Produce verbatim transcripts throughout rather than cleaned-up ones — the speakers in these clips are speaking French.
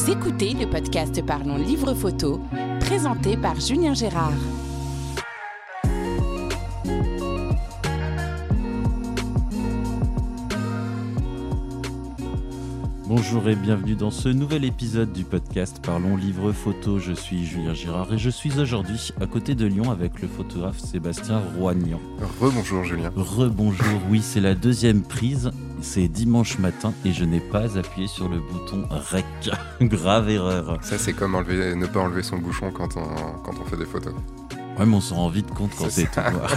Vous écoutez le podcast Parlons Livre Photo, présenté par Julien Gérard. Bonjour et bienvenue dans ce nouvel épisode du podcast Parlons Livre Photo. Je suis Julien Gérard et je suis aujourd'hui à côté de Lyon avec le photographe Sébastien Roignan. Rebonjour Julien. Rebonjour, oui, c'est la deuxième prise. C'est dimanche matin et je n'ai pas appuyé sur le bouton Rec. Grave erreur. Ça, c'est comme enlever, ne pas enlever son bouchon quand on, quand on fait des photos. Ouais, mais on s'en rend vite compte quand c'est tout noir.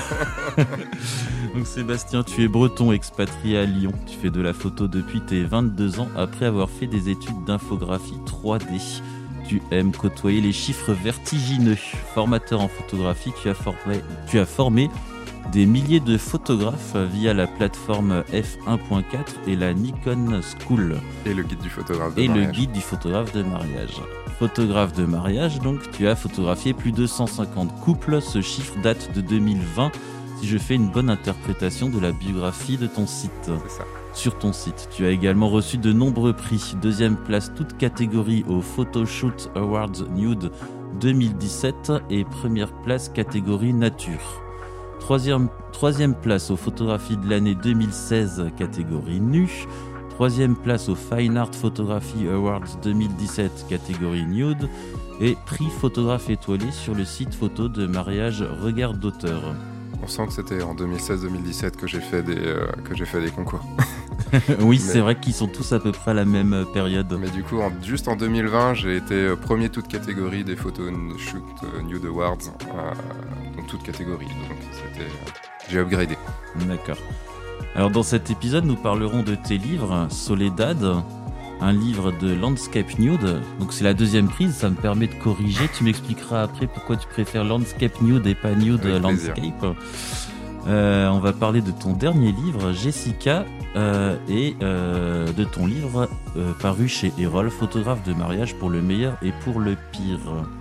Donc Sébastien, tu es breton expatrié à Lyon. Tu fais de la photo depuis tes vingt-deux ans après avoir fait des études d'infographie trois D. Tu aimes côtoyer les chiffres vertigineux. Formateur en photographie, tu as formé, tu as formé des milliers de photographes via la plateforme F un point quatre et la Nikon School. Et le guide du photographe de et mariage. Et le guide du photographe de mariage. Photographe de mariage, donc tu as photographié plus de cent cinquante couples. Ce chiffre date de deux mille vingt, si je fais une bonne interprétation de la biographie de ton site. C'est ça. Sur ton site, tu as également reçu de nombreux prix. Deuxième place toute catégorie au Photoshoot Awards Nude deux mille dix-sept et première place catégorie nature. Troisième, troisième place aux photographies de l'année deux mille seize catégorie nu. Troisième place au Fine Art Photography Awards deux mille dix-sept catégorie nude et prix photographe étoilé sur le site photo de mariage Regard d'auteur. On sent que c'était en deux mille seize deux mille dix-sept que j'ai fait des, euh, que j'ai fait des concours. Oui, mais, c'est vrai qu'ils sont tous à peu près à la même période. Mais du coup, en, juste en deux mille vingt, j'ai été premier toute catégorie des Photo Shoot Nude Awards, euh, donc toute catégorie. Donc c'était, euh, j'ai upgradé. D'accord. Alors dans cet épisode, nous parlerons de tes livres, Soledad, un livre de landscape nude. Donc c'est la deuxième prise, ça me permet de corriger. Tu m'expliqueras après pourquoi tu préfères landscape nude et pas nude Avec landscape. Plaisir. Euh, on va parler de ton dernier livre, Jessica, euh, et euh, de ton livre euh, paru chez Erol, photographe de mariage pour le meilleur et pour le pire.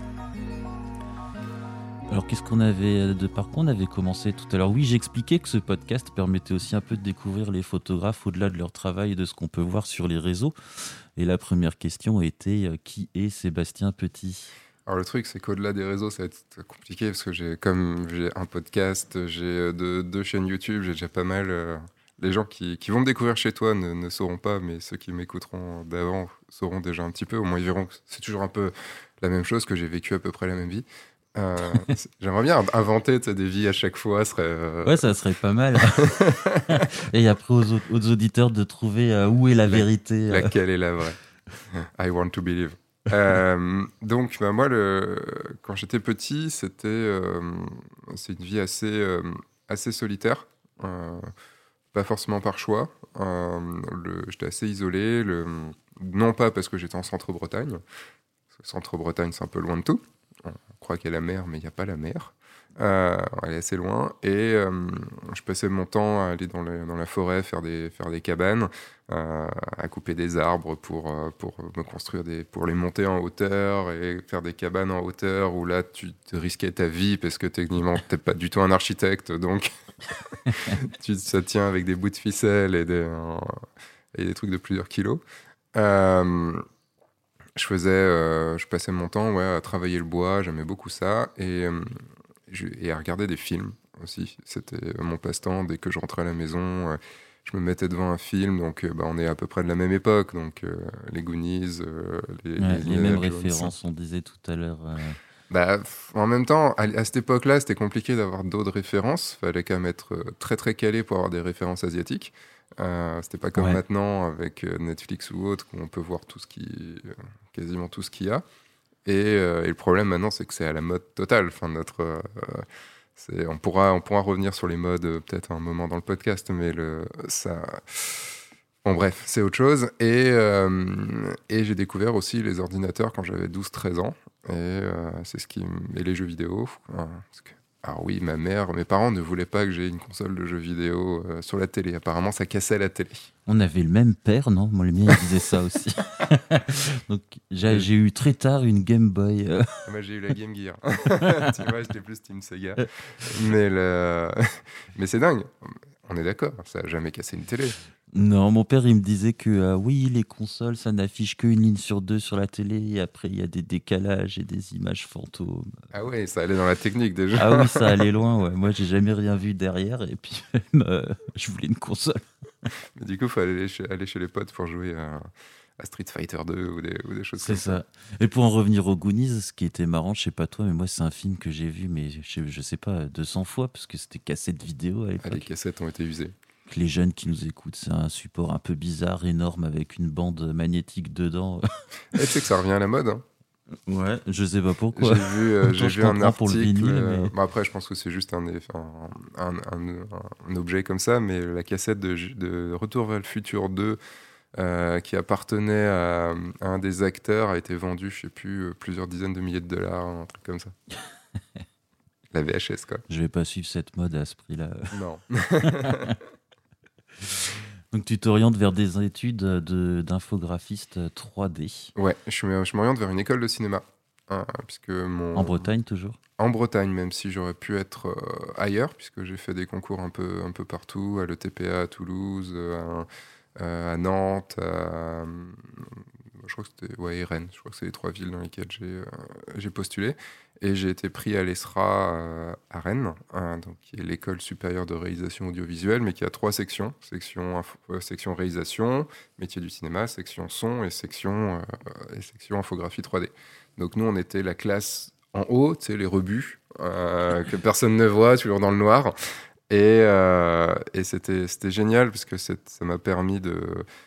Alors qu'est-ce qu'on avait de par quoi on avait commencé tout à l'heure? Oui, j'expliquais que ce podcast permettait aussi un peu de découvrir les photographes au-delà de leur travail et de ce qu'on peut voir sur les réseaux. Et la première question était euh, qui est Sébastien Petit? Alors le truc, c'est qu'au-delà des réseaux, ça va être compliqué parce que j'ai, comme j'ai un podcast, j'ai deux, deux chaînes YouTube, j'ai déjà pas mal. Euh, les gens qui, qui vont me découvrir chez toi ne, ne sauront pas, mais ceux qui m'écouteront d'avant sauront déjà un petit peu. Au moins, ils verront que c'est toujours un peu la même chose, que j'ai vécu à peu près la même vie. Euh, j'aimerais bien inventer des vies à chaque fois. Serait, euh... Ouais, ça serait pas mal. Et après aux, aux auditeurs de trouver euh, où est la, la vérité. Euh... Laquelle est la vraie. I want to believe. euh, donc bah, moi, le... quand j'étais petit, c'était euh... c'est une vie assez, euh... assez solitaire. Euh... Pas forcément par choix. Euh... Le... J'étais assez isolé. Le... Non pas parce que j'étais en Centre-Bretagne. Centre-Bretagne, c'est un peu loin de tout. On croit qu'il y a la mer, mais il n'y a pas la mer. Euh, elle est assez loin. Et euh, je passais mon temps à aller dans, les, dans la forêt, faire des, faire des cabanes, euh, à couper des arbres pour, pour me construire des, pour les monter en hauteur et faire des cabanes en hauteur où là, tu te risquais ta vie parce que techniquement, tu n'es pas du tout un architecte. Donc, tu, ça tient avec des bouts de ficelle et des, euh, et des trucs de plusieurs kilos. Euh, Je faisais, euh, je passais mon temps ouais, à travailler le bois, j'aimais beaucoup ça, et, euh, je, et à regarder des films aussi. C'était mon passe-temps. Dès que je rentrais à la maison, euh, je me mettais devant un film, donc euh, bah, on est à peu près de la même époque, donc euh, les Goonies, euh, les, ouais, les, les mêmes références, on disait tout à l'heure. Euh... Bah, en même temps, à, à cette époque-là, c'était compliqué d'avoir d'autres références. Fallait quand même être très très calé pour avoir des références asiatiques. Euh, c'était pas comme ouais. maintenant avec Netflix ou autre où on peut voir tout ce qui, quasiment tout ce qu'il y a. Et, euh, et le problème maintenant, c'est que c'est à la mode totale. Enfin, notre, euh, c'est, on pourra, on pourra revenir sur les modes euh, peut-être un moment dans le podcast, mais le, ça. Bon bref, c'est autre chose. Et, euh, et j'ai découvert aussi les ordinateurs quand j'avais douze treize ans. Et euh, c'est ce qui et les jeux vidéo. Hein, parce que, alors oui, ma mère, mes parents ne voulaient pas que j'ai une console de jeux vidéo euh, sur la télé. Apparemment, ça cassait la télé. On avait le même père, non? Moi, le mien, il disait ça aussi. Donc, j'ai, j'ai eu très tard une Game Boy. Euh... Moi, j'ai eu la Game Gear. Tu vois, j'étais plus Team Sega. Mais, le... Mais c'est dingue. On est d'accord, ça n'a jamais cassé une télé. Non, mon père, il me disait que euh, oui, les consoles, ça n'affiche qu'une ligne sur deux sur la télé, et après, il y a des décalages et des images fantômes. Ah ouais, ça allait dans la technique déjà. Ah oui, ça allait loin, ouais. Moi, j'ai jamais rien vu derrière, et puis même, euh, je voulais une console. Mais du coup, il faut aller chez, aller chez les potes pour jouer à, à Street Fighter deux ou des, ou des choses C'est comme ça. ça. Et pour en revenir aux Goonies, ce qui était marrant, je sais pas toi, mais moi, c'est un film que j'ai vu, mais je sais, je sais pas, deux cents fois, parce que c'était cassette vidéo à Ah, l'époque. les cassettes ont été usées. Que les jeunes qui nous écoutent, c'est un support un peu bizarre, énorme, avec une bande magnétique dedans. Eh, tu sais que ça revient à la mode. Hein. Ouais, je sais pas pourquoi. J'ai vu, euh, j'ai je vu un comprends pour le article. vinyle, euh, mais- bon, après, je pense que c'est juste un, un, un, un- un objet comme ça, mais la cassette de, de Retour vers le futur deux, euh, qui appartenait à, à un des acteurs, a été vendue, je sais plus, euh, plusieurs dizaines de milliers de dollars, un truc comme ça. La V H S, quoi. Je vais pas suivre cette mode à ce prix-là. Non. Donc tu t'orientes vers des études de, d'infographiste trois D. Ouais, je, me- je m'oriente vers une école de cinéma. hein, puisque mon... En Bretagne toujours. En Bretagne, même si j'aurais pu être euh, ailleurs, puisque j'ai fait des concours un peu, un peu partout, à l'E T P A à Toulouse, euh, à, euh, à Nantes, à, je crois que c'était ouais, et Rennes. Je crois que c'est les trois villes dans lesquelles j'ai, euh, j'ai postulé. Et j'ai été pris à l'E S R A euh, à Rennes, hein, donc, qui est l'école supérieure de réalisation audiovisuelle, mais qui a trois sections. Section, info- euh, section réalisation, métier du cinéma, section son et section, euh, et section infographie trois D. Donc nous, on était la classe en haut, tu sais, les rebuts, euh, que personne ne voit, toujours dans le noir. Et, euh, et c'était, c'était génial, parce que c'est- ça m'a permis de...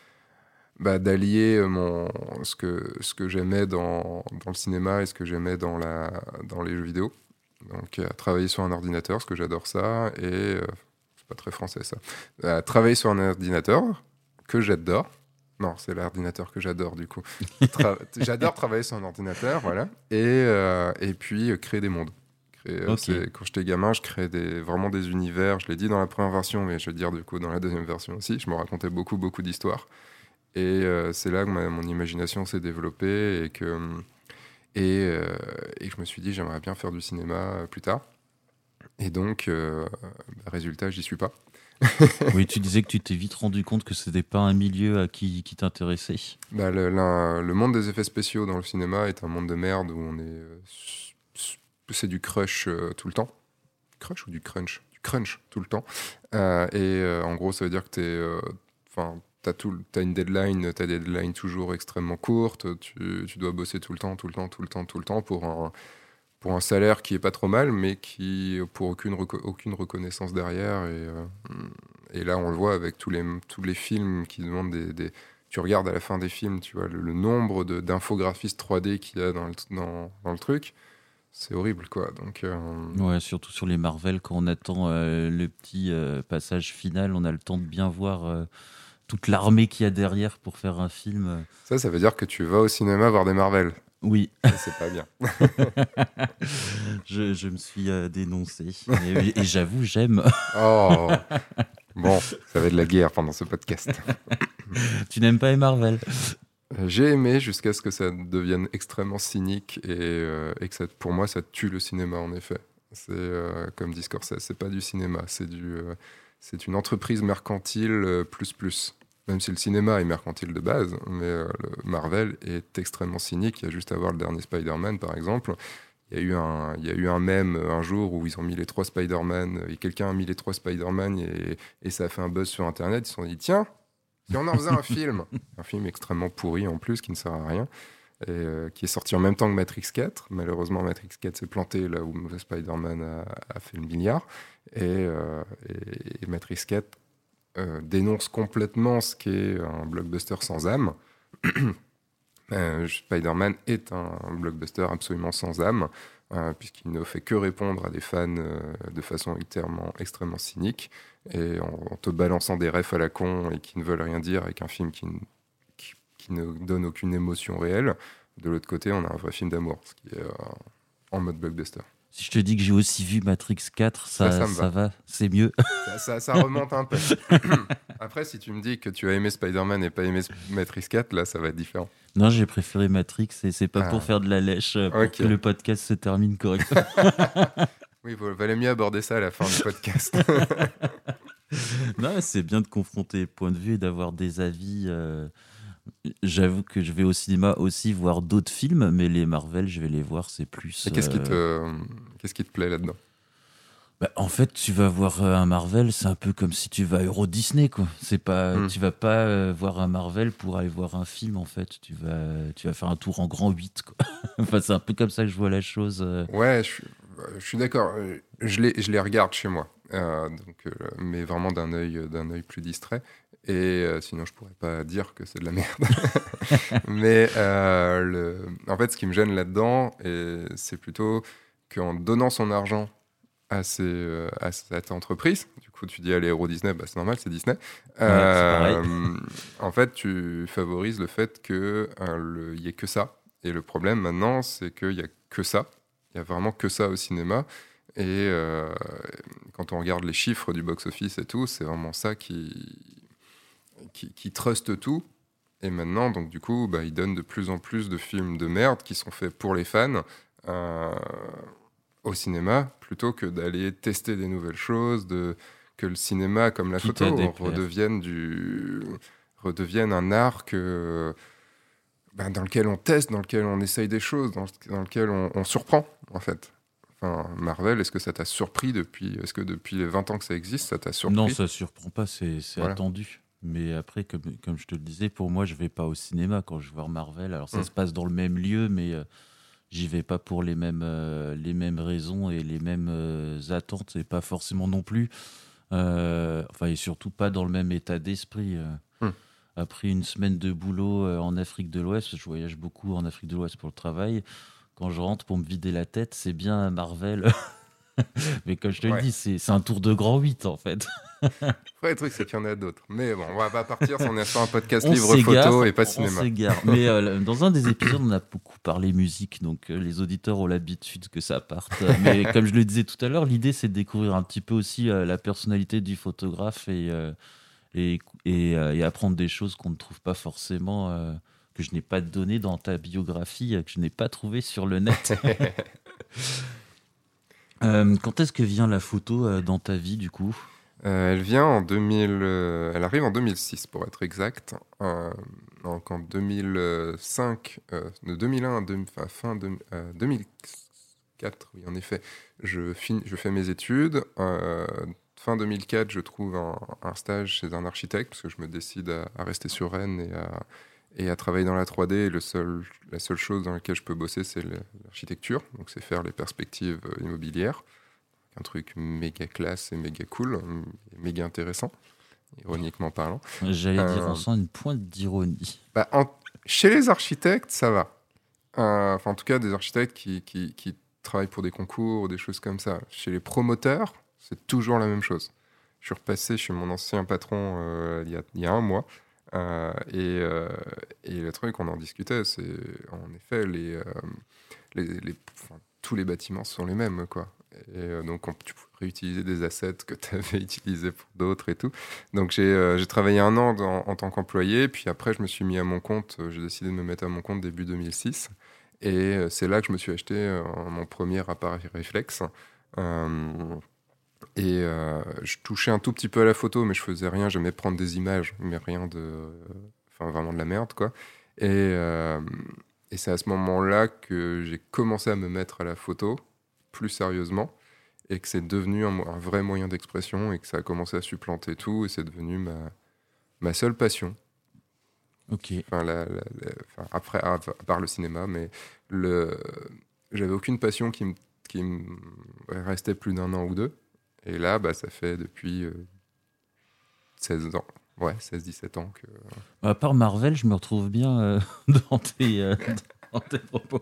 Bah, d'allier mon, ce, que, ce que j'aimais dans, dans le cinéma et ce que j'aimais dans, la, dans les jeux vidéo. Donc, à travailler sur un ordinateur, parce que j'adore ça, et euh, c'est pas très français ça. À travailler sur un ordinateur, que j'adore. Non, c'est l'ordinateur que j'adore du coup. Tra- j'adore travailler sur un ordinateur, voilà. Et, euh, et puis euh, créer des mondes. Créer, euh, Ok. c'est- quand j'étais gamin, je créais des, vraiment des univers. Je l'ai dit dans la première version, mais je vais le dire du coup dans la deuxième version aussi. Je me racontais beaucoup, beaucoup d'histoires. Et euh, c'est là que ma- mon imagination s'est développée et que, et, euh, et que je me suis dit j'aimerais bien faire du cinéma euh, plus tard. Et donc, euh, bah, résultat, j'y suis pas. Oui, tu disais que tu t'es vite rendu compte que c'était pas un milieu à qui, qui t'intéressait. Bah, le, l'un- le monde des effets spéciaux dans le cinéma est un monde de merde où on est, euh, s- s- c'est du crush euh, tout le temps. Crush ou du crunch? Du crunch tout le temps. Euh, et euh, en gros, ça veut dire que t'es, enfin, t'as tout, t'as une deadline, t'as des deadlines toujours extrêmement courtes. Tu, tu dois bosser tout le temps, tout le temps, tout le temps, tout le temps pour un pour un salaire qui est pas trop mal, mais qui pour aucune reco- aucune reconnaissance derrière. Et, euh, et là, on le voit avec tous les tous les films qui demandent des, des tu regardes à la fin des films, tu vois le, le nombre de, d'infographistes trois D qu'il y a dans le, dans, dans le truc, c'est horrible, quoi. Donc, euh, Ouais, surtout sur les Marvel, quand on attend euh, le petit euh, passage final, on a le temps de bien voir euh, toute l'armée qu'il y a derrière pour faire un film. ça, ça veut dire que tu vas au cinéma voir des Marvel. Oui, Ça, c'est pas bien. je, je me suis euh, dénoncé. Et, et j'avoue, j'aime. Oh bon, ça va être de la guerre pendant ce podcast. Tu n'aimes pas les Marvel? Euh, J'ai aimé jusqu'à ce que ça devienne extrêmement cynique et, euh, et que ça, pour moi, ça tue le cinéma, en effet. C'est euh, comme dit Scorsese, c'est pas du cinéma, c'est du, euh, c'est une entreprise mercantile euh, plus plus. Même si le cinéma est mercantile de base, mais euh, le Marvel est extrêmement cynique. Il y a juste à voir le dernier Spider-Man, par exemple. Il y a eu un, il y a eu un mème euh, un jour où ils ont mis les trois Spider-Man, et quelqu'un a mis les trois Spider-Man et, et ça a fait un buzz sur Internet. Ils se sont dit, tiens, si on en faisait un film, un film extrêmement pourri en plus, qui ne sert à rien, et euh, qui est sorti en même temps que Matrix quatre. Malheureusement, Matrix quatre s'est planté là où Spider-Man a, a fait le milliard. Et, euh, et, et Matrix quatre euh, dénonce complètement ce qu'est un blockbuster sans âme. euh, Spider-Man est un, un blockbuster absolument sans âme, euh, puisqu'il ne fait que répondre à des fans euh, de façon extrêmement, extrêmement cynique, et en, en te balançant des refs à la con et qui ne veulent rien dire, avec un film qui, ne- qui, qui ne donne aucune émotion réelle. De l'autre côté, on a un vrai film d'amour, ce qui est euh, en mode blockbuster. Si je te dis que j'ai aussi vu Matrix quatre, ça, Ça, ça me ça va. va, c'est mieux. Ça, ça, ça remonte un peu. Après, si tu me dis que tu as aimé Spider-Man et pas aimé Matrix quatre, là, ça va être différent. Non, j'ai préféré Matrix et c'est pas Ah. pour faire de la lèche, euh, pour Ok. que le podcast se termine correctement. Oui, il valait mieux aborder ça à la fin du podcast. Non, c'est bien de confronter les points de vue et d'avoir des avis. euh, J'avoue que je vais au cinéma aussi voir d'autres films, mais les Marvel, je vais les voir, c'est plus. Et qu'est-ce qui euh, te, qu'est-ce qui te plaît là-dedans? bah, en fait, tu vas voir euh, un Marvel, c'est un peu comme si tu vas à Euro Disney, quoi. C'est pas, Hmm. tu vas pas euh, voir un Marvel pour aller voir un film, en fait. Tu vas, tu vas faire un tour en grand huit, quoi. Enfin, c'est un peu comme ça que je vois la chose. euh. Ouais, je suis, je suis d'accord. Euh, Je les, je les regarde chez moi, Euh, donc, euh, mais vraiment d'un œil, d'un œil plus distrait. Et euh, sinon, je pourrais pas dire que c'est de la merde. Mais euh, le... en fait, ce qui me gêne là-dedans, et c'est plutôt qu'en donnant son argent à, ces, euh, à cette entreprise, du coup, tu dis, allez, Euro Disney, bah, c'est normal, c'est Disney. Ouais, c'est pareil. Euh, en fait, tu favorises le fait qu'il n'y ait que ça. Et le problème maintenant, c'est qu'il n'y a que ça. Il y a vraiment que ça au cinéma. Et euh, quand on regarde les chiffres du box-office et tout, c'est vraiment ça qui, qui, qui truste tout. Et maintenant, donc du coup, bah, ils donnent de plus en plus de films de merde qui sont faits pour les fans euh, au cinéma, plutôt que d'aller tester des nouvelles choses, de, que le cinéma, comme la Quitte à photo, déplaire. redevienne, du, redevienne un art que, ben, dans lequel on teste, dans lequel on essaye des choses, dans, dans lequel on, on surprend, en fait. Enfin, Marvel, est-ce que ça t'a surpris depuis... Est-ce que depuis les vingt ans que ça existe, ça t'a surpris? Non, ça surprend pas, c'est c'est Voilà. attendu. Mais après, comme, comme je te le disais, pour moi, je vais pas au cinéma quand je vois Marvel. Alors, ça Mm. se passe dans le même lieu, mais euh, j'y vais pas pour les mêmes, euh, les mêmes raisons et les mêmes euh, attentes, et pas forcément non plus. euh, enfin, et surtout pas dans le même état d'esprit. euh. Mm. Après une semaine de boulot euh, en Afrique de l'Ouest, je voyage beaucoup en Afrique de l'Ouest pour le travail. Quand je rentre pour me vider la tête, c'est bien Marvel. Mais comme je te le Ouais. dis, c'est c'est un tour de grand huit en fait. Après, le truc, c'est qu'il y en a d'autres. Mais bon, on va pas partir si on est sur un podcast On livre s'égare, photo et pas on cinéma. s'égare. Mais euh, dans un des épisodes, on a beaucoup parlé musique, donc euh, les auditeurs ont l'habitude que ça parte. Mais comme je le disais tout à l'heure, l'idée c'est de découvrir un petit peu aussi euh, la personnalité du photographe et, euh, et, et, euh, et apprendre des choses qu'on ne trouve pas forcément, euh, que je n'ai pas donné dans ta biographie, euh, que je n'ai pas trouvé sur le net. Euh, quand est-ce que vient la photo euh, dans ta vie du coup? Euh, elle vient en deux mille... euh, elle arrive en deux mille six, pour être exact. Euh, donc en deux mille cinq, euh, de deux mille un à deux- enfin, fin de, euh, deux mille quatre, oui, en effet, je, fin- je fais mes études. Euh, fin deux mille quatre, je trouve un, un stage chez un architecte, parce que je me décide à, à rester sur Rennes et à, et à travailler dans la trois D. Et le seul, la seule chose dans laquelle je peux bosser, c'est le- l'architecture. Donc c'est faire les perspectives euh, immobilières. Un truc méga classe et méga cool, et méga intéressant, ironiquement parlant. J'allais Euh, dire, on sent une pointe d'ironie. Bah, en- chez les architectes, ça va. Euh, Enfin, en tout cas, des architectes qui, qui, qui travaillent pour des concours ou des choses comme ça. Chez les promoteurs, c'est toujours la même chose. Je suis repassé chez mon ancien patron euh, il y a, il y a un mois. euh, et, euh, et le truc, on en discutait, c'est en effet, les, euh, les, les- enfin, tous les bâtiments sont les mêmes, quoi. Et euh, donc, on- tu pourrais réutiliser des assets que tu avais utilisés pour d'autres et tout. Donc, j'ai euh, j'ai travaillé un an dans- en tant qu'employé, puis après, je me suis mis à mon compte. euh, J'ai décidé de me mettre à mon compte début deux mille six. Et euh, c'est là que je me suis acheté euh, mon premier appareil réflexe. Euh, et euh, je touchais un tout petit peu à la photo, mais je faisais rien. J'aimais prendre des images, mais rien de. Enfin, vraiment de la merde, quoi. Et, euh, et c'est à ce moment-là que j'ai commencé à me mettre à la photo plus sérieusement et que c'est devenu un, mo- un vrai moyen d'expression et que ça a commencé à supplanter tout et c'est devenu ma, ma seule passion. Ok. Enfin, la- la- la- enfin, après, à, à part le cinéma, mais le, j'avais aucune passion qui me, qui me restait plus d'un an ou deux. Et là, bah, ça fait depuis euh, seize ans. Ouais, seize dix-sept ans que. À part Marvel, je me retrouve bien euh, dans, tes, euh, dans tes propos.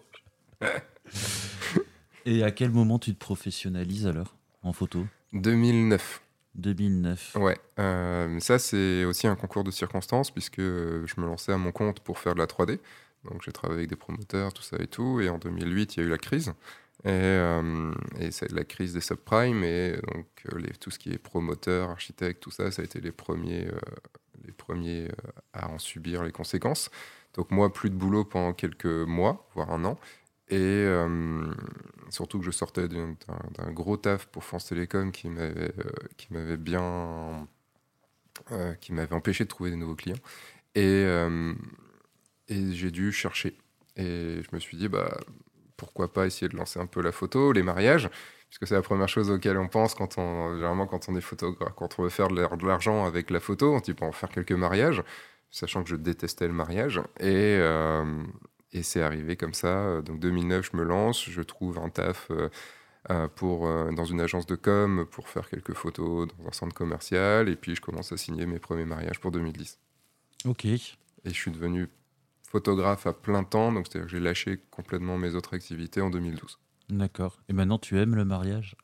Et à quel moment tu te professionnalises alors en photo? deux mille neuf. deux mille neuf. Ouais, euh, ça c'est aussi un concours de circonstances puisque euh, je me lançais à mon compte pour faire de la trois D. Donc j'ai travaillé avec des promoteurs, tout ça et tout. Et en deux mille huit, il y a eu la crise. Et, euh, et c'est la crise des subprimes. Et donc euh, les, tout ce qui est promoteur, architecte, tout ça, ça a été les premiers, euh, les premiers euh, à en subir les conséquences. Donc moi, plus de boulot pendant quelques mois, voire un an. Et euh, surtout que je sortais d'un, d'un- d'un gros taf pour France Télécom qui m'avait, euh, qui m'avait bien, euh, qui m'avait empêché de trouver des nouveaux clients. Et, euh, et j'ai dû chercher. Et je me suis dit, bah, pourquoi pas essayer de lancer un peu la photo, les mariages, puisque c'est la première chose auquel on pense quand on, généralement quand on est photographe, quand on veut faire de l'ar- de l'argent avec la photo, on se dit, bon, on va faire quelques mariages, sachant que je détestais le mariage. Et, euh, et c'est arrivé comme ça. Donc deux mille neuf, je me lance, je trouve un taf euh, euh, pour, euh, dans une agence de com pour faire quelques photos dans un centre commercial, et puis je commence à signer mes premiers mariages pour deux mille dix. Ok. Et je suis devenu photographe à plein temps, donc c'est-à-dire que j'ai lâché complètement mes autres activités en deux mille douze. D'accord. Et maintenant, tu aimes le mariage?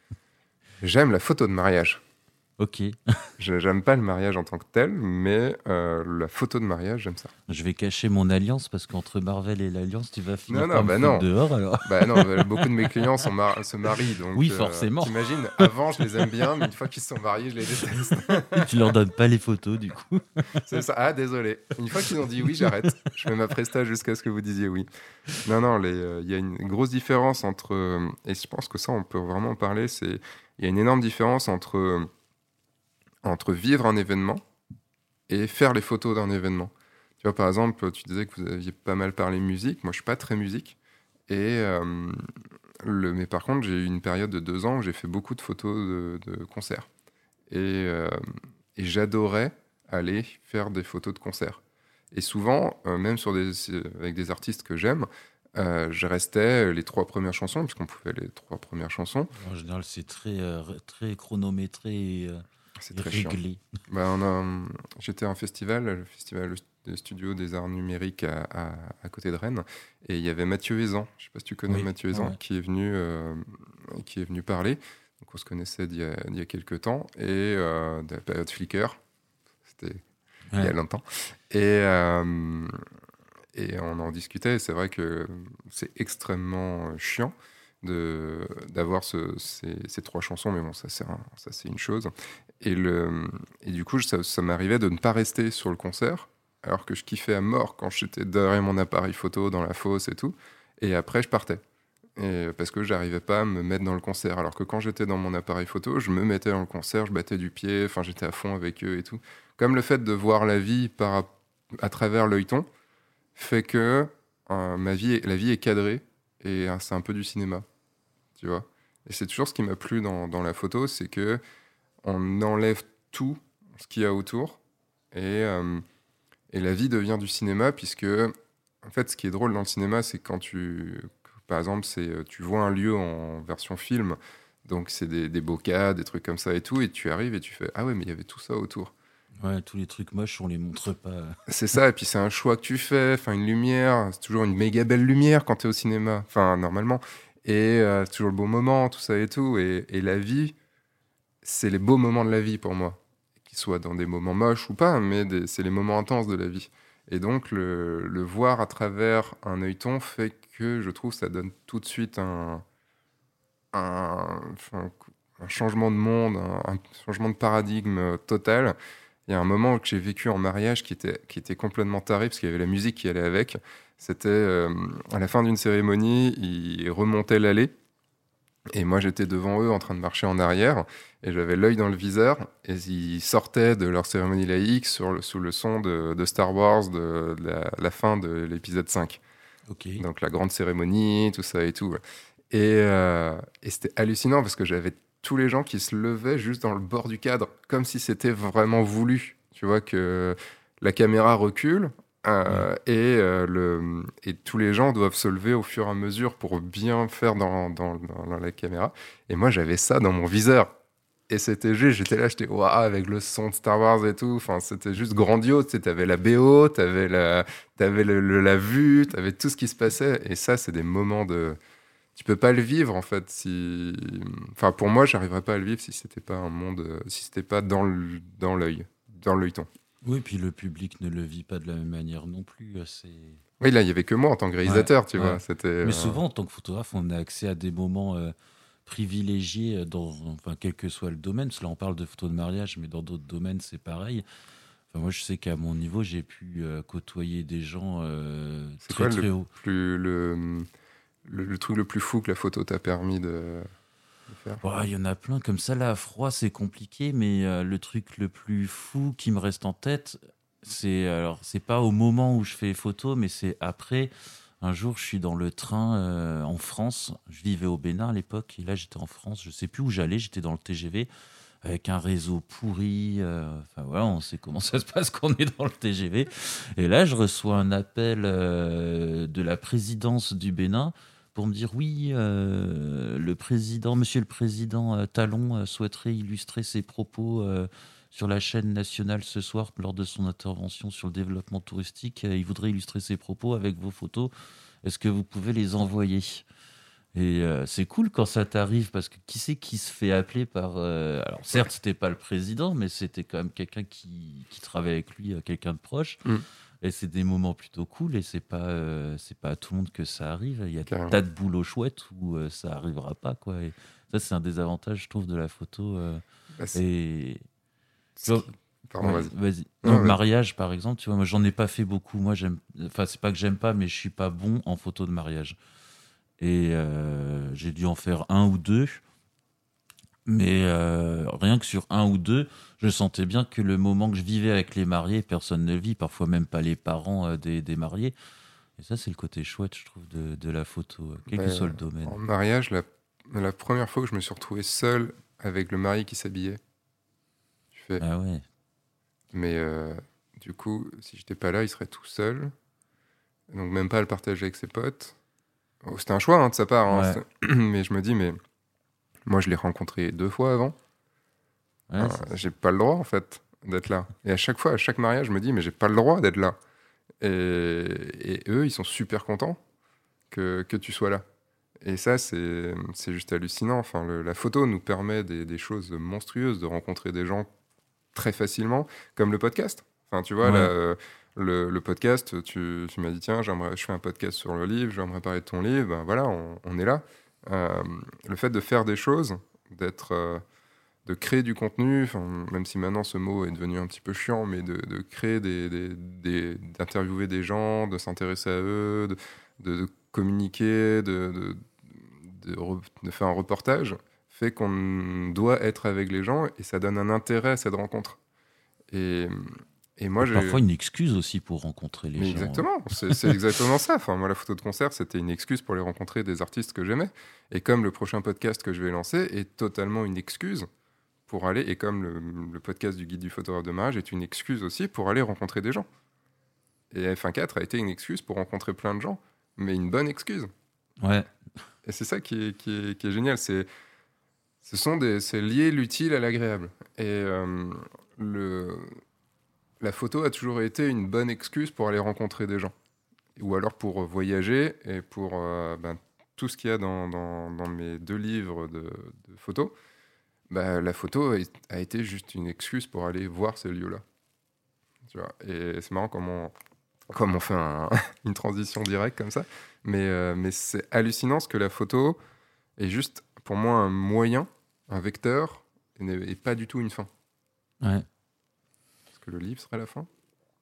J'aime la photo de mariage. Ok. Je- J'aime pas le mariage en tant que tel, mais euh, la photo de mariage, j'aime ça. Je vais cacher mon alliance parce qu'entre Marvel et l'Alliance, tu vas finir Non, non, par bah me foutre non. dehors alors. Bah non, bah, beaucoup de mes clients sont mar- se marient, donc Oui, forcément. t'imagines, avant je les aime bien, mais une fois qu'ils se sont mariés, je les déteste. Tu leur donnes pas les photos du coup. C'est ça. Ah, désolé. Une fois qu'ils ont dit oui, j'arrête. Je fais ma presta jusqu'à ce que vous disiez oui. Non, non, il euh, y a une grosse différence entre, euh, et je pense que ça, on peut vraiment en parler, c'est il y a une énorme différence entre, euh, entre vivre un événement et faire les photos d'un événement. Tu vois, par exemple, tu disais que vous aviez pas mal parlé musique. Moi, je suis pas très musique. Et, euh, le, mais par contre, j'ai eu une période de deux ans où j'ai fait beaucoup de photos de, de concerts. Et, euh, et j'adorais aller faire des photos de concerts. Et souvent, euh, même sur des, avec des artistes que j'aime, euh, je restais les trois premières chansons, puisqu'on pouvait les trois premières chansons. En général, c'est très, euh, très chronométré et, euh, C'est et très chiant. réglé. Bah, on a, j'étais à un festival, le festival des studios des arts numériques à, à, à côté de Rennes, et il y avait Mathieu Hézan, je ne sais pas si tu connais Oui, Mathieu Hézan, ouais. qui est venu, euh, qui est venu parler. Donc on se connaissait d'il y a, d'il y a quelques temps, et euh, de la période Flickr, c'était il y a Ouais. longtemps, et, euh, et on en discutait. Et c'est vrai que c'est extrêmement chiant de, d'avoir ce, ces, ces trois chansons, mais bon, ça c'est, un, ça, c'est une chose. Et, le, et du coup, ça, ça m'arrivait de ne pas rester sur le concert, alors que je kiffais à mort quand j'étais derrière mon appareil photo dans la fosse et tout. Et après, je partais. Et parce que j'arrivais pas à me mettre dans le concert. Alors que quand j'étais dans mon appareil photo, je me mettais dans le concert, je battais du pied, enfin j'étais à fond avec eux et tout. Comme le fait de voir la vie par, à travers l'œilleton fait que euh, ma vie, est- la vie est cadrée et euh, c'est un peu du cinéma, tu vois. Et c'est toujours ce qui m'a plu dans, dans la photo, c'est que on enlève tout ce qu'il y a autour et, euh, et la vie devient du cinéma, puisque en fait ce qui est drôle dans le cinéma, c'est quand tu, par exemple, c'est, tu vois un lieu en version film, donc c'est des, des bokeh, des trucs comme ça et tout, et tu arrives et tu fais ah ouais, mais il y avait tout ça autour. Ouais, tous les trucs moches, on les montre pas. C'est ça, et puis c'est un choix que tu fais, enfin une lumière, c'est toujours une méga belle lumière quand tu es au cinéma, enfin normalement, et euh, c'est toujours le bon moment, tout ça et tout, et, et la vie, c'est les beaux moments de la vie pour moi, qu'ils soient dans des moments moches ou pas, mais des- c'est les moments intenses de la vie. Et donc le, le voir à travers un œilleton fait que je trouve que ça donne tout de suite un, un, enfin, un changement de monde, un, un changement de paradigme euh, total. Il y a un moment que j'ai vécu en mariage qui était, qui était complètement taré, parce qu'il y avait la musique qui allait avec. C'était euh, à la fin d'une cérémonie, ils remontaient l'allée. Et moi, j'étais devant eux en train de marcher en arrière. Et j'avais l'œil dans le viseur. Et ils sortaient de leur cérémonie laïque sur le- sous le son de, de Star Wars, de, de la, la fin de l'épisode cinq. Ok. Donc la grande cérémonie, tout ça et tout. Et, euh, et c'était hallucinant parce que j'avais tous les gens qui se levaient juste dans le bord du cadre, comme si c'était vraiment voulu. Tu vois que la caméra recule euh, et, euh, le, et tous les gens doivent se lever au fur et à mesure pour bien faire dans, dans, dans, dans la caméra. Et moi, j'avais ça dans mon viseur. Et c'était juste, j'étais là, j'étais waouh, avec le son de Star Wars et tout. Enfin, c'était juste grandiose. Tu sais, t'avais la B O, t'avais la, t'avais le, le- la vue, t'avais tout ce qui se passait. Et ça, c'est des moments de. Tu peux pas le vivre en fait. Si, enfin, pour moi, j'arriverais pas à le vivre si c'était pas un monde, euh, si c'était pas dans le, dans l'œil, dans l'œilleton. Oui, puis le public ne le vit pas de la même manière non plus. euh, C'est... Oui, là, il y avait que moi en tant que réalisateur, Ouais, tu ouais. vois. C'était. Mais euh, souvent, en tant que photographe, on a accès à des moments euh, privilégiés euh, dans, enfin, quel que soit le domaine. Parce que là, on parle de photos de mariage, mais dans d'autres domaines, c'est pareil. Enfin, moi, je sais qu'à mon niveau, j'ai pu euh, côtoyer des gens euh, c'est très, quoi très le hauts. plus le, le, le truc le plus fou que la photo t'a permis de Il y en a plein comme ça. Là, à froid, c'est compliqué, mais euh, le truc le plus fou qui me reste en tête, c'est alors c'est pas au moment où je fais les photos, mais c'est après. Un jour, je suis dans le train euh, en France. Je vivais au Bénin à l'époque, et là, j'étais en France. Je sais plus où j'allais. J'étais dans le T G V avec un réseau pourri. Euh, enfin voilà, on sait comment ça se passe quand on est dans le T G V. Et là, je reçois un appel euh, de la présidence du Bénin pour me dire oui, euh, le président, Monsieur le Président euh, Talon euh, souhaiterait illustrer ses propos euh, sur la chaîne nationale ce soir lors de son intervention sur le développement touristique. Euh, il voudrait illustrer ses propos avec vos photos. Est-ce que vous pouvez les envoyer ? Et euh, c'est cool quand ça t'arrive, parce que qui c'est qui se fait appeler par... Euh, alors certes, c'était pas le président, mais c'était quand même quelqu'un qui, qui travaille avec lui, quelqu'un de proche. Mm. Et c'est des moments plutôt cool, et c'est pas, euh, c'est pas à tout le monde que ça arrive. Il y a des tas de boulots chouettes où euh, ça arrivera pas, quoi. Et ça, c'est un des avantages, je trouve, de la photo. Euh, bah, et... Qui... Pardon, ouais, vas-y. vas-y. Non, Donc, vas-y. mariage, par exemple, tu vois, moi, j'en ai pas fait beaucoup. Moi, j'aime... Enfin, c'est pas que j'aime pas, mais je suis pas bon en photo de mariage. Et euh, j'ai dû en faire un ou deux. Mais euh, rien que sur un ou deux, je sentais bien que le moment que je vivais avec les mariés, personne ne le vit, parfois même pas les parents euh, des, des mariés. Et ça, c'est le côté chouette, je trouve, de, de la photo, quel bah, que soit le domaine. En mariage, la, la première fois que je me suis retrouvé seul avec le marié qui s'habillait, tu fais... Ah ouais. Mais euh, du coup, si j'étais pas là, il serait tout seul. Donc même pas à le partager avec ses potes. Oh, c'était un choix hein, de sa part. Hein, ouais. Mais je me dis, mais moi, je l'ai rencontré deux fois avant. Ouais, euh, j'ai pas le droit, en fait, d'être là. Et à chaque fois, à chaque mariage, je me dis, mais j'ai pas le droit d'être là. Et, et eux, ils sont super contents que, que tu sois là. Et ça, c'est, c'est juste hallucinant. Enfin, le, la photo nous permet des, des choses monstrueuses, de rencontrer des gens très facilement, comme le podcast. Enfin, tu vois, ouais. là, euh, le, le podcast, tu, tu m'as dit, tiens, j'aimerais, je fais un podcast sur le livre, j'aimerais parler de ton livre. Ben voilà, on, on est là. Euh, le fait de faire des choses, d'être, euh, de créer du contenu, même si maintenant ce mot est devenu un petit peu chiant, mais de, de créer des, des, des, d'interviewer des gens, de s'intéresser à eux, de, de, de communiquer, de, de, de, re, de faire un reportage, fait qu'on doit être avec les gens et ça donne un intérêt à cette rencontre. Et, et moi, et j'ai... parfois une excuse aussi pour rencontrer les mais gens. Exactement, c'est, c'est exactement ça. Enfin, moi, la photo de concert, c'était une excuse pour aller rencontrer des artistes que j'aimais. Et comme le prochain podcast que je vais lancer est totalement une excuse pour aller, et comme le, le podcast du guide du photographe de mariage est une excuse aussi pour aller rencontrer des gens. Et F un quatre a été une excuse pour rencontrer plein de gens, mais une bonne excuse. Ouais. Et c'est ça qui est, qui est, qui est génial. C'est, ce sont des, c'est lier l'utile à l'agréable. Et euh, le, la photo a toujours été une bonne excuse pour aller rencontrer des gens. Ou alors pour voyager et pour euh, ben, tout ce qu'il y a dans, dans, dans mes deux livres de, de photos. Bah, la photo a été juste une excuse pour aller voir ces lieux-là. Tu vois, et c'est marrant comment, comment on fait un, une transition directe comme ça. Mais, euh, mais c'est hallucinant ce que la photo est juste, pour moi, un moyen, un vecteur, et, et pas du tout une fin. Ouais. Est-ce que le livre serait la fin ?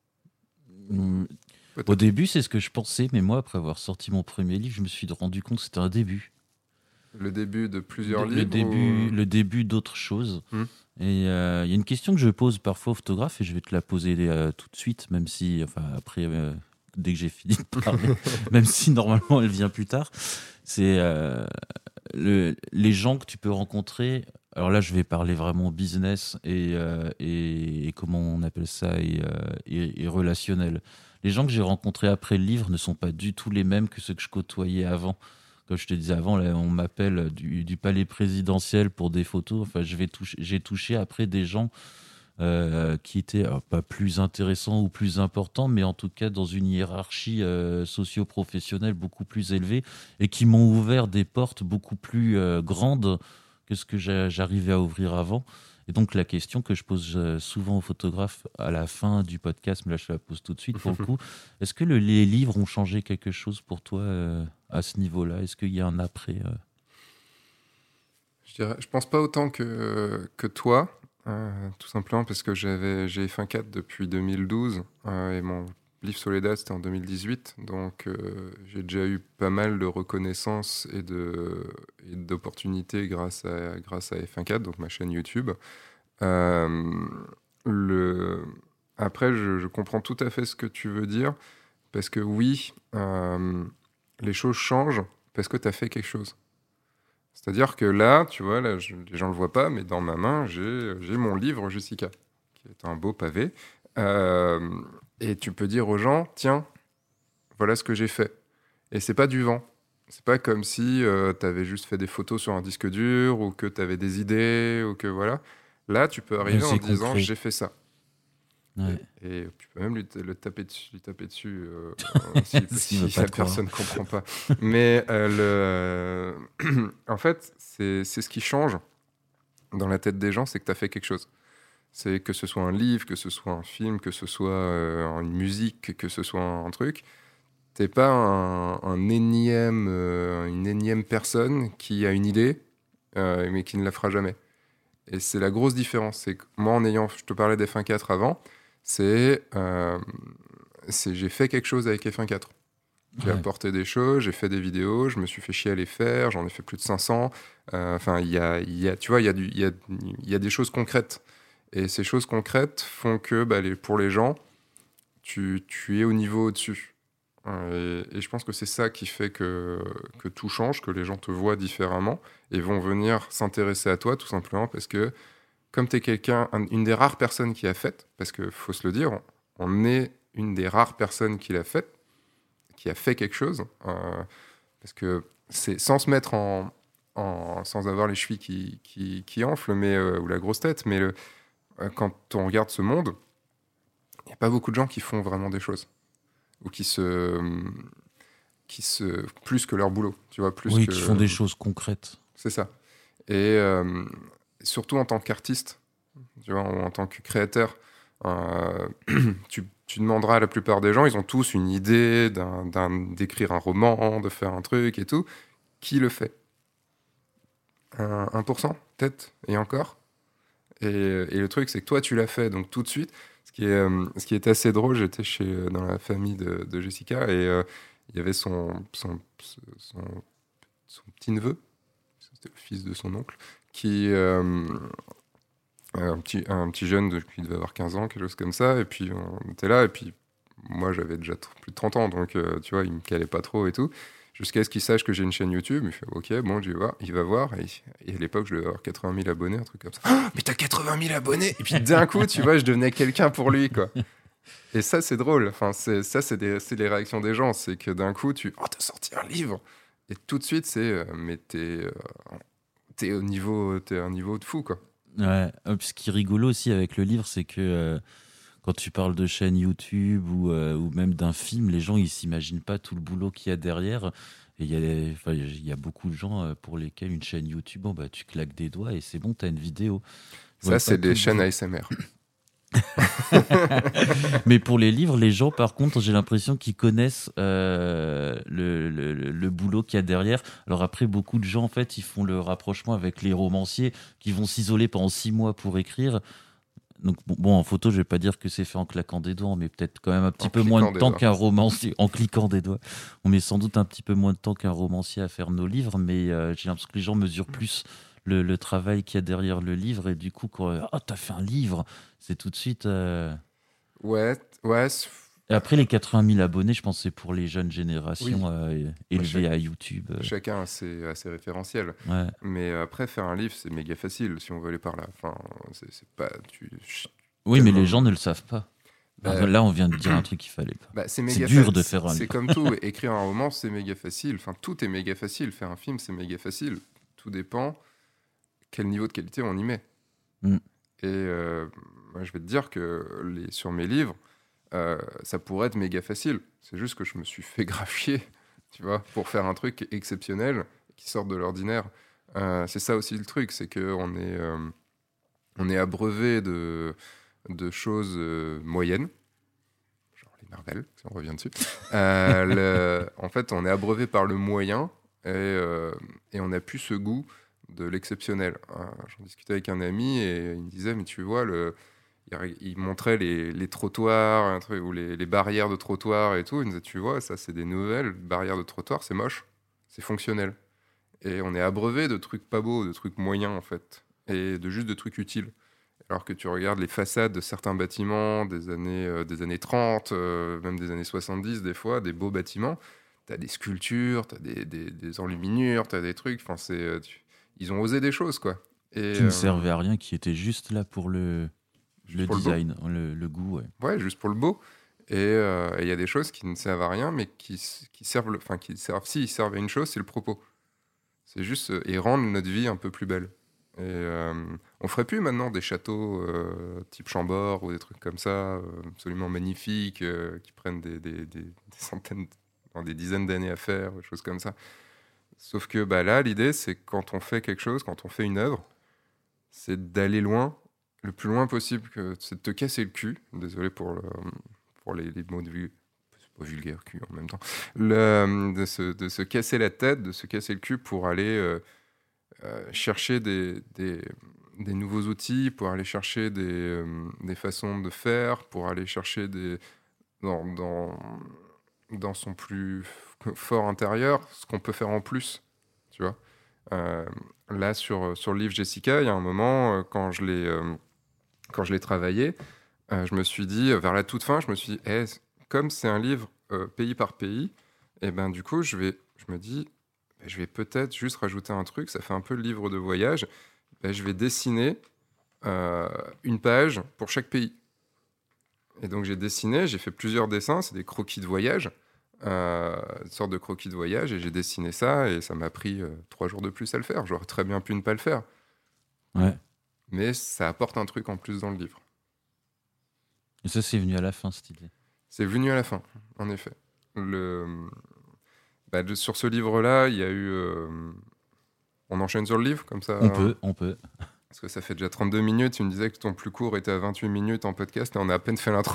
mmh. Au début, c'est ce que je pensais, mais moi, après avoir sorti mon premier livre, je me suis rendu compte que c'était un début. Le début de plusieurs le, livres le début, ou... le début d'autres choses. Mmh. Et il euh, y a une question que je pose parfois aux photographes, et je vais te la poser euh, tout de suite, même si, enfin, après, euh, dès que j'ai fini de parler, même si normalement elle vient plus tard, c'est euh, le, les gens que tu peux rencontrer. Alors là, je vais parler vraiment business et, euh, et, et comment on appelle ça, et, euh, et, et relationnel. Les gens que j'ai rencontrés après le livre ne sont pas du tout les mêmes que ceux que je côtoyais avant. Comme je te disais avant, là, on m'appelle du, du palais présidentiel pour des photos. Enfin, je vais toucher, j'ai touché après des gens euh, qui étaient alors, pas plus intéressants ou plus importants, mais en tout cas dans une hiérarchie euh, socio-professionnelle beaucoup plus élevée et qui m'ont ouvert des portes beaucoup plus euh, grandes que ce que j'a, j'arrivais à ouvrir avant. Et donc la question que je pose souvent aux photographes à la fin du podcast, mais là je la pose tout de suite pour le coup, est-ce que le, les livres ont changé quelque chose pour toi euh, à ce niveau-là ? Est-ce qu'il y a un après euh... Je dirais, je pense pas autant que, que toi, euh, tout simplement parce que j'avais, j'ai F un quatre depuis deux mille douze, euh, et mon livre Soledad, c'était en deux mille dix-huit, donc euh, j'ai déjà eu pas mal de reconnaissance et, de, et d'opportunités grâce à, grâce à F un quatre, donc ma chaîne YouTube. Euh, le... Après, je, je comprends tout à fait ce que tu veux dire, parce que oui, euh, les choses changent parce que tu as fait quelque chose. C'est-à-dire que là, tu vois, là, je, les gens ne le voient pas, mais dans ma main, j'ai, j'ai mon livre Jessica, qui est un beau pavé. Euh, et tu peux dire aux gens, tiens, voilà ce que j'ai fait. Et c'est pas du vent. C'est pas comme si euh, tu avais juste fait des photos sur un disque dur ou que tu avais des idées ou que voilà. Là, tu peux arriver en disant, concret. J'ai fait ça. Ouais. Et, et tu peux même lui, le taper dessus, lui taper dessus euh, si, si, si la personne ne comprend pas. Mais euh, le... en fait, c'est, c'est ce qui change dans la tête des gens, c'est que tu as fait quelque chose. C'est que ce soit un livre, que ce soit un film, que ce soit euh, une musique, que ce soit un, un truc. T'es pas un, un énième, euh, une énième personne qui a une idée, euh, mais qui ne la fera jamais. Et c'est la grosse différence. C'est que moi, en ayant, je te parlais d'F un quatre avant, c'est, euh, c'est j'ai fait quelque chose avec F un quatre. J'ai ouais. apporté des choses, j'ai fait des vidéos, je me suis fait chier à les faire, j'en ai fait plus de cinq cents. Enfin, euh, il y a, y a, tu vois, il y a du, il y a, y a des choses concrètes. Et ces choses concrètes font que, bah, les, pour les gens, tu, tu es au niveau au-dessus. Et, et je pense que c'est ça qui fait que, que tout change, que les gens te voient différemment et vont venir s'intéresser à toi, tout simplement parce que, comme tu es quelqu'un, un, une des rares personnes qui a fait, parce qu'il faut se le dire, on, on est une des rares personnes qui l'a fait, qui a fait quelque chose, euh, parce que c'est sans se mettre en... en sans avoir les chevilles qui, qui, qui enflent, mais, euh, ou la grosse tête, mais le, euh, quand on regarde ce monde, il n'y a pas beaucoup de gens qui font vraiment des choses. Ou qui se, qui se... plus que leur boulot, tu vois, plus oui, que... qui font des choses concrètes. C'est ça. Et euh, surtout en tant qu'artiste, tu vois, en, en tant que créateur, euh, tu, tu demanderas à la plupart des gens, ils ont tous une idée d'un, d'un, d'écrire un roman, de faire un truc et tout. Qui le fait ? un, un pour cent, peut-être, et encore. Et, et le truc, c'est que toi, tu l'as fait, donc tout de suite... Ce qui, est, euh, ce qui était assez drôle, j'étais chez, euh, dans la famille de, de Jessica et euh, il y avait son, son, son, son petit-neveu, c'était le fils de son oncle, qui, euh, un, petit, un petit jeune de, qui devait avoir quinze ans, quelque chose comme ça, et puis on était là, et puis moi j'avais déjà t- plus de trente ans, donc euh, tu vois, il me calait pas trop et tout. Jusqu'à ce qu'il sache que j'ai une chaîne YouTube, il fait ok, bon, je vais voir, il va voir. Et, et à l'époque, je devais avoir quatre-vingt mille abonnés, un truc comme ça. Oh, mais t'as quatre-vingt mille abonnés! Et puis d'un coup, tu vois, je devenais quelqu'un pour lui, quoi. Et ça, c'est drôle. Enfin, c'est, ça, c'est, des, c'est les réactions des gens. C'est que d'un coup, tu. Oh, t'as sorti un livre! Et tout de suite, c'est. Euh, mais t'es. Euh, t'es au niveau. T'es à un niveau de fou, quoi. Ouais. Ce qui est rigolo aussi avec le livre, c'est que. Euh... Quand tu parles de chaîne YouTube ou, euh, ou même d'un film, les gens ils s'imaginent pas tout le boulot qu'il y a derrière. Et il y a, enfin, il y a beaucoup de gens pour lesquels une chaîne YouTube, bon, bah, tu claques des doigts et c'est bon, tu as une vidéo. Ça, c'est des chaînes A S M R. Mais pour les livres, les gens, par contre, j'ai l'impression qu'ils connaissent euh, le, le, le boulot qu'il y a derrière. Alors après, beaucoup de gens, en fait, ils font le rapprochement avec les romanciers qui vont s'isoler pendant six mois pour écrire. Donc bon, en photo, je vais pas dire que c'est fait en claquant des doigts, mais peut-être quand même un petit en peu moins de temps doigts. qu'un romancier, en cliquant des doigts. On met sans doute un petit peu moins de temps qu'un romancier à faire nos livres, mais euh, j'ai l'impression que les gens mesurent plus le, le travail qu'il y a derrière le livre, et du coup, quand oh, t'as fait un livre, c'est tout de suite. Euh... Ouais, ouais. Et après, les quatre-vingt mille abonnés, je pense que c'est pour les jeunes générations oui. euh, élevées chaque, à YouTube. Euh. Chacun a ses, a ses référentiels. Ouais. Mais après, faire un livre, c'est méga facile si on veut aller par là. Enfin, c'est, c'est pas. Tu, oui, tellement... mais les gens ne le savent pas. Bah, là, on vient de dire un truc qu'il fallait pas. Bah, c'est, c'est dur fa- de faire un c'est livre. C'est comme tout. Écrire un roman, c'est méga facile. Enfin, tout est méga facile. Faire un film, c'est méga facile. Tout dépend quel niveau de qualité on y met. Mm. Et euh, moi, je vais te dire que les, sur mes livres, Euh, ça pourrait être méga facile. C'est juste que je me suis fait grave chier, tu vois, pour faire un truc exceptionnel qui sort de l'ordinaire. Euh, c'est ça aussi le truc, c'est qu'on est, euh, on est abreuvé de, de choses euh, moyennes, genre les Marvel, si on revient dessus. Euh, le, en fait, on est abreuvé par le moyen et, euh, et on n'a plus ce goût de l'exceptionnel. Euh, j'en discutais avec un ami et il me disait, mais tu vois, le... il, il montrait les, les trottoirs un truc, ou les, les barrières de trottoir et tout. Il nous disait, tu vois, ça, c'est des nouvelles barrières de trottoir, c'est moche, c'est fonctionnel. Et on est abreuvé de trucs pas beaux, de trucs moyens, en fait, et de juste de trucs utiles. Alors que tu regardes les façades de certains bâtiments des années, euh, des années trente, euh, même des années soixante-dix, des fois, des beaux bâtiments, tu as des sculptures, tu as des, des, des enluminures, tu as des trucs. Enfin, c'est, euh, tu- ils ont osé des choses, quoi. Et, Qui ne euh, servait à rien, qui était juste là pour le, juste le pour le beau. design, le, le goût. Ouais. Ouais, juste pour le beau. Et euh, et il y a des choses qui ne servent à rien, mais qui, s- qui servent, le- enfin, qui servent, si, ils servent à une chose, c'est le propos. C'est juste, euh, et rendre notre vie un peu plus belle. Et euh, on ferait plus maintenant des châteaux euh, type Chambord ou des trucs comme ça, euh, absolument magnifiques, euh, qui prennent des, des- des- des centaines, non, des dizaines d'années à faire, des choses comme ça. Sauf que bah, là, l'idée, c'est que quand on fait quelque chose, quand on fait une œuvre, c'est d'aller loin, le plus loin possible, que c'est de te casser le cul. Désolé pour, le- pour les, les mots de vue. C'est pas vulgaire, cul en même temps. Le- de, se, de se casser la tête, de se casser le cul pour aller euh, euh, chercher des, des, des nouveaux outils, pour aller chercher des, euh, des façons de faire, pour aller chercher des, dans, dans, dans son plus f- fort intérieur, ce qu'on peut faire en plus, tu vois. Euh, Là, sur, sur le livre Jessica, il y a un moment, euh, quand je l'ai, euh, quand je l'ai travaillé, euh, je me suis dit, euh, vers la toute fin, je me suis dit, eh, c- comme c'est un livre euh, pays par pays, et ben du coup, je, vais, je me dis, ben, je vais peut-être juste rajouter un truc, ça fait un peu le livre de voyage, ben, je vais dessiner euh, une page pour chaque pays. Et donc j'ai dessiné, j'ai fait plusieurs dessins, c'est des croquis de voyage, euh, une sorte de croquis de voyage, et j'ai dessiné ça, et ça m'a pris euh, trois jours de plus à le faire. J'aurais très bien pu ne pas le faire, Ouais. mais ça apporte un truc en plus dans le livre. Et ça, c'est venu à la fin, cette idée. C'est venu à la fin, en effet. Le, bah, de- sur ce livre-là, il y a eu... euh, on enchaîne sur le livre, comme ça, On euh, peut, on peut. parce que ça fait déjà trente-deux minutes. Tu me disais que ton plus court était à vingt-huit minutes en podcast, et on a à peine fait l'intro.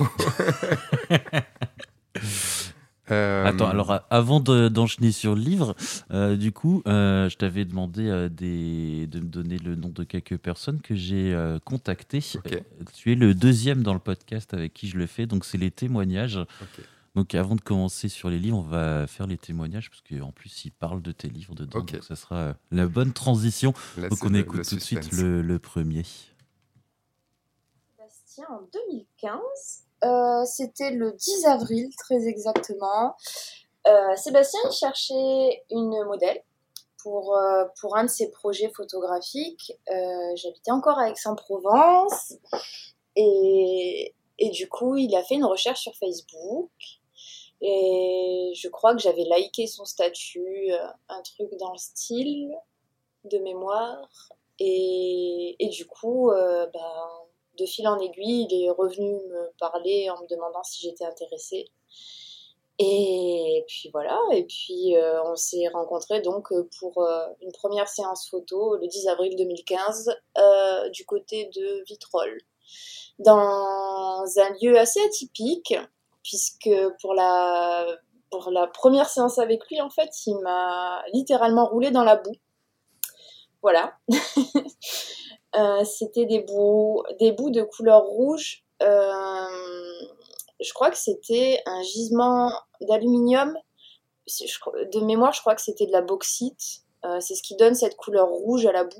Euh, Attends, alors a- avant de- d'enchaîner sur le livre, euh, du coup, euh, je t'avais demandé euh, des, de me donner le nom de quelques personnes que j'ai euh, contactées. Ok. Euh, Tu es le deuxième dans le podcast avec qui je le fais, donc c'est les témoignages. Ok. Donc avant de commencer sur les livres, on va faire les témoignages, parce qu'en plus, ils parlent de tes livres dedans, Ok. donc ça sera euh, la bonne transition. Là, Donc c'est on le- écoute le tout de suite suspense. le, le premier. Sébastien en deux mille quinze. Euh, c'était le dix avril, très exactement. Euh, Sébastien il cherchait une modèle pour, euh, pour un de ses projets photographiques. Euh, j'habitais encore à Aix-en-Provence et, et du coup, il a fait une recherche sur Facebook et je crois que j'avais liké son statut, euh, un truc dans le style de mémoire. Et, et du coup, euh, ben, de fil en aiguille, il est revenu me parler en me demandant si j'étais intéressée. Et puis voilà, et puis euh, on s'est rencontrés donc pour euh, une première séance photo le dix avril deux mille quinze euh, du côté de Vitrolles, dans un lieu assez atypique, puisque pour la, pour la première séance avec lui, en fait, il m'a littéralement roulé dans la boue. Voilà. euh, c'était des bouts, des bouts de couleur rouge. Euh, je crois que c'était un gisement d'aluminium. De mémoire, je crois que c'était de la bauxite. Euh, c'est ce qui donne cette couleur rouge à la boue.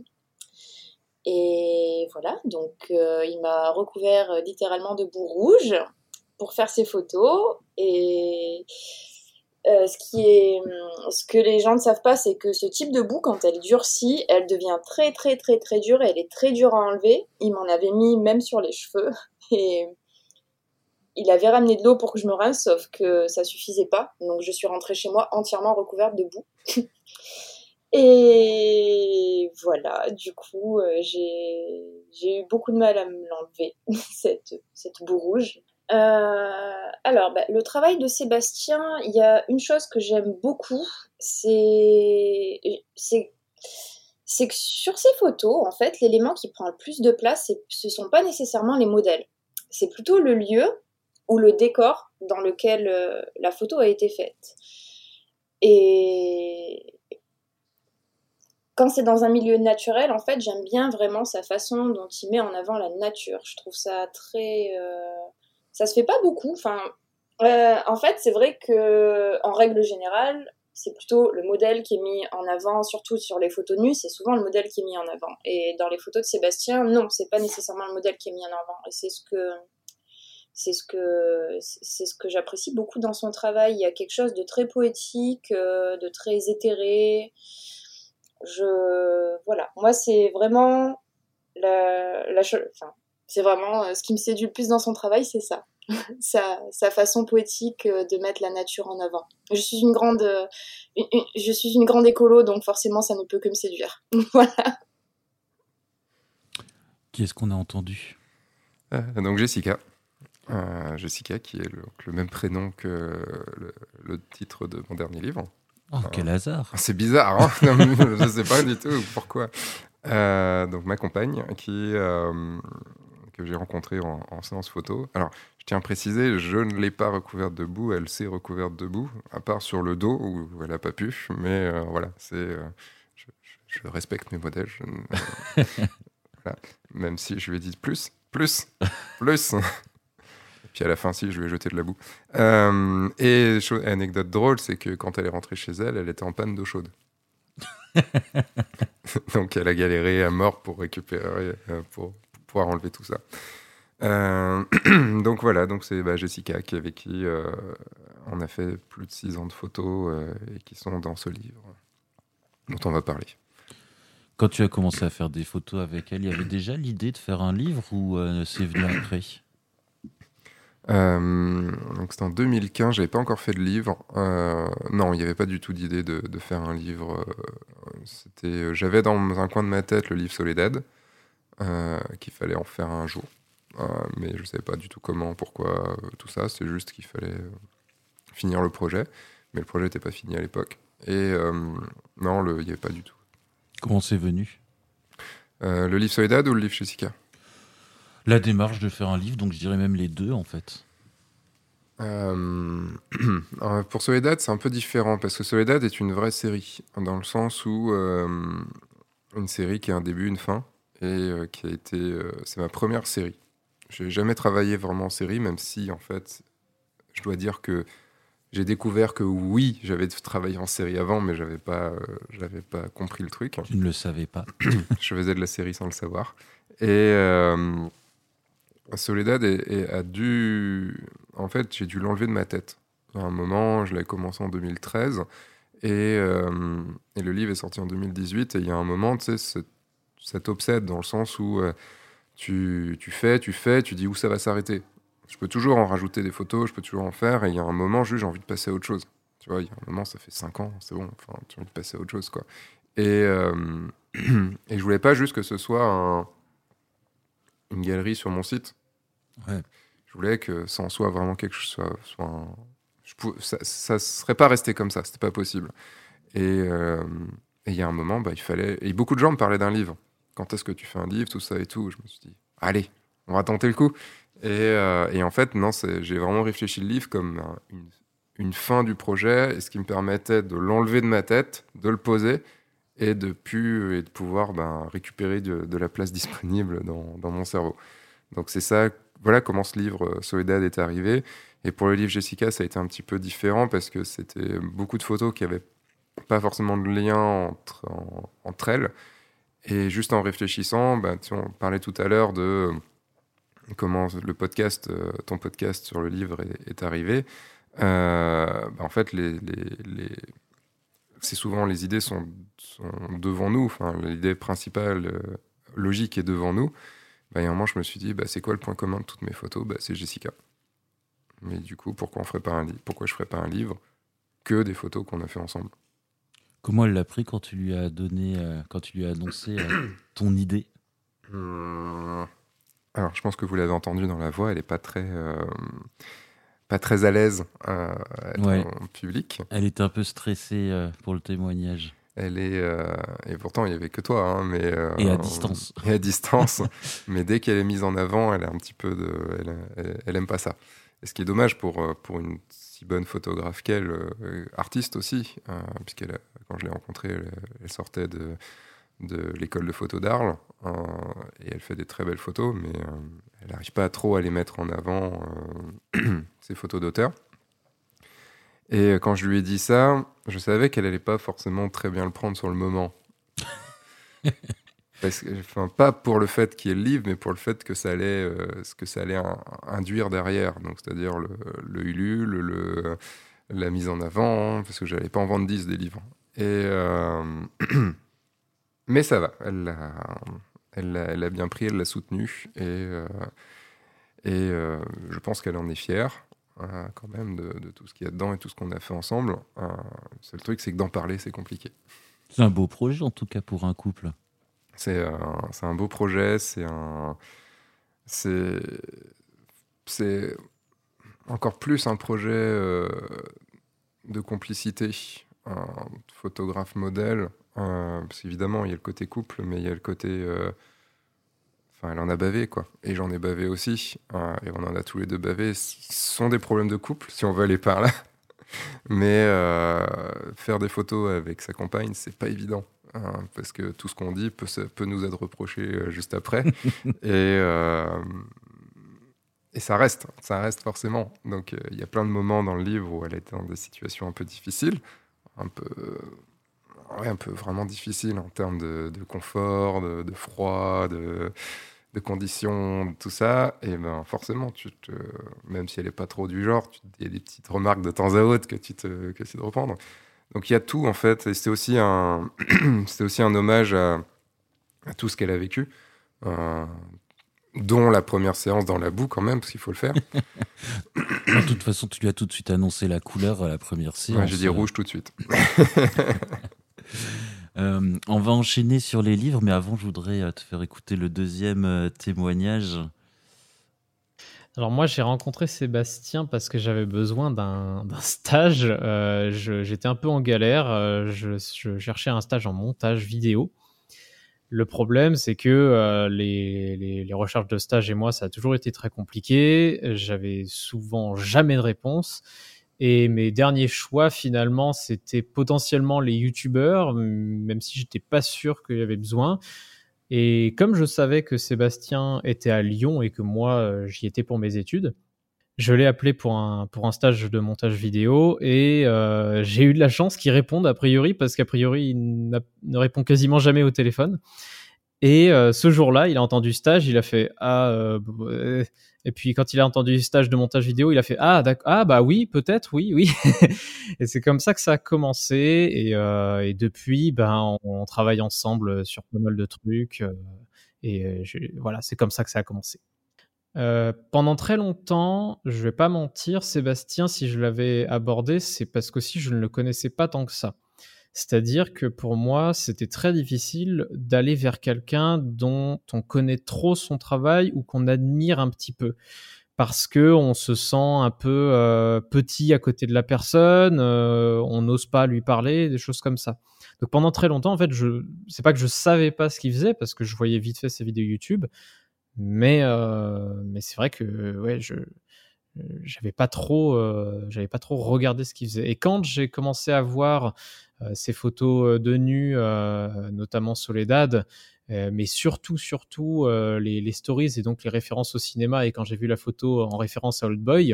Et voilà, donc euh, il m'a recouvert euh, littéralement de boue rouge pour faire ses photos. Et euh, ce, qui est, ce que les gens ne savent pas, c'est que ce type de boue, quand elle durcit, elle devient très très très très dure et elle est très dure à enlever. Il m'en avait mis même sur les cheveux. Et il avait ramené de l'eau pour que je me rince, sauf que ça suffisait pas. Donc je suis rentrée chez moi entièrement recouverte de boue. Et voilà, du coup, euh, j'ai, j'ai eu beaucoup de mal à me l'enlever, cette, cette boue rouge. Euh, alors, bah, le travail de Sébastien, il y a une chose que j'aime beaucoup, c'est, c'est, c'est que sur ces photos, en fait, l'élément qui prend le plus de place, c'est, ce ne sont pas nécessairement les modèles. C'est plutôt le lieu ou le décor dans lequel euh, la photo a été faite. Et quand c'est dans un milieu naturel, en fait, j'aime bien vraiment sa façon dont il met en avant la nature. Je trouve ça très... Euh... Ça se fait pas beaucoup. Enfin, euh, en fait, c'est vrai que en règle générale, c'est plutôt le modèle qui est mis en avant, surtout sur les photos nues, c'est souvent le modèle qui est mis en avant. Et dans les photos de Sébastien, non, c'est pas nécessairement le modèle qui est mis en avant. Et c'est ce que... C'est ce que, c'est ce que j'apprécie beaucoup dans son travail. Il y a quelque chose de très poétique, euh, de très éthéré. Je, voilà. Moi, c'est vraiment la, la chose, enfin, c'est vraiment euh, ce qui me séduit le plus dans son travail, c'est ça. sa, sa façon poétique euh, de mettre la nature en avant. Je suis une grande, euh, une, une, je suis une grande écolo, donc forcément, ça ne peut que me séduire. Voilà. Qui est-ce qu'on a entendu ? euh, Donc Jessica. Euh, Jessica, qui est le, le même prénom que le, le titre de mon dernier livre. Oh, euh, quel hasard. C'est bizarre, hein. Je ne sais pas du tout pourquoi. Euh, donc ma compagne, qui, euh, que j'ai rencontrée en, en séance photo. Alors, je tiens à préciser, je ne l'ai pas recouverte de boue, elle s'est recouverte de boue, à part sur le dos, où elle n'a pas pu. Mais euh, voilà, c'est, euh, je, je, je respecte mes modèles. Je, euh, voilà. Même si je lui ai dit plus, plus, plus. Puis à la fin, si, je lui ai jeté de la boue. Euh, et chose, anecdote drôle, c'est que quand elle est rentrée chez elle, elle était en panne d'eau chaude. Donc elle a galéré à mort pour récupérer, euh, pour, pour pouvoir enlever tout ça. Euh, donc voilà, donc c'est bah, Jessica qui, avec qui euh, on a fait plus de six ans de photos euh, et qui sont dans ce livre dont on va parler. Quand tu as commencé à faire des photos avec elle, il y avait déjà l'idée de faire un livre ou euh, c'est venu après ? Euh, donc c'était en deux mille quinze, j'avais pas encore fait de livre. Euh, non, il n'y avait pas du tout d'idée de, de faire un livre. C'était, j'avais dans un coin de ma tête le livre Soledad, euh, qu'il fallait en faire un jour. Euh, mais je savais pas du tout comment, pourquoi, euh, tout ça. C'est juste qu'il fallait euh, finir le projet. Mais le projet n'était pas fini à l'époque. Et euh, non, il n'y avait pas du tout. Comment c'est venu ? euh, Le livre Soledad ou le livre Jessica ? La démarche de faire un livre, donc je dirais même les deux en fait. Euh, pour Soledad, c'est un peu différent parce que Soledad est une vraie série dans le sens où euh, une série qui a un début, une fin et euh, qui a été, euh, c'est ma première série. J'ai jamais travaillé vraiment en série, même si en fait, je dois dire que j'ai découvert que oui, j'avais travaillé en série avant, mais j'avais pas, euh, j'avais pas compris le truc. Tu ne le savais pas. Je faisais de la série sans le savoir et euh, Soledad est, est, a dû... En fait, j'ai dû l'enlever de ma tête. À un moment, je l'ai commencé en deux mille treize et, euh, et le livre est sorti en deux mille dix-huit. Et il y a un moment, tu sais, ça t'obsède dans le sens où euh, tu, tu fais, tu fais, tu dis où ça va s'arrêter. Je peux toujours en rajouter des photos, je peux toujours en faire. Et il y a un moment, juste, j'ai envie de passer à autre chose. Tu vois, il y a un moment, ça fait cinq ans, c'est bon. Enfin, tu as envie de passer à autre chose, quoi. Et, euh, et je voulais pas juste que ce soit un... une galerie sur mon site. Ouais. Je voulais que ça en soit vraiment quelque chose. Soit, soit un... je pouvais... ça, ça serait pas resté comme ça, c'était pas possible. Et il euh... y a un moment, bah, il fallait. Et beaucoup de gens me parlaient d'un livre. Quand est-ce que tu fais un livre, tout ça et tout. Je me suis dit, allez, on va tenter le coup. Et, euh... et en fait, non, c'est... j'ai vraiment réfléchi le livre comme un, une... une fin du projet, et ce qui me permettait de l'enlever de ma tête, de le poser. Et de, pu, et de pouvoir ben, récupérer de, de la place disponible dans, dans mon cerveau. Donc c'est ça, voilà comment ce livre Soledad est arrivé. Et pour le livre Jessica, ça a été un petit peu différent parce que c'était beaucoup de photos qui n'avaient pas forcément de lien entre, en, entre elles. Et juste en réfléchissant, ben, tu, on parlait tout à l'heure de comment le podcast, ton podcast sur le livre est, est arrivé. Euh, ben, en fait, les... les, les c'est souvent les idées sont, sont devant nous, enfin, l'idée principale, euh, logique est devant nous. Bah, il y a un moment, je me suis dit, bah, c'est quoi le point commun de toutes mes photos ? Bah, c'est Jessica. Mais du coup, pourquoi on ferait pas un livre ? Pourquoi je ferais pas un livre que des photos qu'on a fait ensemble ? Comment elle l'a pris quand tu lui as donné, euh, quand tu lui as annoncé euh, ton idée ? hum... Alors, je pense que vous l'avez entendu dans la voix, elle est pas très. Euh... pas très à l'aise euh, ouais. en public. Elle était un peu stressée euh, pour le témoignage. Elle est euh, et pourtant il y avait que toi, hein, mais euh, et à distance. Et à distance, mais dès qu'elle est mise en avant, elle est un petit peu de, elle, elle, elle aime pas ça. Et ce qui est dommage pour, pour une si bonne photographe qu'elle, euh, artiste aussi, euh, puisqu'elle a, quand je l'ai rencontrée, elle, elle sortait de, de l'école de photo d'Arles, euh, et elle fait des très belles photos, mais euh, elle n'arrive pas trop à les mettre en avant, euh, ses photos d'auteur. Et quand je lui ai dit ça, je savais qu'elle n'allait pas forcément très bien le prendre sur le moment. Parce que, enfin, pas pour le fait qu'il y ait le livre, mais pour le fait que ça allait, euh, ce que ça allait un, induire derrière. Donc, c'est-à-dire le, le Ulule, le, la mise en avant, parce que je n'allais pas en vendre dix des livres. Et, euh, mais ça va, elle l'a, elle, l'a, elle l'a bien pris, elle l'a soutenu. Et, euh, et euh, je pense qu'elle en est fière, euh, quand même, de, de tout ce qu'il y a dedans et tout ce qu'on a fait ensemble. Euh, le seul truc, c'est que d'en parler, c'est compliqué. C'est un beau projet, en tout cas, pour un couple. C'est un, c'est un beau projet, c'est un, c'est, c'est encore plus un projet euh, de complicité, un photographe modèle, euh, parce qu'évidemment il y a le côté couple, mais il y a le côté, euh, enfin elle en a bavé quoi, et j'en ai bavé aussi, euh, et on en a tous les deux bavé. Ce sont des problèmes de couple, si on veut aller par là, mais euh, faire des photos avec sa compagne, c'est pas évident. Hein, parce que tout ce qu'on dit peut, peut nous être reproché euh, juste après. et, euh, et ça reste, ça reste forcément. Donc il euh, y a plein de moments dans le livre où elle était dans des situations un peu difficiles, un peu, euh, ouais, un peu vraiment difficiles en termes de, de confort, de, de froid, de, de conditions, tout ça. Et ben forcément, tu te, même si elle n'est pas trop du genre, il y a des petites remarques de temps à autre que tu te, que tu te reprends. Donc, Donc il y a tout en fait, et c'était aussi un, c'était aussi un hommage à, à tout ce qu'elle a vécu, euh, dont la première séance dans la boue quand même, parce qu'il faut le faire. De toute façon, tu lui as tout de suite annoncé la couleur à la première séance. Ouais, j'ai dit rouge tout de suite. euh, on va enchaîner sur les livres, mais avant, je voudrais te faire écouter le deuxième euh, témoignage. Alors moi, j'ai rencontré Sébastien parce que j'avais besoin d'un, d'un stage. Euh, je, j'étais un peu en galère. Euh, je, je cherchais un stage en montage vidéo. Le problème, c'est que euh, les, les, les recherches de stage et moi, ça a toujours été très compliqué. J'avais souvent jamais de réponse. Et mes derniers choix, finalement, c'était potentiellement les youtubeurs, même si j'étais pas sûr qu'il y avait besoin. Et comme je savais que Sébastien était à Lyon et que moi, euh, j'y étais pour mes études, je l'ai appelé pour un, pour un stage de montage vidéo et euh, j'ai eu de la chance qu'il réponde a priori, parce qu'a priori, il n'a, ne répond quasiment jamais au téléphone. Et euh, ce jour-là, il a entendu stage, il a fait « Ah euh, ». Et puis quand il a entendu stage de montage vidéo, il a fait « Ah, d'accord, ah bah oui, peut-être, oui, oui ». Et c'est comme ça que ça a commencé. Et, euh, et depuis, ben, on, on travaille ensemble sur pas mal de trucs. Euh, et je, voilà, c'est comme ça que ça a commencé. Euh, pendant très longtemps, je vais pas mentir, Sébastien, si je l'avais abordé, c'est parce qu'aussi je ne le connaissais pas tant que ça. C'est-à-dire que pour moi, c'était très difficile d'aller vers quelqu'un dont on connaît trop son travail ou qu'on admire un petit peu. Parce qu'on se sent un peu euh, petit à côté de la personne, euh, on n'ose pas lui parler, des choses comme ça. Donc pendant très longtemps, en fait, je, c'est pas que je savais pas ce qu'il faisait, parce que je voyais vite fait ses vidéos YouTube, mais, euh, mais c'est vrai que ouais, je... J'avais pas trop, euh, j'avais pas trop regardé ce qu'il faisait. Et quand j'ai commencé à voir euh, ces photos de nu, euh, notamment Soledad, euh, mais surtout, surtout euh, les, les stories et donc les références au cinéma. Et quand j'ai vu la photo en référence à Old Boy,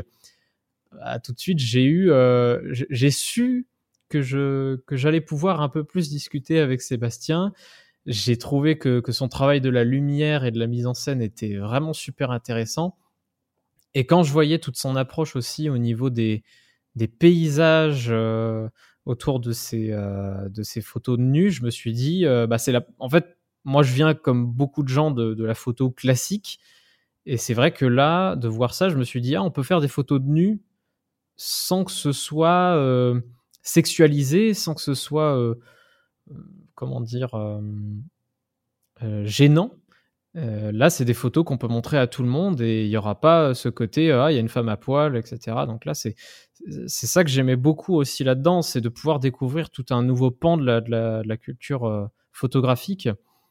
bah, tout de suite j'ai eu, euh, j'ai su que je que j'allais pouvoir un peu plus discuter avec Sébastien. J'ai trouvé que que son travail de la lumière et de la mise en scène était vraiment super intéressant. Et quand je voyais toute son approche aussi au niveau des, des paysages euh, autour de ces, euh, de ces photos de nus, je me suis dit, euh, bah c'est la... en fait, moi je viens comme beaucoup de gens de, de la photo classique, et c'est vrai que là, de voir ça, je me suis dit, ah, on peut faire des photos de nus sans que ce soit euh, sexualisé, sans que ce soit, euh, comment dire, euh, euh, gênant. Euh, là, c'est des photos qu'on peut montrer à tout le monde et il n'y aura pas ce côté ah, il y a une femme à poil, et cetera. Donc là, c'est, c'est ça que j'aimais beaucoup aussi là-dedans, c'est de pouvoir découvrir tout un nouveau pan de la, de la, de la culture euh, photographique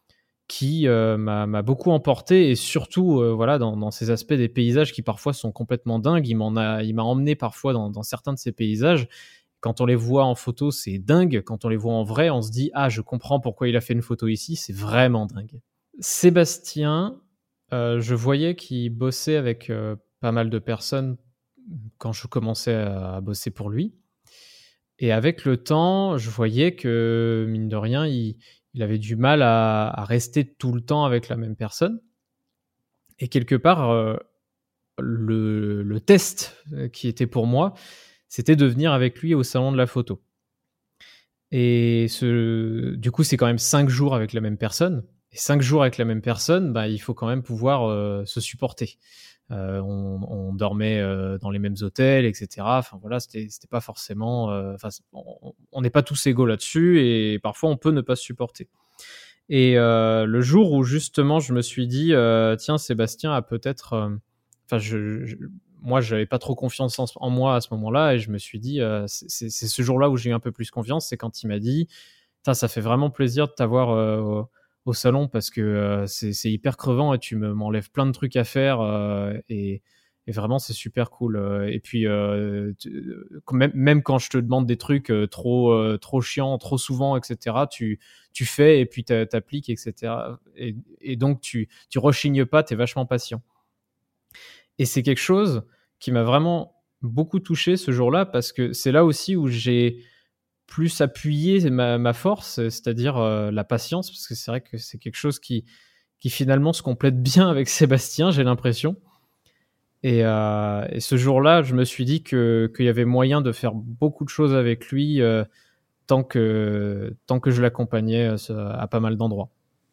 qui euh, m'a, m'a beaucoup emporté, et surtout euh, voilà, dans, dans ces aspects des paysages qui parfois sont complètement dingues. Il, m'en a, il m'a emmené parfois dans, dans certains de ces paysages. Quand on les voit en photo, c'est dingue. Quand on les voit en vrai, on se dit « Ah, je comprends pourquoi il a fait une photo ici. » C'est vraiment dingue. Sébastien, euh, je voyais qu'il bossait avec euh, pas mal de personnes quand je commençais à, à bosser pour lui. Et avec le temps, je voyais que, mine de rien, il, il avait du mal à, à rester tout le temps avec la même personne. Et quelque part, euh, le, le test qui était pour moi, c'était de venir avec lui au salon de la photo. Et ce, du coup, c'est quand même cinq jours avec la même personne. Et cinq jours avec la même personne, bah, il faut quand même pouvoir euh, se supporter. Euh, on, on dormait euh, dans les mêmes hôtels, et cetera. Enfin voilà, c'était, c'était pas forcément. Euh, on n'est pas tous égaux là-dessus, et parfois on peut ne pas se supporter. Et euh, le jour où justement je me suis dit, euh, tiens, Sébastien a peut-être. Enfin, euh, je, je, moi, j'avais pas trop confiance en, en moi à ce moment-là, et je me suis dit, euh, c'est, c'est ce jour-là où j'ai eu un peu plus confiance, c'est quand il m'a dit, ça fait vraiment plaisir de t'avoir euh, au salon, parce que euh, c'est, c'est hyper crevant et tu me, m'enlèves plein de trucs à faire, euh, et, et vraiment c'est super cool. Et puis euh, tu, même, même quand je te demande des trucs euh, trop, euh, trop chiants, trop souvent, et cetera, tu, tu fais et puis t'appliques, et cetera. Et, et donc tu, tu rechignes pas, t'es vachement patient. Et c'est quelque chose qui m'a vraiment beaucoup touché ce jour-là, parce que c'est là aussi où j'ai plus appuyé ma, ma force, c'est-à-dire euh, la patience, parce que c'est vrai que c'est quelque chose qui, qui finalement se complète bien avec Sébastien, j'ai l'impression. Et, euh, et ce jour-là, je me suis dit que, qu'il y avait moyen de faire beaucoup de choses avec lui euh, tant, que, tant que je l'accompagnais à, à pas mal d'endroits.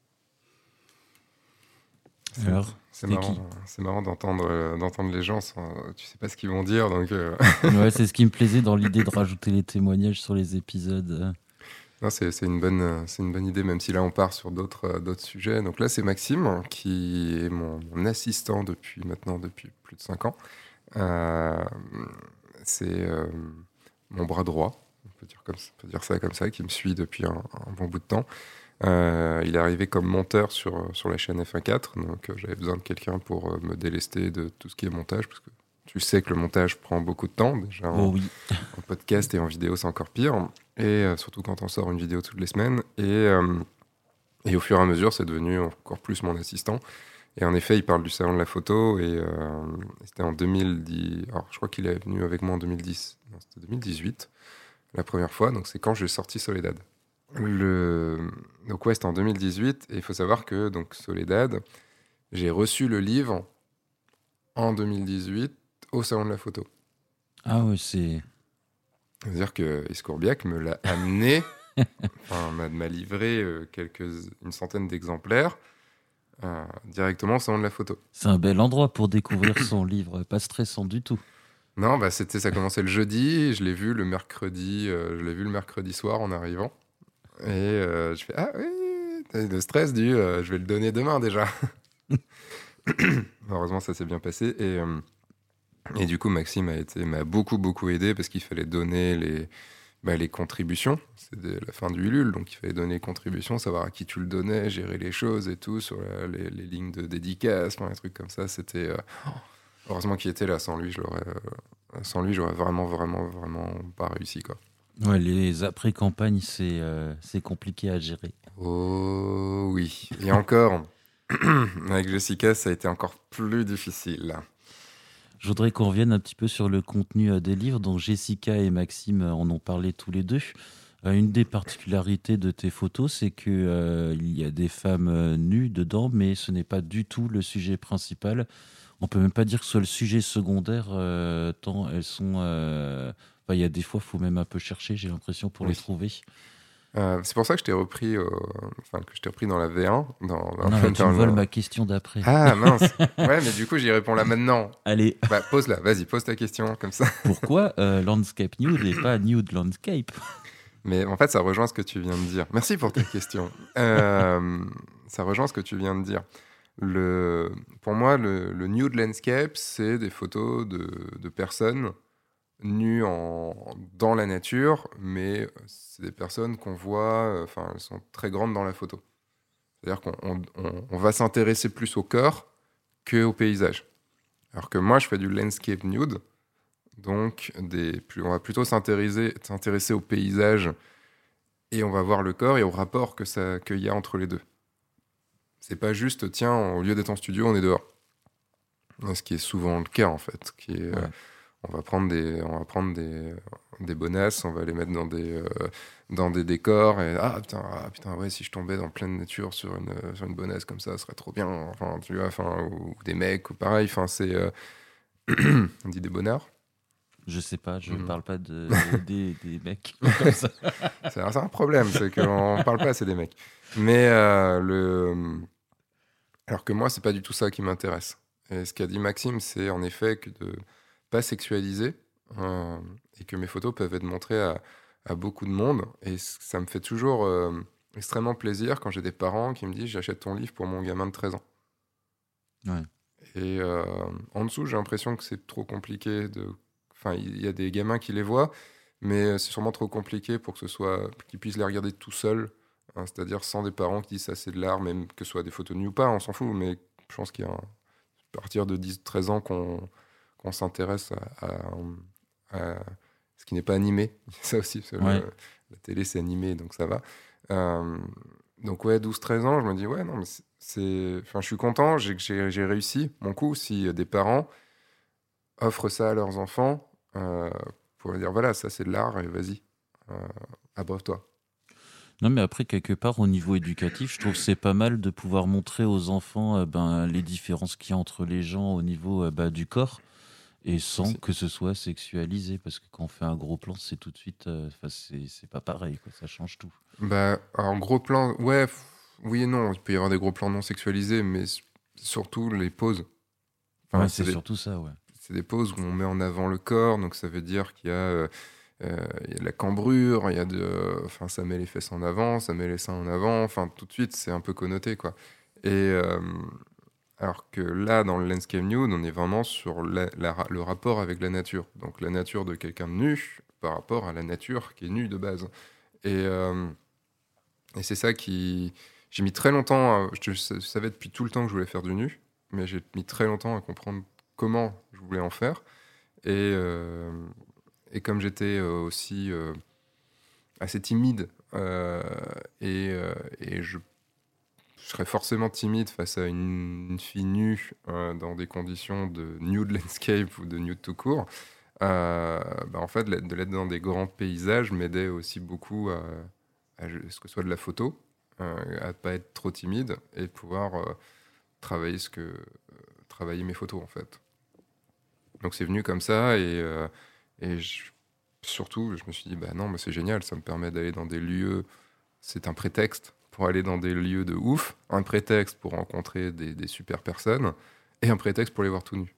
C'est, Alors, c'est marrant, c'est marrant d'entendre, euh, d'entendre les gens sans, tu sais pas ce qu'ils vont dire, donc. Euh... ouais, c'est ce qui me plaisait dans l'idée de rajouter les témoignages sur les épisodes. Non, c'est, c'est une bonne, c'est une bonne idée, même si là on part sur d'autres, d'autres sujets. Donc là, c'est Maxime qui est mon, mon assistant depuis maintenant depuis plus de cinq ans. Euh, c'est euh, mon bras droit, on peut dire comme, on peut dire ça comme ça, qui me suit depuis un, un bon bout de temps. Euh, il est arrivé comme monteur sur, sur la chaîne F un quatre, donc euh, j'avais besoin de quelqu'un pour euh, me délester de tout ce qui est montage, parce que tu sais que le montage prend beaucoup de temps, déjà en, oh oui. en podcast et en vidéo c'est encore pire, et euh, surtout quand on sort une vidéo toutes les semaines, et, euh, et au fur et à mesure c'est devenu encore plus mon assistant. Et en effet il parle du salon de la photo, et euh, c'était en deux mille dix, alors je crois qu'il est venu avec moi en deux mille dix, non c'était deux mille dix-huit la première fois, donc c'est quand j'ai sorti Soledad. Le... Donc ouais, c'était en deux mille dix-huit, et il faut savoir que donc, Soledad, j'ai reçu le livre en deux mille dix-huit au Salon de la Photo. Ah ouais, c'est... C'est-à-dire que Iskourbiak me l'a amené, enfin, m'a, m'a livré euh, quelques, une centaine d'exemplaires euh, directement au Salon de la Photo. C'est un bel endroit pour découvrir son livre, pas stressant du tout. Non, bah c'était, ça commençait le jeudi, je l'ai vu le mercredi, euh, je l'ai vu le mercredi soir en arrivant. Et euh, je fais « Ah oui !» Le stress du euh, « Je vais le donner demain déjà !» Heureusement, ça s'est bien passé. Et, euh, et du coup, Maxime a été, m'a beaucoup, beaucoup aidé, parce qu'il fallait donner les, bah, les contributions. C'était la fin du Ulule, donc il fallait donner les contributions, savoir à qui tu le donnais, gérer les choses et tout, sur la, les, les lignes de dédicace, enfin, les trucs comme ça. C'était... Euh, heureusement qu'il était là. Sans lui, je l'aurais, euh, sans lui, j'aurais vraiment, vraiment, vraiment pas réussi, quoi. Ouais, les après-campagnes, c'est, euh, c'est compliqué à gérer. Oh oui. Et encore, avec Jessica, ça a été encore plus difficile. Je voudrais qu'on revienne un petit peu sur le contenu des livres. Donc Jessica et Maxime en ont parlé tous les deux. Euh, une des particularités de tes photos, c'est qu'il euh, y a des femmes euh, nues dedans, mais ce n'est pas du tout le sujet principal. On peut même pas dire que ce soit le sujet secondaire, euh, tant elles sont... Euh... Enfin, il y a des fois, il faut même un peu chercher, j'ai l'impression, pour oui. les trouver. Euh, c'est pour ça que je t'ai repris, euh, enfin que je t'ai repris dans la V un. Dans, dans, non, dans, tu dans me voles le... ma question d'après. Ah mince. Ouais, mais du coup j'y réponds là maintenant. Allez. Bah, pose-la, vas-y, pose ta question comme ça. Pourquoi euh, landscape nude et pas nude landscape? Mais en fait, ça rejoint ce que tu viens de dire. Merci pour ta question. Euh, ça rejoint ce que tu viens de dire. Le, pour moi, le, le nude landscape, c'est des photos de, de personnes nues en, dans la nature, mais c'est des personnes qu'on voit, enfin, elles sont très grandes dans la photo. C'est-à-dire qu'on on, on, on va s'intéresser plus au corps qu'au paysage. Alors que moi, je fais du landscape nude, donc des, on va plutôt s'intéresser, s'intéresser au paysage et on va voir le corps et au rapport que ça, qu'il y a entre les deux. C'est pas juste, tiens, au lieu d'être en studio, on est dehors. Ce qui est souvent le cas, en fait. Qui est, ouais. euh, on va prendre des, on va prendre des, des bonasses, on va les mettre dans des, euh, dans des décors, et ah putain, ah putain, ouais, si je tombais dans pleine nature sur une, sur une bonasse comme ça, ce serait trop bien. Enfin, tu vois, enfin, ou, ou des mecs, ou pareil, enfin, c'est. Euh... on dit des bonnards. Je sais pas, je mmh. parle pas de, des, des mecs comme ça. c'est, un, c'est un problème, c'est qu'on parle pas assez des mecs. Mais euh, le. Alors que moi, c'est pas du tout ça qui m'intéresse. Et ce qu'a dit Maxime, c'est en effet que de pas sexualiser euh, et que mes photos peuvent être montrées à, à beaucoup de monde. Et ça me fait toujours euh, extrêmement plaisir quand j'ai des parents qui me disent j'achète ton livre pour mon gamin de treize ans. Ouais. Et euh, en dessous, j'ai l'impression que c'est trop compliqué. De... Enfin, il y a des gamins qui les voient, mais c'est sûrement trop compliqué pour que ce soit... qu'ils puissent les regarder tout seuls. Hein, c'est-à-dire sans des parents qui disent ça c'est de l'art, même que ce soit des photos nues ou pas, on s'en fout. Mais je pense qu'il y a un... à partir de dix treize ans qu'on, qu'on s'intéresse à, à, à ce qui n'est pas animé. Ça aussi, ouais. le, la télé, c'est animé, donc ça va. Euh, donc ouais, douze treize ans, je me dis, ouais, non, mais c'est... c'est... Enfin, je suis content, j'ai, j'ai, j'ai réussi mon coup. Si des parents offrent ça à leurs enfants, euh, pour leur dire, voilà, ça c'est de l'art, et vas-y, euh, abreuve-toi. Non, mais après, quelque part, au niveau éducatif, je trouve que c'est pas mal de pouvoir montrer aux enfants euh, ben, les différences qu'il y a entre les gens au niveau euh, bah, du corps, et sans Merci. que ce soit sexualisé, parce que quand on fait un gros plan, c'est tout de suite... Euh, c'est, c'est pas pareil, quoi, ça change tout. Bah, alors, gros plan, ouais, f- oui et non, il peut y avoir des gros plans non sexualisés, mais s- surtout les poses. Enfin, ouais, c'est, c'est des, surtout ça, ouais. C'est des poses où on met en avant le corps, donc ça veut dire qu'il y a... Euh, Euh, il y a de la cambrure, il y a de, enfin ça met les fesses en avant, ça met les seins en avant, enfin tout de suite c'est un peu connoté quoi. Et euh, alors que là dans le landscape nude, on est vraiment sur la, la, le rapport avec la nature, donc la nature de quelqu'un de nu par rapport à la nature qui est nue de base. Et, euh, et c'est ça qui, j'ai mis très longtemps, à, je, je savais depuis tout le temps que je voulais faire du nu, mais j'ai mis très longtemps à comprendre comment je voulais en faire. Et euh, Et comme j'étais euh, aussi euh, assez timide, euh, et, euh, et je, je serais forcément timide face à une, une fille nue euh, dans des conditions de nude landscape ou de nude tout court, euh, bah en fait, de l'être dans des grands paysages m'aidait aussi beaucoup à, à ce que ce soit de la photo, euh, à ne pas être trop timide et pouvoir euh, travailler, ce que, euh, travailler mes photos, en fait. Donc c'est venu comme ça, et... Euh, Et je, surtout, je me suis dit, bah non, mais c'est génial, ça me permet d'aller dans des lieux, c'est un prétexte pour aller dans des lieux de ouf, un prétexte pour rencontrer des, des super personnes, et un prétexte pour les voir tout nus.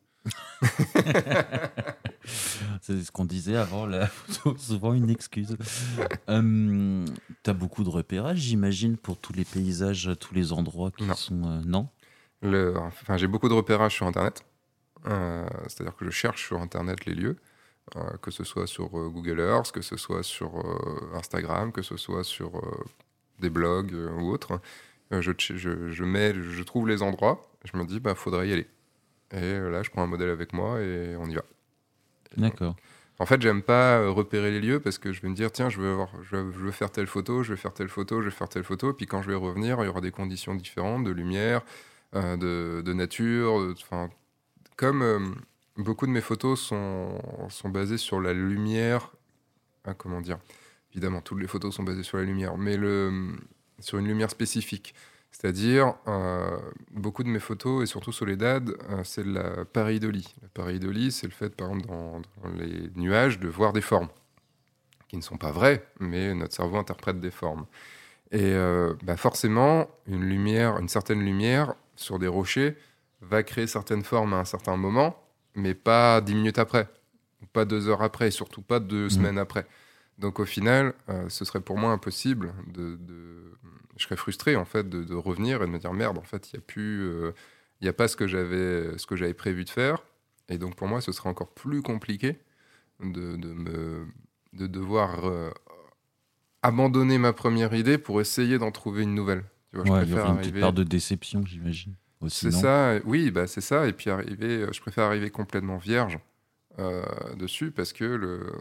C'est ce qu'on disait avant, là, souvent une excuse. euh, T'as beaucoup de repérages, j'imagine, pour tous les paysages, tous les endroits qui non. sont... Euh, non Le, enfin, j'ai beaucoup de repérages sur Internet, euh, c'est-à-dire que je cherche sur Internet les lieux, Euh, que ce soit sur euh, Google Earth, que ce soit sur euh, Instagram, que ce soit sur euh, des blogs euh, ou autres. Euh, je, je, je, mets, je trouve les endroits, je me dis, bah, faudrait y aller. Et euh, là, je prends un modèle avec moi et on y va. Et D'accord. Donc, en fait, j'aime pas euh, repérer les lieux parce que je vais me dire, tiens, je veux, avoir, je, veux, je veux faire telle photo, je vais faire telle photo, je vais faire telle photo. Puis quand je vais revenir, il y aura des conditions différentes de lumière, euh, de, de nature, enfin, comme... Euh, beaucoup de mes photos sont, sont basées sur la lumière. Ah, comment dire ? Évidemment, toutes les photos sont basées sur la lumière, mais le, sur une lumière spécifique. C'est-à-dire, euh, beaucoup de mes photos, et surtout Soledad, euh, c'est de la pareidolie. La pareidolie, c'est le fait, par exemple, dans, dans les nuages, de voir des formes qui ne sont pas vraies, mais notre cerveau interprète des formes. Et euh, bah forcément, une lumière, une certaine lumière sur des rochers va créer certaines formes à un certain moment, mais pas dix minutes après, pas deux heures après, et surtout pas deux mmh. semaines après. Donc au final, euh, ce serait pour moi impossible de, de... je serais frustré en fait de, de revenir et de me dire merde, en fait il y a plus, il euh, y a pas ce que j'avais, ce que j'avais prévu de faire, et donc pour moi ce serait encore plus compliqué de, de me, de devoir euh, abandonner ma première idée pour essayer d'en trouver une nouvelle. Tu vois, je Ouais, il y préfère aurait une petite arriver. part de déception, j'imagine. Aussi, C'est non? ça, oui, bah c'est ça. Et puis arriver, je préfère arriver complètement vierge euh, dessus parce que le,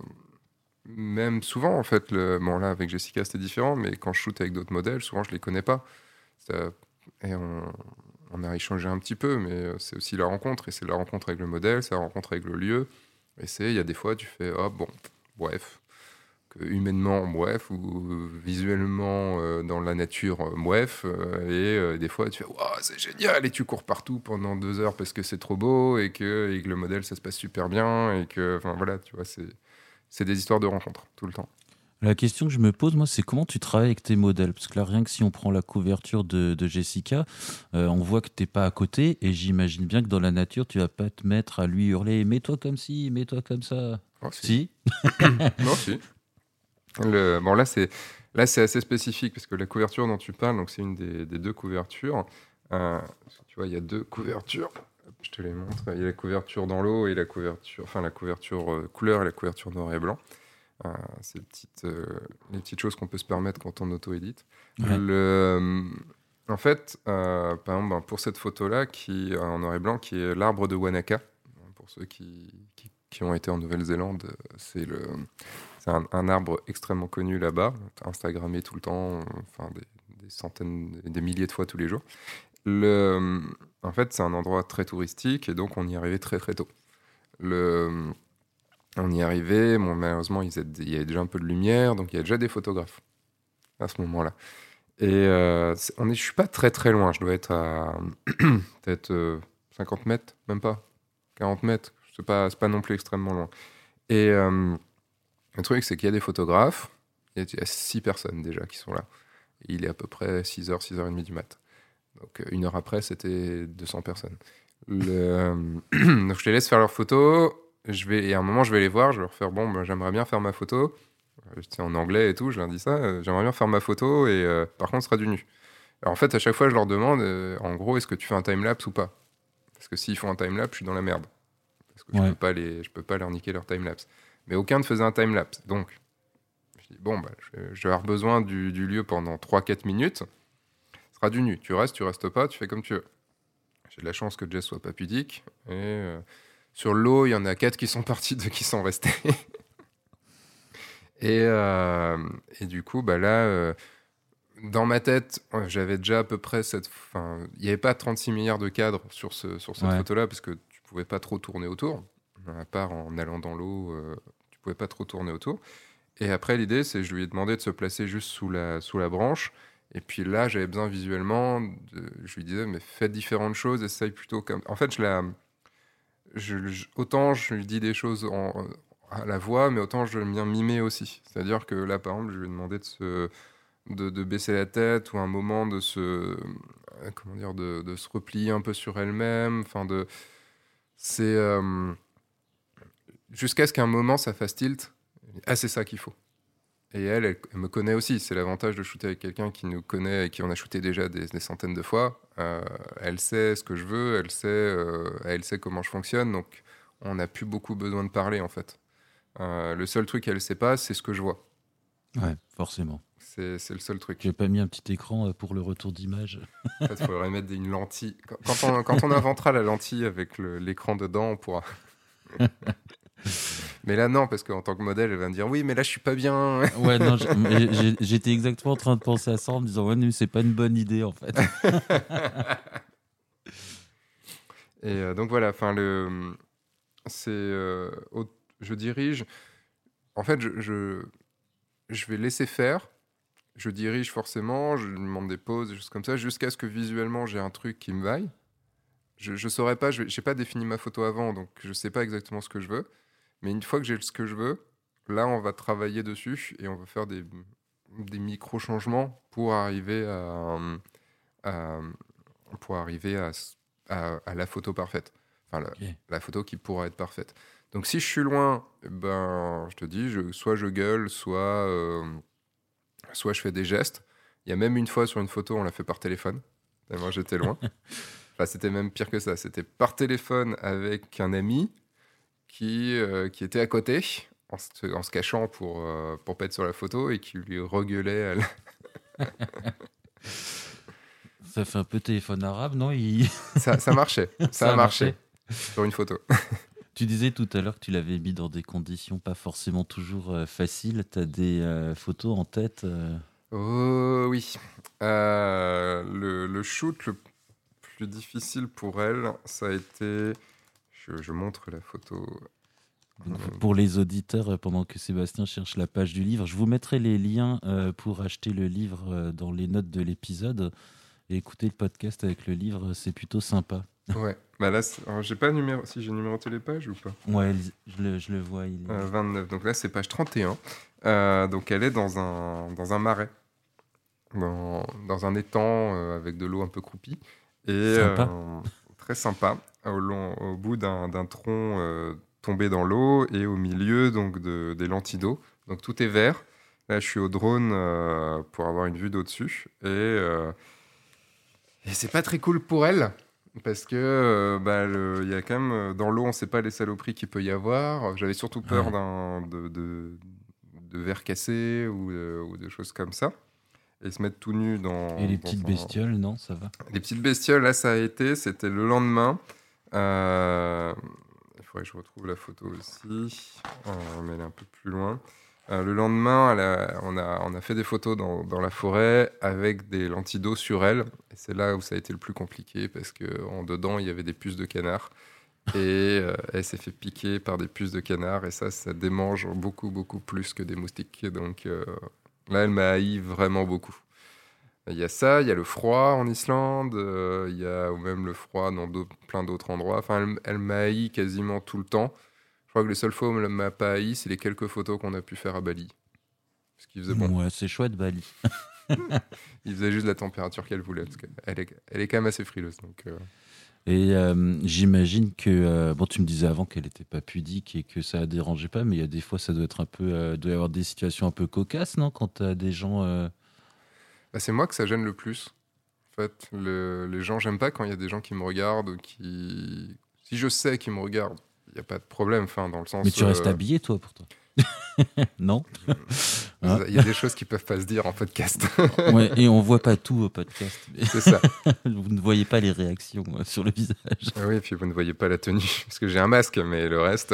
même souvent en fait, le, bon là avec Jessica c'était différent, mais quand je shoot avec d'autres modèles, souvent je les connais pas. Ça- et on, on a échangé un petit peu, mais c'est aussi la rencontre et c'est la rencontre avec le modèle, c'est la rencontre avec le lieu. Et c'est, il y a des fois tu fais, oh bon, bref. Que humainement, bref, ou visuellement euh, dans la nature, euh, bref. euh, et euh, des fois, tu fais, waouh, c'est génial, et tu cours partout pendant deux heures parce que c'est trop beau et que, et que le modèle, ça se passe super bien. Et que, enfin voilà, tu vois, c'est, c'est des histoires de rencontres tout le temps. La question que je me pose, moi, c'est comment tu travailles avec tes modèles? Parce que là, rien que si on prend la couverture de, de Jessica, euh, on voit que t'es pas à côté, et j'imagine bien que dans la nature, tu vas pas te mettre à lui hurler, mets-toi comme ci, mets-toi comme ça. Oh, si. Si? Non, si. Le, bon, là, c'est, là, c'est assez spécifique parce que la couverture dont tu parles, donc c'est une des, des deux couvertures. Euh, tu vois, il y a deux couvertures. Hop, je te les montre. Il y a la couverture dans l'eau et la couverture, enfin la couverture euh, couleur et la couverture noir et blanc. Euh, c'est les petites, euh, les petites choses qu'on peut se permettre quand on auto-édite. Ouais. Le, en fait, euh, par exemple, ben, pour cette photo-là, qui en noir et blanc, qui est l'arbre de Wanaka. Pour ceux qui, qui, qui ont été en Nouvelle-Zélande, c'est le c'est un, un arbre extrêmement connu là-bas, Instagrammé tout le temps, enfin des, des centaines, des milliers de fois tous les jours. Le, en fait, c'est un endroit très touristique et donc on y arrivait très très tôt. Le, on y arrivait, bon, malheureusement il y avait déjà un peu de lumière, donc il y a déjà des photographes à ce moment-là. Et euh, c'est- on est, je suis pas très très loin, je dois être à peut-être euh, cinquante mètres, même pas, quarante mètres, c'est pas, c'est pas non plus extrêmement loin. Et euh, le truc, c'est qu'il y a des photographes, il y a, il y a six personnes déjà qui sont là. Et il est à peu près six heures, six heures trente du mat. Donc euh, une heure après, c'était deux cents personnes. Le, euh, donc je les laisse faire leurs photos, je vais, et à un moment, je vais les voir, je vais leur faire, bon, ben, j'aimerais bien faire ma photo. C'est en anglais et tout, je leur dis ça, euh, j'aimerais bien faire ma photo, et euh, par contre, ce sera du nu. Alors en fait, à chaque fois, je leur demande, euh, en gros, est-ce que tu fais un timelapse ou pas? Parce que s'ils font un timelapse, je suis dans la merde. Parce que je Ouais. peux pas les, je peux pas leur niquer leur timelapse. Mais aucun ne faisait un timelapse. Donc, je dis, bon, bah, je, je vais avoir besoin du, du lieu pendant trois quatre minutes. Ce sera du nu. Tu restes, tu restes pas, tu fais comme tu veux. J'ai de la chance que Jess soit pas pudique. Et euh, sur l'eau, il y en a quatre qui sont partis, deux qui sont restés. et, euh, et du coup, bah là, euh, dans ma tête, euh, j'avais déjà à peu près cette. Enfin, il n'y avait pas trente-six milliards de cadres sur, ce, sur cette Ouais. photo-là, parce que tu pouvais pas trop tourner autour. À part en allant dans l'eau, euh, tu pouvais pas trop tourner autour. Et après, l'idée, c'est je lui ai demandé de se placer juste sous la, sous la branche. Et puis là, j'avais besoin visuellement, de, je lui disais, mais faites différentes choses, essaye plutôt comme... En fait, je la, je, je- autant je lui dis des choses en, à la voix, mais autant je l'aime bien mimer aussi. C'est-à-dire que là, par exemple, je lui ai demandé de, se, de, de baisser la tête ou un moment de se, euh, comment dire, de, de se replier un peu sur elle-même. Enfin, de... C'est... euh, jusqu'à ce qu'un moment, ça fasse tilt. Ah, c'est ça qu'il faut. Et elle, elle, elle me connaît aussi. C'est l'avantage de shooter avec quelqu'un qui nous connaît et qui on a shooté déjà des, des centaines de fois. Euh, elle sait ce que je veux, elle sait, euh, elle sait comment je fonctionne. Donc, on n'a plus beaucoup besoin de parler, en fait. Euh, le seul truc qu'elle sait pas, c'est ce que je vois. Ouais, forcément. C'est, c'est le seul truc. J'ai pas mis un petit écran euh, pour le retour d'image. En fait, il faudrait mettre des- une lentille. Quand, quand on, quand on inventera la lentille avec le- l'écran dedans, on pourra. Mais là, non, parce qu'en tant que modèle, elle va me dire oui, mais là, je suis pas bien. Ouais, non, j'ai- mais j'ai- j'étais exactement en train de penser à ça en me disant, ouais, mais c'est pas une bonne idée en fait. Et euh, donc voilà, enfin le, c'est, euh, au- je dirige. En fait, je, je, je vais laisser faire. Je dirige forcément, je lui demande des pauses, des choses comme ça, jusqu'à ce que visuellement j'ai un truc qui me vaille. Je, je saurais pas, je n'ai pas défini ma photo avant, donc je sais pas exactement ce que je veux. Mais une fois que j'ai ce que je veux, là, on va travailler dessus et on va faire des, des micro-changements pour arriver à, à- pour arriver à, s- à- à la photo parfaite. Enfin, la, Ok. la photo qui pourra être parfaite. Donc, si je suis loin, ben, je te dis, je- soit je gueule, soit, euh, soit je fais des gestes. Il y a même une fois sur une photo, on l'a fait par téléphone. Et moi, j'étais loin. Enfin, c'était même pire que ça. C'était par téléphone avec un ami qui, euh, qui était à côté, en se, en se cachant pour, euh, pour pas être sur la photo, et qui lui regueulait. À la- Ça fait un peu téléphone arabe, non il... ça, ça marchait, ça, Ça a a marché, marché. sur une photo. Tu disais tout à l'heure que tu l'avais mis dans des conditions pas forcément toujours euh, faciles. Tu as des euh, photos en tête euh... Oh oui. Euh, le, le shoot le plus difficile pour elle, ça a été... Je, je montre la photo. Donc, pour les auditeurs, pendant que Sébastien cherche la page du livre, je vous mettrai les liens euh, pour acheter le livre euh, dans les notes de l'épisode. Et écouter le podcast avec le livre, c'est plutôt sympa. Ouais, bah là, c'est- alors, j'ai pas numéro... si j'ai numéroté les pages ou pas Ouais, je le, je le vois. Il est... Euh, vingt-neuf, donc là c'est page trente et un. Euh, donc elle est dans un, dans un marais, dans, dans un étang euh, avec de l'eau un peu croupie. Et Sympa. euh, très sympa, au, long, au bout d'un, d'un tronc euh, tombé dans l'eau et au milieu donc de, des lentilles d'eau. Donc tout est vert. Là je suis au drone euh, pour avoir une vue d'au-dessus. Et, euh, et c'est pas très cool pour elle. Parce que euh, bah, le- il y a quand même euh, dans l'eau, on ne sait pas les saloperies qu'il peut y avoir. J'avais surtout peur Ouais. d'un, de, de, de verres cassés ou, euh, ou de choses comme ça. Et se mettre tout nu dans. Et les dans petites un- bestioles, non, ça va. Les petites bestioles, là, ça a été. C'était le lendemain. Euh, Il faudrait que je retrouve la photo aussi. Euh, mais elle est un peu plus loin. Euh, le lendemain, elle a- on, a, on a fait des photos dans, dans la forêt avec des lentilles d'eau sur elle. Et c'est là où ça a été le plus compliqué parce qu'en dedans, il y avait des puces de canard. Et euh, elle s'est fait piquer par des puces de canard. Et ça, ça démange beaucoup, beaucoup plus que des moustiques. Donc euh, là, elle m'a haï vraiment beaucoup. Il y a ça, il y a le froid en Islande, euh, il y a ou même le froid dans d'autres- plein d'autres endroits. Enfin, elle, elle m'a haï quasiment tout le temps. Je crois que les seules fois où elle m'a pas haï, c'est les quelques photos qu'on a pu faire à Bali. Parce qu'il faisait bon. Ouais, c'est chouette, Bali. Il faisait juste la température qu'elle voulait. Parce qu'elle est, elle est quand même assez frileuse. Donc, euh, Et euh, j'imagine que... euh, bon, tu me disais avant qu'elle n'était pas pudique et que ça ne dérangeait pas, mais il y a des fois, ça doit être un peu... Euh, doit y avoir des situations un peu cocasses, non? Quand tu as des gens... euh, bah, c'est moi que ça gêne le plus. En fait, le- les gens, j'aime pas quand il y a des gens qui me regardent ou qui. Si je sais qu'ils me regardent, il n'y a pas de problème. Enfin, dans le sens. Mais tu restes euh, habillé, toi, pourtant. Non? Hein Il y a des choses qui peuvent pas se dire en podcast. Ouais, et on voit pas tout au podcast. Mais C'est ça. vous ne voyez pas les réactions euh, sur le visage. Ah oui, et puis vous ne voyez pas la tenue, parce que j'ai un masque, mais le reste.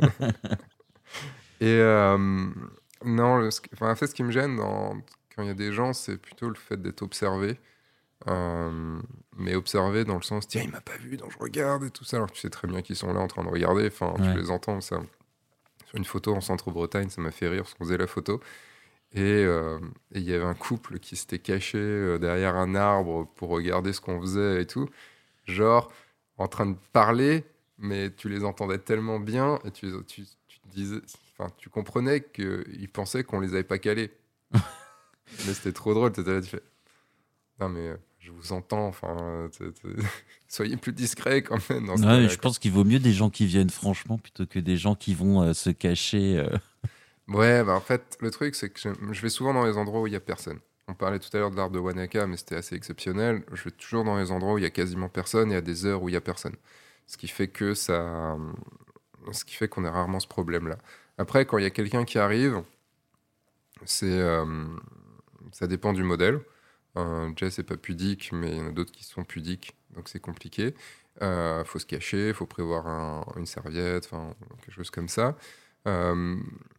Et euh, non, le- ce qui- enfin, en fait, ce qui me gêne dans- quand il y a des gens, c'est plutôt le fait d'être observé. Euh, mais observé dans le sens, tiens, il m'a pas vu, donc je regarde et tout ça, alors que tu sais très bien qu'ils sont là en train de regarder. Enfin, Ouais. tu les entends, ça. Sur une photo en centre-Bretagne, ça m'a fait rire parce qu'on faisait la photo. Et euh, et il y avait un couple qui s'était caché euh, derrière un arbre pour regarder ce qu'on faisait et tout. Genre, en train de parler, mais tu les entendais tellement bien et tu, tu, tu te disais, enfin, tu comprenais qu'ils pensaient qu'on les avait pas calés. Mais c'était trop drôle, t'étais là, tu fais, non mais euh, je vous entends, enfin, euh, t'es- t'es- soyez plus discret quand même. Dans ce Ouais, cas-là, je pense qu'il vaut mieux des gens qui viennent franchement plutôt que des gens qui vont euh, se cacher. euh. Ouais, bah en fait, le truc, c'est que je, je vais souvent dans les endroits où il y a personne. On parlait tout à l'heure de l'arbre de Wanaka, mais c'était assez exceptionnel. Je vais toujours dans les endroits où il y a quasiment personne et à des heures où il y a personne. Ce qui fait que ça, ce qui fait qu'on a rarement ce problème-là. Après, quand il y a quelqu'un qui arrive, c'est, euh, ça dépend du modèle. Euh, Jess n'est pas pudique, mais il y en a d'autres qui sont pudiques, donc c'est compliqué. Il faut se cacher, il faut prévoir un- une serviette, enfin quelque chose comme ça. Euh,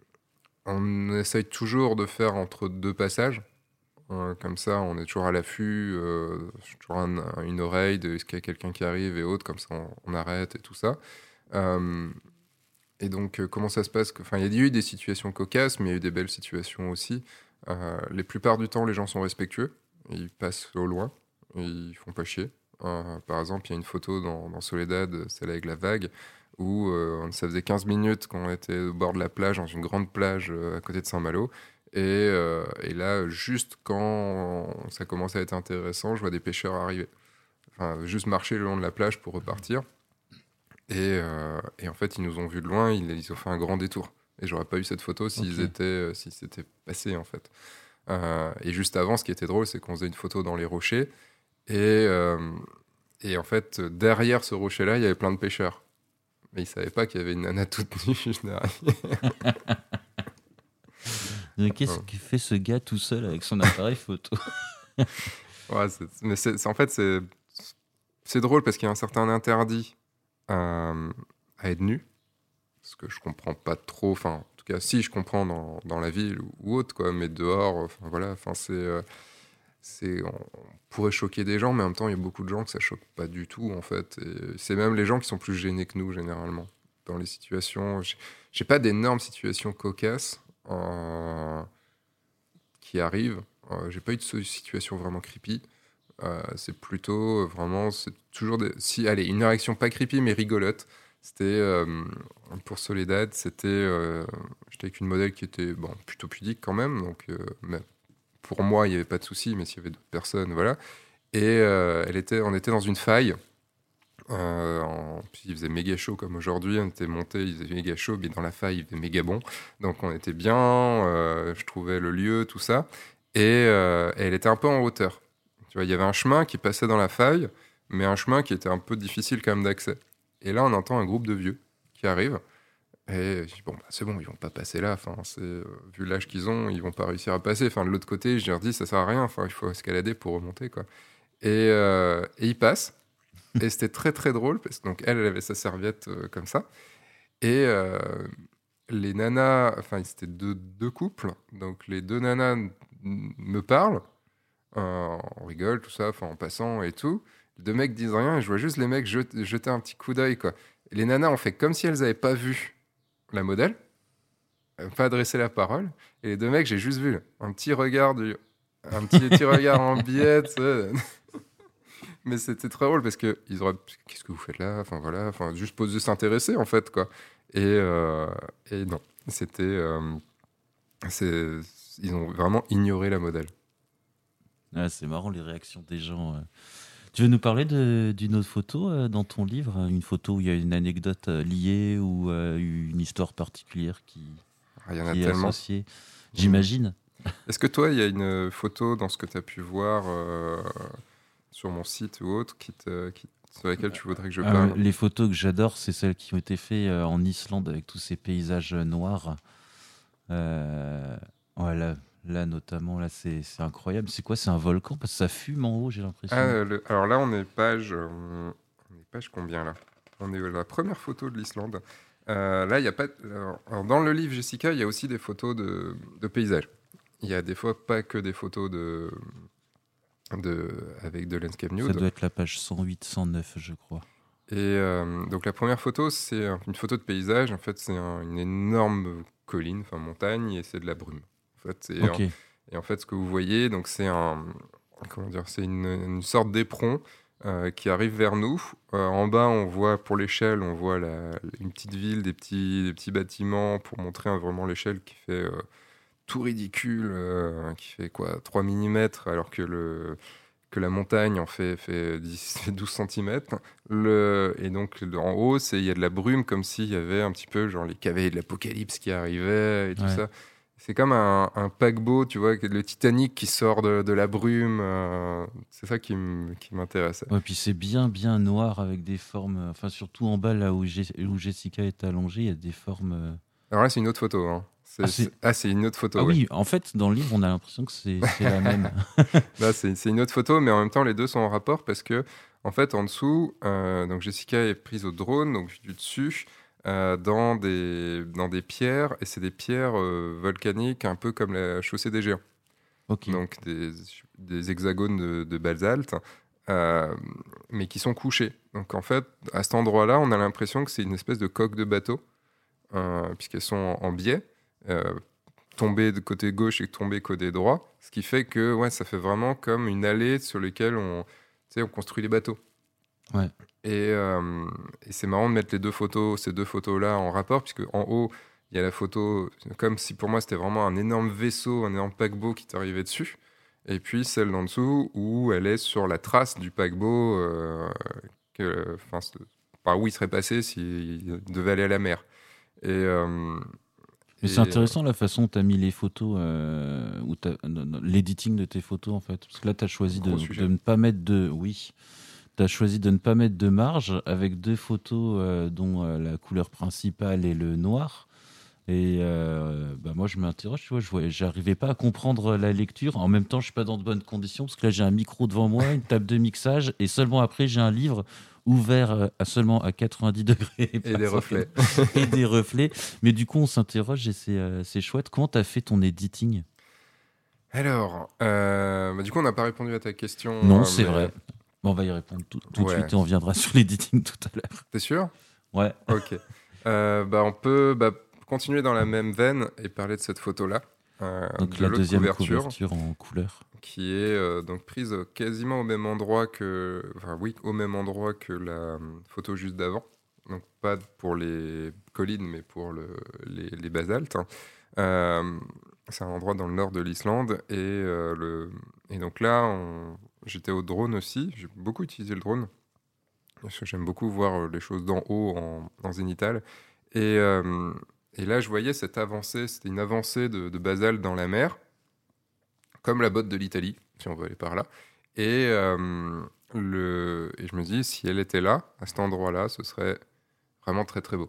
on essaye toujours de faire entre deux passages. Euh, comme ça, on est toujours à l'affût, euh, toujours un- un- une oreille de est-ce qu'il y a quelqu'un qui arrive et autres, comme ça on, on arrête et tout ça. Euh, et donc, euh, comment ça se passe? Enfin, il y a eu des situations cocasses, mais il y a eu des belles situations aussi. Euh, les plupart du temps, les gens sont respectueux. Ils passent au loin, ils font pas chier. Euh, par exemple, il y a une photo dans, dans Soledad, celle avec la vague, où euh, ça faisait quinze minutes qu'on était au bord de la plage, dans une grande plage euh, à côté de Saint-Malo. Et, euh, et là, juste quand ça commence à être intéressant, je vois des pêcheurs arriver. Enfin, juste marcher le long de la plage pour repartir. Et, euh, et en fait, ils nous ont vus de loin, ils, ils ont fait un grand détour. Et j'aurais pas eu cette photo s'ils Ok. étaient, euh, s'ils s'étaient passés, en fait. Euh, et juste avant, ce qui était drôle, c'est qu'on faisait une photo dans les rochers. Et, euh, et en fait, derrière ce rocher-là, il y avait plein de pêcheurs. Mais ils savaient pas qu'il y avait une nana toute nue juste derrière. Mais Qu'est-ce Ouais. que fait ce gars tout seul avec son appareil photo? Ouais, c'est, mais c'est, c'est- en fait, c'est, c'est drôle parce qu'il y a un certain interdit à, à être nu, ce que je comprends pas trop. Enfin, en tout cas, si je comprends dans, dans la ville ou, ou autre, quoi, mais dehors, enfin voilà, enfin c'est, euh, c'est, on pourrait choquer des gens, mais en même temps, il y a beaucoup de gens que ça choque pas du tout, en fait. Et c'est même les gens qui sont plus gênés que nous, généralement, dans les situations. J'ai, j'ai pas d'énormes situations cocasses euh, qui arrivent. Euh, j'ai pas eu de so- situation vraiment creepy. Euh, c'est plutôt euh, vraiment, c'est toujours des... Si, allez, une réaction pas creepy mais rigolote. C'était euh, pour Soledad, c'était, euh, j'étais avec une modèle qui était bon plutôt pudique quand même, donc euh, mais pour moi il n'y avait pas de souci, mais s'il y avait d'autres personnes, voilà. Et euh, elle était, on était dans une faille. Euh, en... Puis il faisait méga chaud comme aujourd'hui, on était monté, il faisait méga chaud, mais dans la faille il faisait méga bon, donc on était bien. Euh, je trouvais le lieu, tout ça, et, euh, et elle était un peu en hauteur. Tu vois, il y avait un chemin qui passait dans la faille, mais un chemin qui était un peu difficile quand même d'accès. Et là, on entend un groupe de vieux qui arrive. Et je dis, bon, bah, c'est bon, ils vont pas passer là. Enfin, c'est, euh, vu l'âge qu'ils ont, ils vont pas réussir à passer. Enfin, de l'autre côté, je leur dis, ça sert à rien. Enfin, il faut escalader pour remonter, quoi. Et, euh, et ils passent. Et c'était très, très drôle. Parce que donc, elle, elle avait sa serviette euh, comme ça. Et euh, les nanas, enfin, c'était deux, deux couples. Donc, les deux nanas n- me parlent. Euh, on rigole, tout ça, enfin, en passant et tout. Les deux mecs disent rien et je vois juste les mecs jet- jeter un petit coup d'œil, quoi. Et les nanas ont fait comme si elles n'avaient pas vu la modèle, euh, pas adressé la parole. Et les deux mecs, j'ai juste vu un petit regard, du... un petit, petit regard en biais, tu sais. Mais c'était très drôle parce que ils auraient, qu'est-ce que vous faites là? Enfin voilà, enfin juste poser s'intéresser en fait, quoi. Et, euh, et non, c'était, euh, c'est, ils ont vraiment ignoré la modèle. Ah, c'est marrant les réactions des gens. euh. Tu veux nous parler de- d'une autre photo euh, dans ton livre? Une photo où il y a une anecdote euh, liée ou euh, une histoire particulière qui, Ah, il y en a qui est tellement. associée? J'imagine. Est-ce que toi, il y a une photo dans ce que tu as pu voir euh, sur mon site ou autre qui te, qui, sur laquelle tu voudrais que je Euh, parle? les photos que j'adore, c'est celles qui ont été faites euh, en Islande avec tous ces paysages euh, noirs. Euh, voilà, là notamment, là c'est c'est incroyable. C'est quoi? C'est un volcan? Parce que ça fume en haut, j'ai l'impression. Ah, le- alors là, on est page, euh, on est page combien là? On est à la première photo de l'Islande. Euh, là, il y a pas. Alors, alors, dans le livre Jessica, il y a aussi des photos de, de paysages. Il y a des fois pas que des photos de, de avec de landscape Ça nude. doit être la page cent huit, cent neuf, je crois. Et euh, donc la première photo, c'est une photo de paysage. En fait, c'est un- une énorme colline, enfin montagne, et c'est de la brume. En fait, et, Ok. en, et en fait, ce que vous voyez, donc c'est un, comment dire, c'est une, une sorte d'éperon euh, qui arrive vers nous. Euh, en bas, on voit pour l'échelle, on voit la- une petite ville, des petits, des petits bâtiments pour montrer hein, vraiment l'échelle qui fait euh, tout ridicule, euh, qui fait quoi, trois millimètres, alors que le que la montagne en fait, fait, dix, fait douze centimètres. Le, et donc, le- en haut, c'est- il y a de la brume, comme s'il y avait un petit peu genre les cavaliers de l'apocalypse qui arrivaient et tout Ouais. ça. C'est comme un, un paquebot, tu vois, que le Titanic qui sort de, de la brume. euh, c'est ça qui m- qui m'intéresse. Ouais, puis c'est bien, bien noir avec des formes. euh, Enfin, surtout en bas, là où, Jess- où Jessica est allongée, il y a des formes. euh, Alors là, c'est une autre photo. Hein. C'est- Ah, c'est- c'est- ah, c'est une autre photo. Ah ouais. oui, en fait, dans le livre, on a l'impression que c'est c'est la même. Là, c'est c'est une autre photo, mais en même temps, les deux sont en rapport parce que, en fait, en dessous, euh, donc Jessica est prise au drone, donc du dessus, euh, dans des dans des pierres, et c'est des pierres euh, volcaniques, un peu comme la chaussée des géants, Ok. donc des, des hexagones de, de basalte, euh, mais qui sont couchés. Donc en fait, à cet endroit-là, on a l'impression que c'est une espèce de coque de bateau, euh, puisqu'elles sont en, en biais. Euh, tomber de côté gauche et tomber côté droit, ce qui fait que ouais, ça fait vraiment comme une allée sur laquelle on, tu sais, on construit les bateaux. Ouais. Et, euh, et c'est marrant de mettre les deux photos, ces deux photos-là en rapport, puisque en haut, il y a la photo, comme si pour moi c'était vraiment un énorme vaisseau, un énorme paquebot qui t'arrivait dessus, et puis celle d'en dessous où elle est sur la trace du paquebot, euh, que, enfin, c'est- par où il serait passé s'il devait aller à la mer. Et, euh, Mais c'est et- intéressant la façon dont tu as mis les photos, euh, ou t'as- non, non, l'editing de tes photos en fait. Parce que là, tu as choisi de, Gros sujet. de ne pas mettre de. Oui. Tu as choisi de ne pas mettre de marge avec deux photos euh, dont euh, la couleur principale est le noir. Et euh, bah moi, je m'interroge, tu vois, je voyais- j'arrivais pas à comprendre la lecture. En même temps, je suis pas dans de bonnes conditions parce que là, j'ai un micro devant moi, une table de mixage, et seulement après, j'ai un livre ouvert euh, à seulement à quatre-vingt-dix degrés Et par des cent reflets. et des reflets. Mais du coup, on s'interroge et c'est euh, c'est chouette. Comment tu as fait ton editing? Alors, euh, bah, du coup, on n'a pas répondu à ta question. Non, euh, c'est mais- vrai. Bon, on va y répondre tout, tout de Ouais. suite et on viendra sur l'editing tout à l'heure. T'es sûr? Ouais. Ok. Euh, bah, on peut bah, continuer dans la même veine et parler de cette photo-là. euh, Donc de la l'autre deuxième couverture, couverture en couleur. qui est euh, donc prise quasiment au même endroit que, enfin oui, au même endroit que la euh, photo juste d'avant. Donc pas pour les collines, mais pour le, les, les basaltes. hein. Euh, c'est un endroit dans le nord de l'Islande et euh, le et donc là, on- j'étais au drone aussi. J'ai beaucoup utilisé le drone parce que j'aime beaucoup voir euh, les choses d'en haut en, en zénithal. Et, euh, et là, je voyais cette avancée. C'était une avancée de, de basalte dans la mer, comme la botte de l'Italie, si on veut aller par là. Et, euh, le, et je me dis, si elle était là, à cet endroit-là, ce serait vraiment très très beau.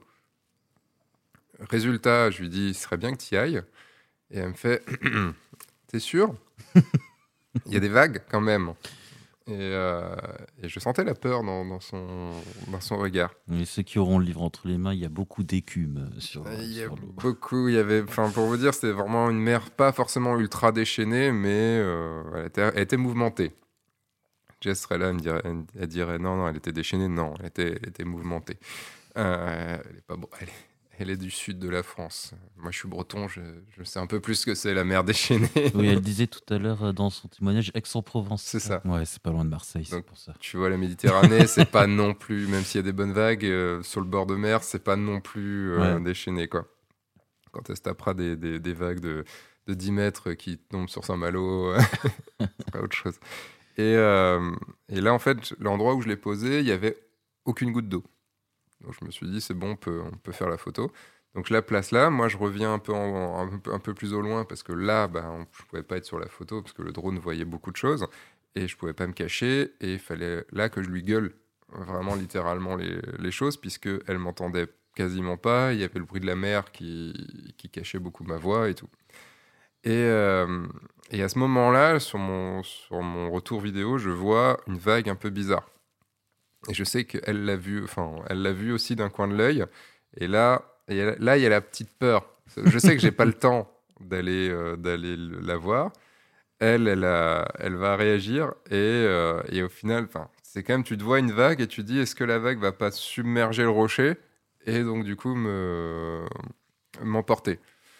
Résultat, je lui dis, il serait bien que tu y ailles. Et elle me fait, t'es sûr? Il y a des vagues quand même. Et, euh, et je sentais la peur dans, dans, son, dans son regard. Et ceux qui auront le livre entre les mains, il y a beaucoup d'écume sur, Il y a sur l'eau. beaucoup, il y avait, enfin pour vous dire, c'était vraiment une mer pas forcément ultra déchaînée, mais euh, elle, était, elle était mouvementée. Jess serait là, elle, me dirait, elle, elle dirait non, non, elle était déchaînée, non, elle était, elle était mouvementée. Euh, elle, est pas, elle, est, elle est du sud de la France. Moi, je suis breton, je, je sais un peu plus ce que c'est la mer déchaînée. Oui, elle disait tout à l'heure euh, dans son témoignage Aix-en-Provence. C'est ça. Ouais, c'est pas loin de Marseille, c'est Donc, pour ça. Tu vois, la Méditerranée, c'est pas non plus, même s'il y a des bonnes vagues euh, sur le bord de mer, c'est pas non plus euh, Ouais. déchaîné, quoi. Quand elle se tapera des, des, des vagues de, de dix mètres qui tombent sur Saint-Malo, c'est pas autre chose. Et, euh, et là, en fait, l'endroit où je l'ai posé, il y avait aucune goutte d'eau. Donc je me suis dit, c'est bon, on peut, on peut faire la photo. Donc je la place là. Moi, je reviens un peu, en- un peu, un peu plus au loin parce que là, bah, on- je pouvais pas être sur la photo parce que le drone voyait beaucoup de choses et je pouvais pas me cacher. Et il fallait là que je lui gueule vraiment littéralement les, les choses puisque elle m'entendait quasiment pas. Il y avait le bruit de la mer qui, qui cachait beaucoup ma voix et tout. Et, euh, et à ce moment-là, sur mon, sur mon retour vidéo, je vois une vague un peu bizarre. Et je sais qu'elle l'a vu, enfin, elle l'a vu aussi d'un coin de l'œil. Et là, et là, il y a la petite peur. Je sais que j'ai pas le temps d'aller euh, d'aller le- la voir. Elle, elle, a- elle va réagir et, euh, et au final, enfin, c'est quand même, tu te vois une vague et tu te dis, est-ce que la vague va pas submerger le rocher et donc du coup me m'emporter.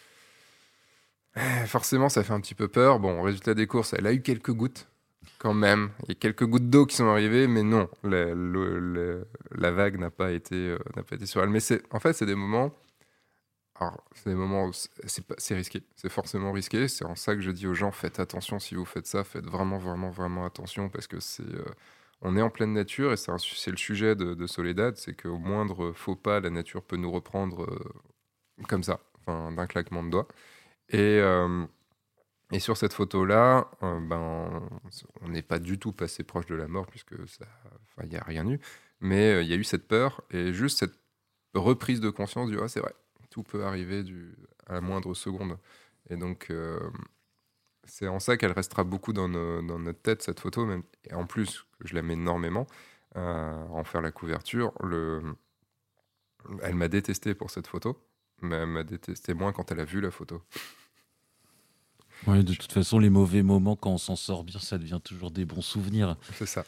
Eh, Forcément, ça fait un petit peu peur. Bon, résultat des courses, elle a eu quelques gouttes quand même. Il y a quelques gouttes d'eau qui sont arrivées, mais non, la, le- le- la vague n'a pas été euh, n'a pas été sur elle. Mais c'est, en fait, c'est des moments. Alors, c'est des moments, où c'est c'est pas- c'est risqué. C'est forcément risqué. C'est en ça que je dis aux gens, faites attention si vous faites ça, faites vraiment, vraiment, vraiment attention parce que c'est, euh, on est en pleine nature et c'est, un su- c'est le sujet de, de Soledad, c'est qu'au moindre faux pas, la nature peut nous reprendre euh, comme ça, enfin, d'un claquement de doigts. Et, euh, et sur cette photo-là, euh, ben, on n'est pas du tout passé proche de la mort puisque ça, enfin, il n'y a rien eu. Mais euh, il y a eu cette peur et juste cette reprise de conscience du ah, c'est vrai, tout peut arriver du, à la moindre seconde. Et donc, euh, c'est en ça qu'elle restera beaucoup dans, nos- dans notre tête, cette photo. Même, et en plus, que je l'aime énormément, euh, en faire la couverture. Le, elle m'a détesté pour cette photo, mais elle m'a détesté moins quand elle a vu la photo. Ouais, de toute façon, les mauvais moments, quand on s'en sort bien, ça devient toujours des bons souvenirs. C'est ça.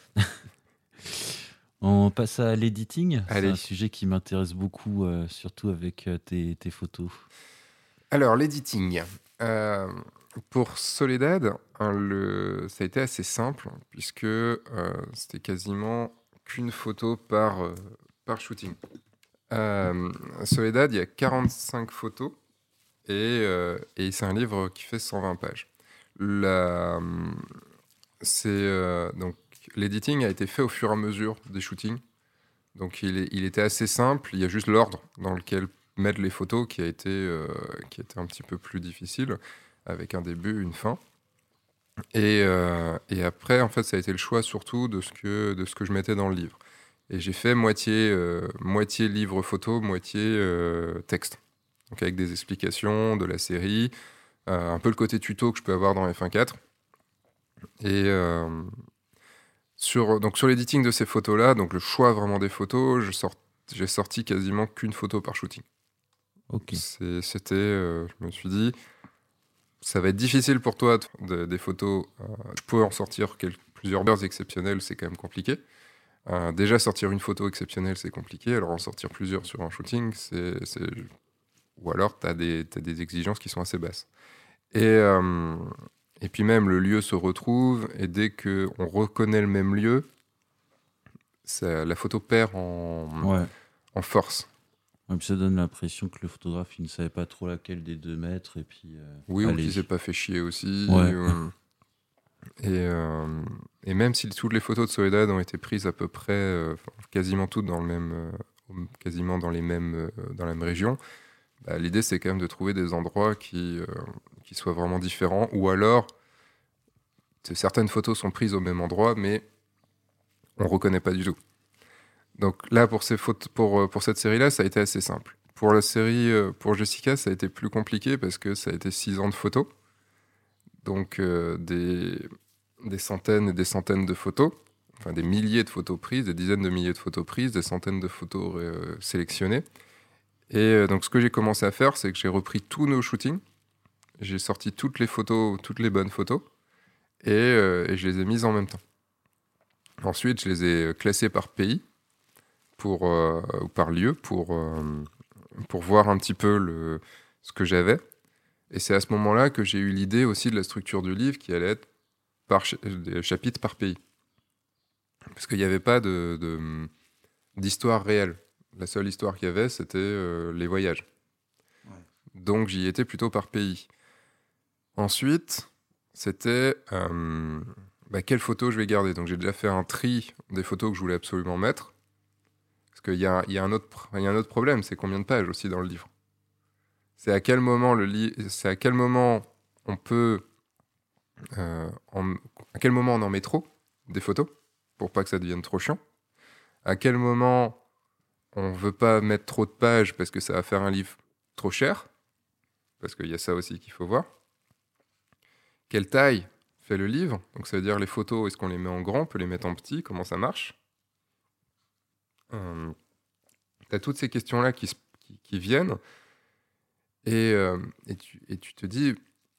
On passe à l'editing. C'est Allez. un sujet qui m'intéresse beaucoup, euh, surtout avec euh, tes, tes photos. Alors, l'editing. Euh, pour Soledad, hein, le... ça a été assez simple, puisque euh, c'était quasiment qu'une photo par, euh, par shooting. Euh, Soledad, il y a quarante-cinq photos, et, euh, et c'est un livre qui fait cent vingt pages. La... C'est, euh, donc, l'editing a été fait au fur et à mesure des shootings. Donc, il, est, il était assez simple. Il y a juste l'ordre dans lequel mettre les photos qui a été, euh, qui a été un petit peu plus difficile, avec un début, une fin. Et, euh, et après, en fait, ça a été le choix surtout de ce que, de ce que je mettais dans le livre. Et j'ai fait moitié, euh, moitié livre photo, moitié euh, texte. donc avec des explications de la série, euh, un peu le côté tuto que je peux avoir dans F un point quatre. Et euh, sur, donc sur l'editing de ces photos-là, donc le choix vraiment des photos, je sort, j'ai sorti quasiment qu'une photo par shooting. Ok. C'est, c'était, euh, je me suis dit, ça va être difficile pour toi de, des photos. Euh, je peux en sortir quelques, plusieurs heures exceptionnelles, c'est quand même compliqué. Euh, déjà, sortir une photo exceptionnelle, c'est compliqué. Alors, en sortir plusieurs sur un shooting, c'est... c'est... ou alors, tu as des, t'as des exigences qui sont assez basses. Et, euh, et puis même, le lieu se retrouve, et dès qu'on reconnaît le même lieu, ça, la photo perd en, Ouais. en force. Et puis ça donne l'impression que le photographe, il ne savait pas trop laquelle des deux mètres. Et puis, euh, Oui, allez. ou qu'il s'est pas fait chier aussi. Ouais. Ou... Et, euh, et même si toutes les photos de Soledad ont été prises à peu près, euh, quasiment toutes dans le même, euh, quasiment dans les mêmes, euh, dans la même région, bah, l'idée c'est quand même de trouver des endroits qui, euh, qui soient vraiment différents, ou alors certaines photos sont prises au même endroit, mais on reconnaît pas du tout. Donc là, pour ces photos, pour pour cette série-là, ça a été assez simple. Pour la série, euh, pour Jessica, ça a été plus compliqué parce que ça a été six ans de photos, donc euh, des des centaines et des centaines de photos, enfin des milliers de photos prises, des dizaines de milliers de photos prises, des centaines de photos euh, sélectionnées. Et euh, donc ce que j'ai commencé à faire, c'est que j'ai repris tous nos shootings, j'ai sorti toutes les photos, toutes les bonnes photos, et, euh, et je les ai mises en même temps. Ensuite, je les ai classées par pays, pour, euh, ou par lieu, pour, euh, pour voir un petit peu le, ce que j'avais. Et c'est à ce moment-là que j'ai eu l'idée aussi de la structure du livre qui allait être par ch- des chapitres par pays. Parce qu'il n'y avait pas de, de, d'histoire réelle. La seule histoire qu'il y avait, c'était euh, les voyages. Ouais. Donc j'y étais plutôt par pays. Ensuite, c'était euh, bah, quelles photos je vais garder. Donc j'ai déjà fait un tri des photos que je voulais absolument mettre. Parce qu'il y a, y a un autre, y a un autre problème, c'est combien de pages aussi dans le livre. C'est à quel moment, le li- c'est à quel moment on peut... Euh, en, à quel moment on en met trop des photos pour pas que ça devienne trop chiant, à quel moment on veut pas mettre trop de pages parce que ça va faire un livre trop cher, parce qu'il y a ça aussi qu'il faut voir, quelle taille fait le livre, donc ça veut dire les photos, est-ce qu'on les met en grand, on peut les mettre en petit, comment ça marche. euh, t'as toutes ces questions là qui, qui, qui viennent et, euh, et, tu, et tu te dis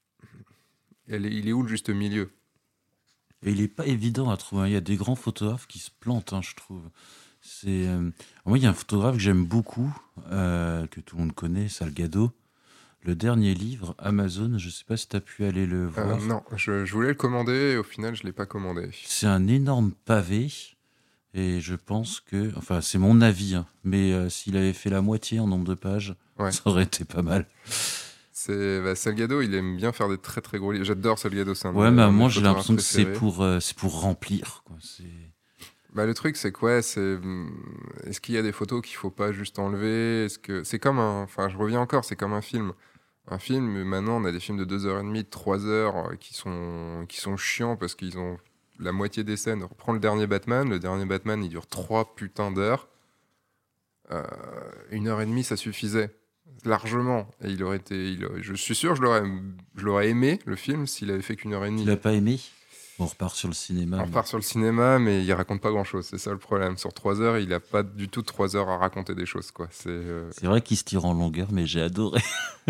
elle est, il est où le juste milieu. Et il n'est pas évident à trouver. Il y a des grands photographes qui se plantent, hein, je trouve. C'est, euh... Moi, il y a un photographe que j'aime beaucoup, euh, que tout le monde connaît, Salgado. Le dernier livre, Amazon, je ne sais pas si tu as pu aller le voir. Euh, non, je, je voulais le commander et au final, je ne l'ai pas commandé. C'est un énorme pavé et je pense que... Enfin, c'est mon avis, hein, mais euh, s'il avait fait la moitié en nombre de pages, ouais. Ça aurait été pas mal. C'est, bah, Salgado, il aime bien faire des très très gros livres. J'adore Salgado, c'est un ouais, de mais mes moi j'ai l'impression préférés. que c'est pour, euh, c'est pour remplir. Quoi. C'est... Bah, le truc, c'est quoi c'est... Est-ce qu'il y a des photos qu'il ne faut pas juste enlever Est-ce que... C'est comme un... Enfin, je reviens encore, c'est comme un film. Un film, maintenant, on a des films de deux heures trente, de trois heures qui sont, qui sont chiants parce qu'ils ont la moitié des scènes. Reprends le dernier Batman. Le dernier Batman, il dure trois putains d'heures. Euh, une heure et demie, ça suffisait. Largement. Et il aurait été, il aurait, je suis sûr que je l'aurais, je l'aurais aimé, le film, s'il avait fait qu'une heure et demie. Tu l'as pas aimé ? On repart sur le cinéma. On mais... repart sur le cinéma, mais il raconte pas grand-chose. C'est ça le problème. Sur trois heures, il a pas du tout trois heures à raconter des choses, quoi. C'est, euh... c'est vrai qu'il se tire en longueur, mais j'ai adoré.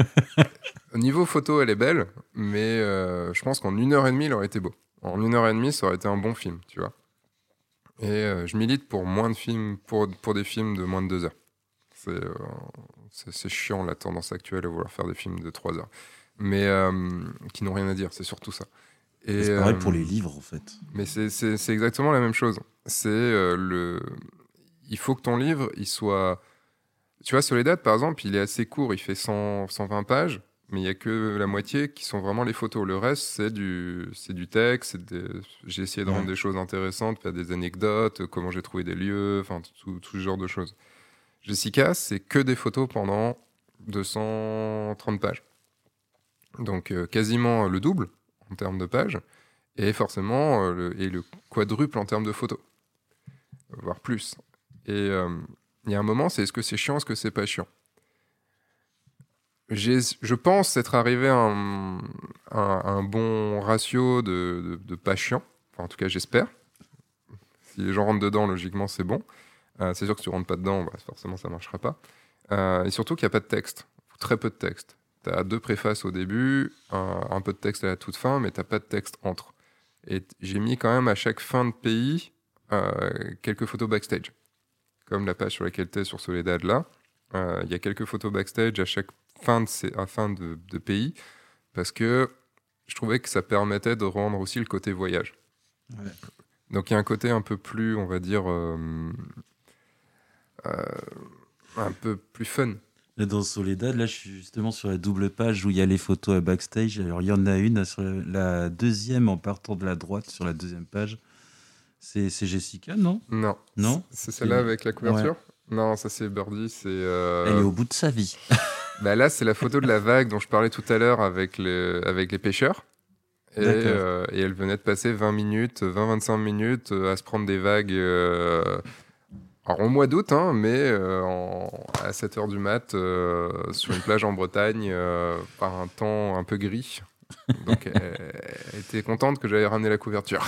Au niveau photo, elle est belle, mais euh, je pense qu'en une heure et demie, il aurait été beau. En une heure et demie, ça aurait été un bon film, tu vois. Et euh, je milite pour moins de films, pour, pour des films de moins de deux heures. C'est, euh, c'est, c'est chiant la tendance actuelle à vouloir faire des films de trois heures, mais euh, qui n'ont rien à dire. C'est surtout ça. Et c'est pareil euh, pour les livres, en fait. Mais c'est, c'est, c'est exactement la même chose. C'est euh, le, il faut que ton livre, il soit, tu vois, Soledad par exemple, il est assez court, il fait cent, cent vingt pages, mais il y a que la moitié qui sont vraiment les photos. Le reste, c'est du, c'est du texte. C'est des... J'ai essayé de rendre ouais. des choses intéressantes, faire des anecdotes, comment j'ai trouvé des lieux, enfin tout, tout ce genre de choses. Jessica, c'est que des photos pendant deux cent trente pages. Donc euh, quasiment le double en termes de pages, et forcément euh, le, et le quadruple en termes de photos, voire plus. Et il euh, y a un moment, c'est est-ce que c'est chiant, est-ce que c'est pas chiant ? j'ai, je pense être arrivé à un, un, un bon ratio de, de, de pas chiant. Enfin, en tout cas, j'espère. Si les gens rentrent dedans, logiquement, c'est bon. Euh, c'est sûr que si tu rentres pas dedans, bah, forcément, ça marchera pas. Euh, et surtout qu'il n'y a pas de texte. Très peu de texte. Tu as deux préfaces au début, un, un peu de texte à la toute fin, mais tu n'as pas de texte entre. Et t- j'ai mis quand même à chaque fin de pays euh, quelques photos backstage. Comme la page sur laquelle tu es sur Soledad là. Il euh, y a quelques photos backstage à chaque fin de, ces, à fin de, de pays. Parce que je trouvais que ça permettait de rendre aussi le côté voyage. Ouais. Donc il y a un côté un peu plus, on va dire, euh, euh, un peu plus fun. Là, dans Soledad, là, je suis justement sur la double page où il y a les photos à backstage. Alors, il y en a une sur la deuxième, en partant de la droite, sur la deuxième page. C'est, c'est Jessica, non ? Non. Non ? C'est celle-là c'est... avec la couverture ? Ouais. Non, ça c'est Birdie. C'est, euh... Elle est au bout de sa vie. Bah là, c'est la photo de la vague dont je parlais tout à l'heure avec les, avec les pêcheurs. Et, euh, et elle venait de passer vingt minutes, vingt à vingt-cinq minutes euh, à se prendre des vagues... Euh... Alors, au mois d'août, hein, mais euh, en, à sept heures du mat, euh, sur une plage en Bretagne, euh, par un temps un peu gris. Donc, elle, elle était contente que j'avais ramené la couverture.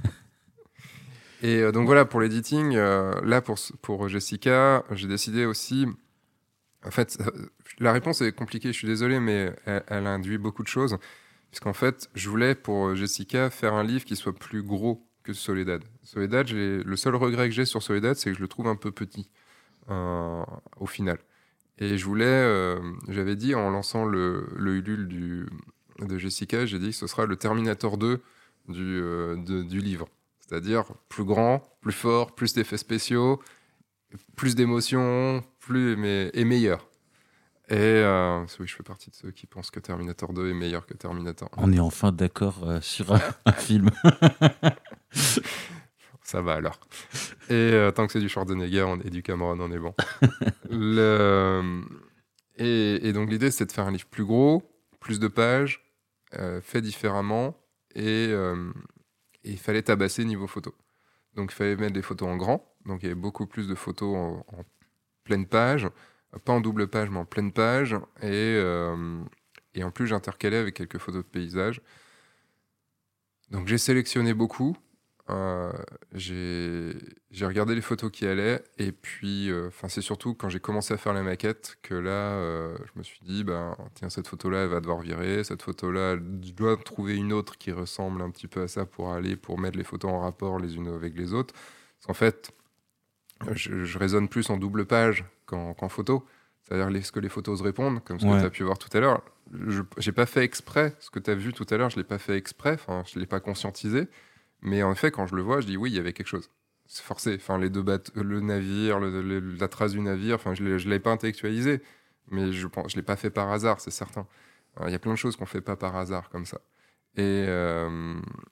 Et euh, donc, voilà, pour l'editing, euh, là, pour, pour Jessica, j'ai décidé aussi... En fait, la réponse est compliquée, je suis désolé, mais elle, elle induit beaucoup de choses. Puisqu'en fait, je voulais, pour Jessica, faire un livre qui soit plus gros que Soledad. Soledad, j'ai... le seul regret que j'ai sur Soledad, c'est que je le trouve un peu petit, euh, au final. Et je voulais, euh, j'avais dit en lançant le, le Ulule du, de Jessica, j'ai dit que ce sera le Terminator deux du, euh, de, du livre. C'est-à-dire plus grand, plus fort, plus d'effets spéciaux, plus d'émotions, plus, mais, et meilleur. Et euh, oui, je fais partie de ceux qui pensent que Terminator deux est meilleur que Terminator un. On est enfin d'accord euh, sur un, un film. Ça va alors. Et euh, tant que c'est du Schwarzenegger on, et du Cameron, on est bon. Le, et, et donc l'idée, c'est de faire un livre plus gros, plus de pages, euh, fait différemment, et euh, il fallait tabasser niveau photo. Donc il fallait mettre des photos en grand, donc il y avait beaucoup plus de photos en, en pleine page, pas en double page, mais en pleine page, et, euh, et en plus j'intercalais avec quelques photos de paysages. Donc j'ai sélectionné beaucoup. Euh, j'ai, j'ai regardé les photos qui allaient, et puis euh, c'est surtout quand j'ai commencé à faire la maquette que là, euh, je me suis dit, ben, tiens, cette photo-là, elle va devoir virer, cette photo-là, je dois trouver une autre qui ressemble un petit peu à ça pour aller, pour mettre les photos en rapport les unes avec les autres. Parce qu'en fait, je, je raisonne plus en double page qu'en, qu'en photo, c'est-à-dire les, ce que les photos répondent, comme ce ouais. que tu as pu voir tout à l'heure. Je n'ai pas fait exprès, ce que tu as vu tout à l'heure, je ne l'ai pas fait exprès, je ne l'ai pas conscientisé. Mais en effet, quand je le vois, je dis oui, il y avait quelque chose. C'est forcé. Enfin, les deux bateaux, le navire, le, le, la trace du navire. Enfin, je ne l'ai pas intellectualisé, mais je pense, je l'ai pas fait par hasard, c'est certain. Il y a plein de choses qu'on fait pas par hasard comme ça. Et euh,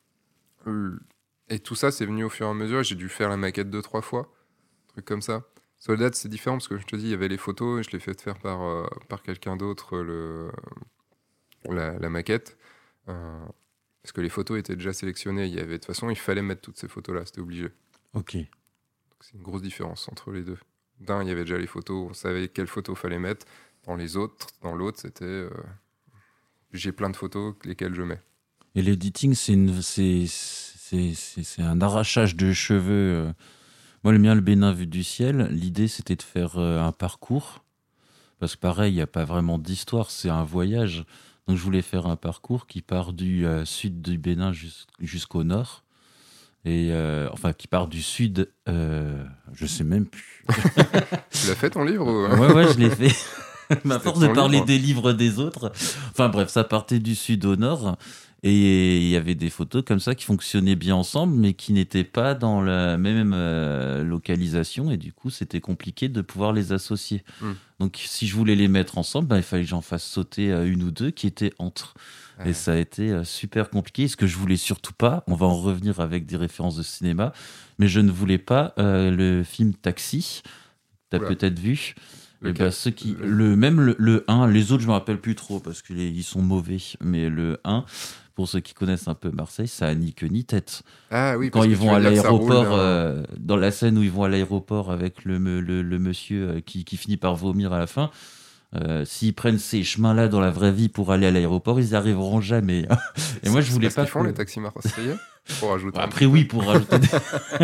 et tout ça, c'est venu au fur et à mesure. J'ai dû faire la maquette deux, trois fois, truc comme ça. Soledad, c'est différent parce que je te dis, il y avait les photos, et je l'ai fait faire par euh, par quelqu'un d'autre le la, la maquette. Euh, Parce que les photos étaient déjà sélectionnées. Il y avait, de toute façon, il fallait mettre toutes ces photos-là. C'était obligé. Ok. Donc, c'est une grosse différence entre les deux. D'un, il y avait déjà les photos. On savait quelles photos fallait mettre. Dans les autres, dans l'autre, c'était... Euh, j'ai plein de photos, lesquelles je mets. Et l'editing, c'est, une, c'est, c'est, c'est, c'est un arrachage de cheveux. Moi, le mien, le Bénin vu du ciel, l'idée, c'était de faire un parcours. Parce que pareil, il n'y a pas vraiment d'histoire. C'est un voyage. Donc, je voulais faire un parcours qui part du euh, sud du Bénin jus- jusqu'au nord. Et, euh, enfin, qui part du sud, euh, je sais même plus. Tu l'as fait ton livre ou... Ouais, ouais, je l'ai fait. À force de parler livre. des livres des autres. Enfin, bref, ça partait du sud au nord. Et il y avait des photos comme ça qui fonctionnaient bien ensemble, mais qui n'étaient pas dans la même euh, localisation. Et du coup, c'était compliqué de pouvoir les associer. Mm. Donc, si je voulais les mettre ensemble, ben, il fallait que j'en fasse sauter euh, une ou deux qui étaient entre. Ouais. Et ça a été euh, super compliqué. Ce que je voulais surtout pas, on va en revenir avec des références de cinéma, mais je ne voulais pas euh, le film Taxi. Tu as peut-être vu. Et bah, ceux qui, le, même le, le un, les autres, je ne me rappelle plus trop parce qu'ils sont mauvais, mais le un, pour ceux qui connaissent un peu Marseille, ça a ni queue ni tête. Ah oui, quand ils vont à l'aéroport, euh, dans la scène où ils vont à l'aéroport avec le, le, le monsieur qui, qui finit par vomir à la fin, Euh, s'ils prennent ces chemins-là dans la vraie vie pour aller à l'aéroport, ils n'y arriveront jamais. Et moi, je voulais c'est pas. Ce qu'ils font que... les taxis marseillais pour rajouter. Après, oui, pour rajouter. Des...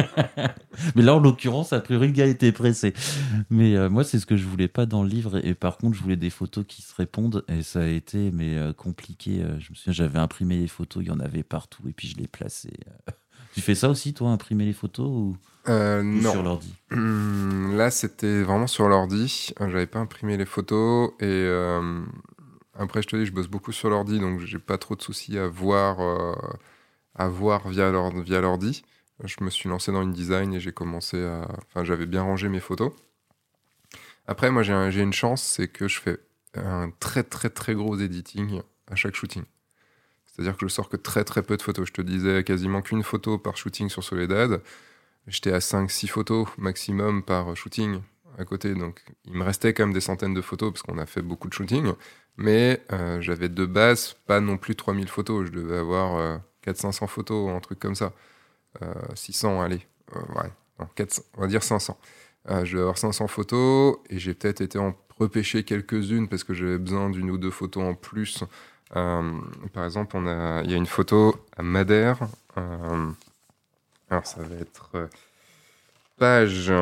Mais là, en l'occurrence, a priori, le gars était pressé. Mais euh, moi, c'est ce que je voulais pas dans le livre. Et, et par contre, je voulais des photos qui se répondent. Et ça a été mais euh, compliqué. Je me souviens, j'avais imprimé les photos, il y en avait partout, et puis je les plaçais. Tu fais ça aussi, toi, imprimer les photos ou, euh, ou non. sur l'ordi? Là, c'était vraiment sur l'ordi. J'avais pas imprimé les photos. Et euh, après, je te dis, je bosse beaucoup sur l'ordi, donc j'ai pas trop de soucis à voir, euh, à voir via l'ordi, via l'ordi. Je me suis lancé dans InDesign et j'ai commencé à... Enfin, j'avais bien rangé mes photos. Après, moi, j'ai, un, j'ai une chance, c'est que je fais un très, très, très gros editing à chaque shooting. C'est-à-dire que je sors que très très peu de photos. Je te disais quasiment qu'une photo par shooting sur Soledad. J'étais à cinq six photos maximum par shooting à côté. Donc il me restait quand même des centaines de photos parce qu'on a fait beaucoup de shooting. Mais euh, j'avais de base pas non plus trois mille photos. Je devais avoir euh, quatre cents cinq cents photos, un truc comme ça. Euh, six cents, allez. Euh, ouais, non, quatre cents, on va dire cinq cents. Euh, je devais avoir cinq cents photos et j'ai peut-être été en repêcher quelques-unes parce que j'avais besoin d'une ou deux photos en plus. Euh, par exemple, on a, il y a une photo à Madère. Euh, alors, ça va être euh, page,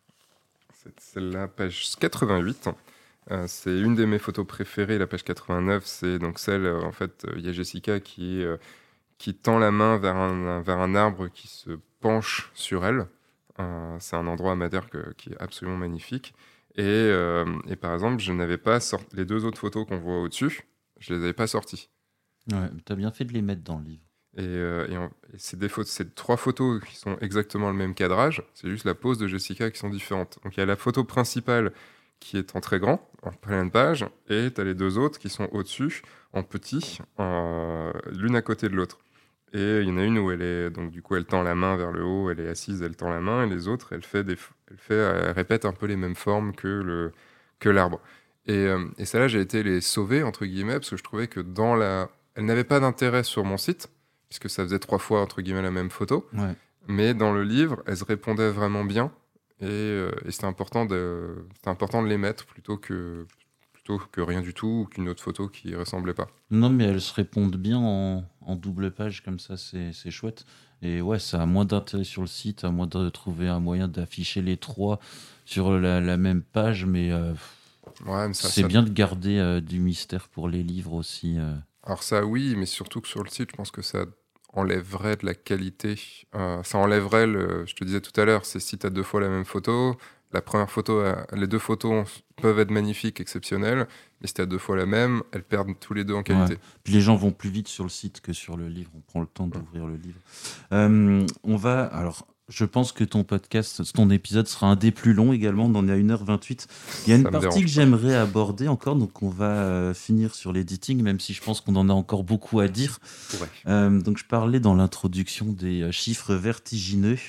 c'est celle-là, page quatre-vingt-huit. Euh, c'est une de mes photos préférées, la page quatre-vingt-neuf. C'est donc celle, euh, en fait, il y a Jessica qui, euh, qui tend la main vers un, vers un arbre qui se penche sur elle. Euh, c'est un endroit à Madère que, qui est absolument magnifique. Et, euh, et par exemple, je n'avais pas sorti les deux autres photos qu'on voit au-dessus. Je les avais pas sortis. Ouais, t'as bien fait de les mettre dans le livre. Et, euh, et, en, et c'est, des photos, c'est trois photos qui sont exactement le même cadrage. C'est juste la pose de Jessica qui sont différentes. Donc il y a la photo principale qui est en très grand, en pleine page, et t'as les deux autres qui sont au-dessus, en petit, euh, l'une à côté de l'autre. Et il y en a une où elle est, donc du coup, elle tend la main vers le haut, elle est assise, elle tend la main, et les autres, elle fait des, elle fait, elle répète un peu les mêmes formes que le, que l'arbre. Et, euh, et celle-là, j'ai été les sauver, entre guillemets, parce que je trouvais que dans la... Elle n'avait pas d'intérêt sur mon site, puisque ça faisait trois fois, entre guillemets, la même photo. Ouais. Mais dans le livre, elles se répondaient vraiment bien. Et, euh, et c'était, important de, c'était important de les mettre plutôt que, plutôt que rien du tout, ou qu'une autre photo qui ne ressemblait pas. Non, mais elles se répondent bien en, en double page, comme ça, c'est, c'est chouette. Et ouais, ça a moins d'intérêt sur le site, à moins de trouver un moyen d'afficher les trois sur la, la même page, mais... Euh... Ouais, mais ça, c'est ça... bien de garder euh, du mystère pour les livres aussi. Euh. Alors ça, oui, mais surtout que sur le site, je pense que ça enlèverait de la qualité. Euh, ça enlèverait, le, je te disais tout à l'heure, c'est si tu as deux fois la même photo, la première photo, les deux photos peuvent être magnifiques, exceptionnelles, mais si tu as deux fois la même, elles perdent tous les deux en qualité. Ouais. Puis les gens vont plus vite sur le site que sur le livre. On prend le temps d'ouvrir ouais. le livre. Euh, on va... Alors... Je pense que ton podcast, ton épisode sera un des plus longs également, on en est à une heure vingt-huit. Il y a une partie que j'aimerais aborder encore, donc on va euh, finir sur l'editing, même si je pense qu'on en a encore beaucoup à dire. Ouais. Euh, donc je parlais dans l'introduction des euh, chiffres vertigineux.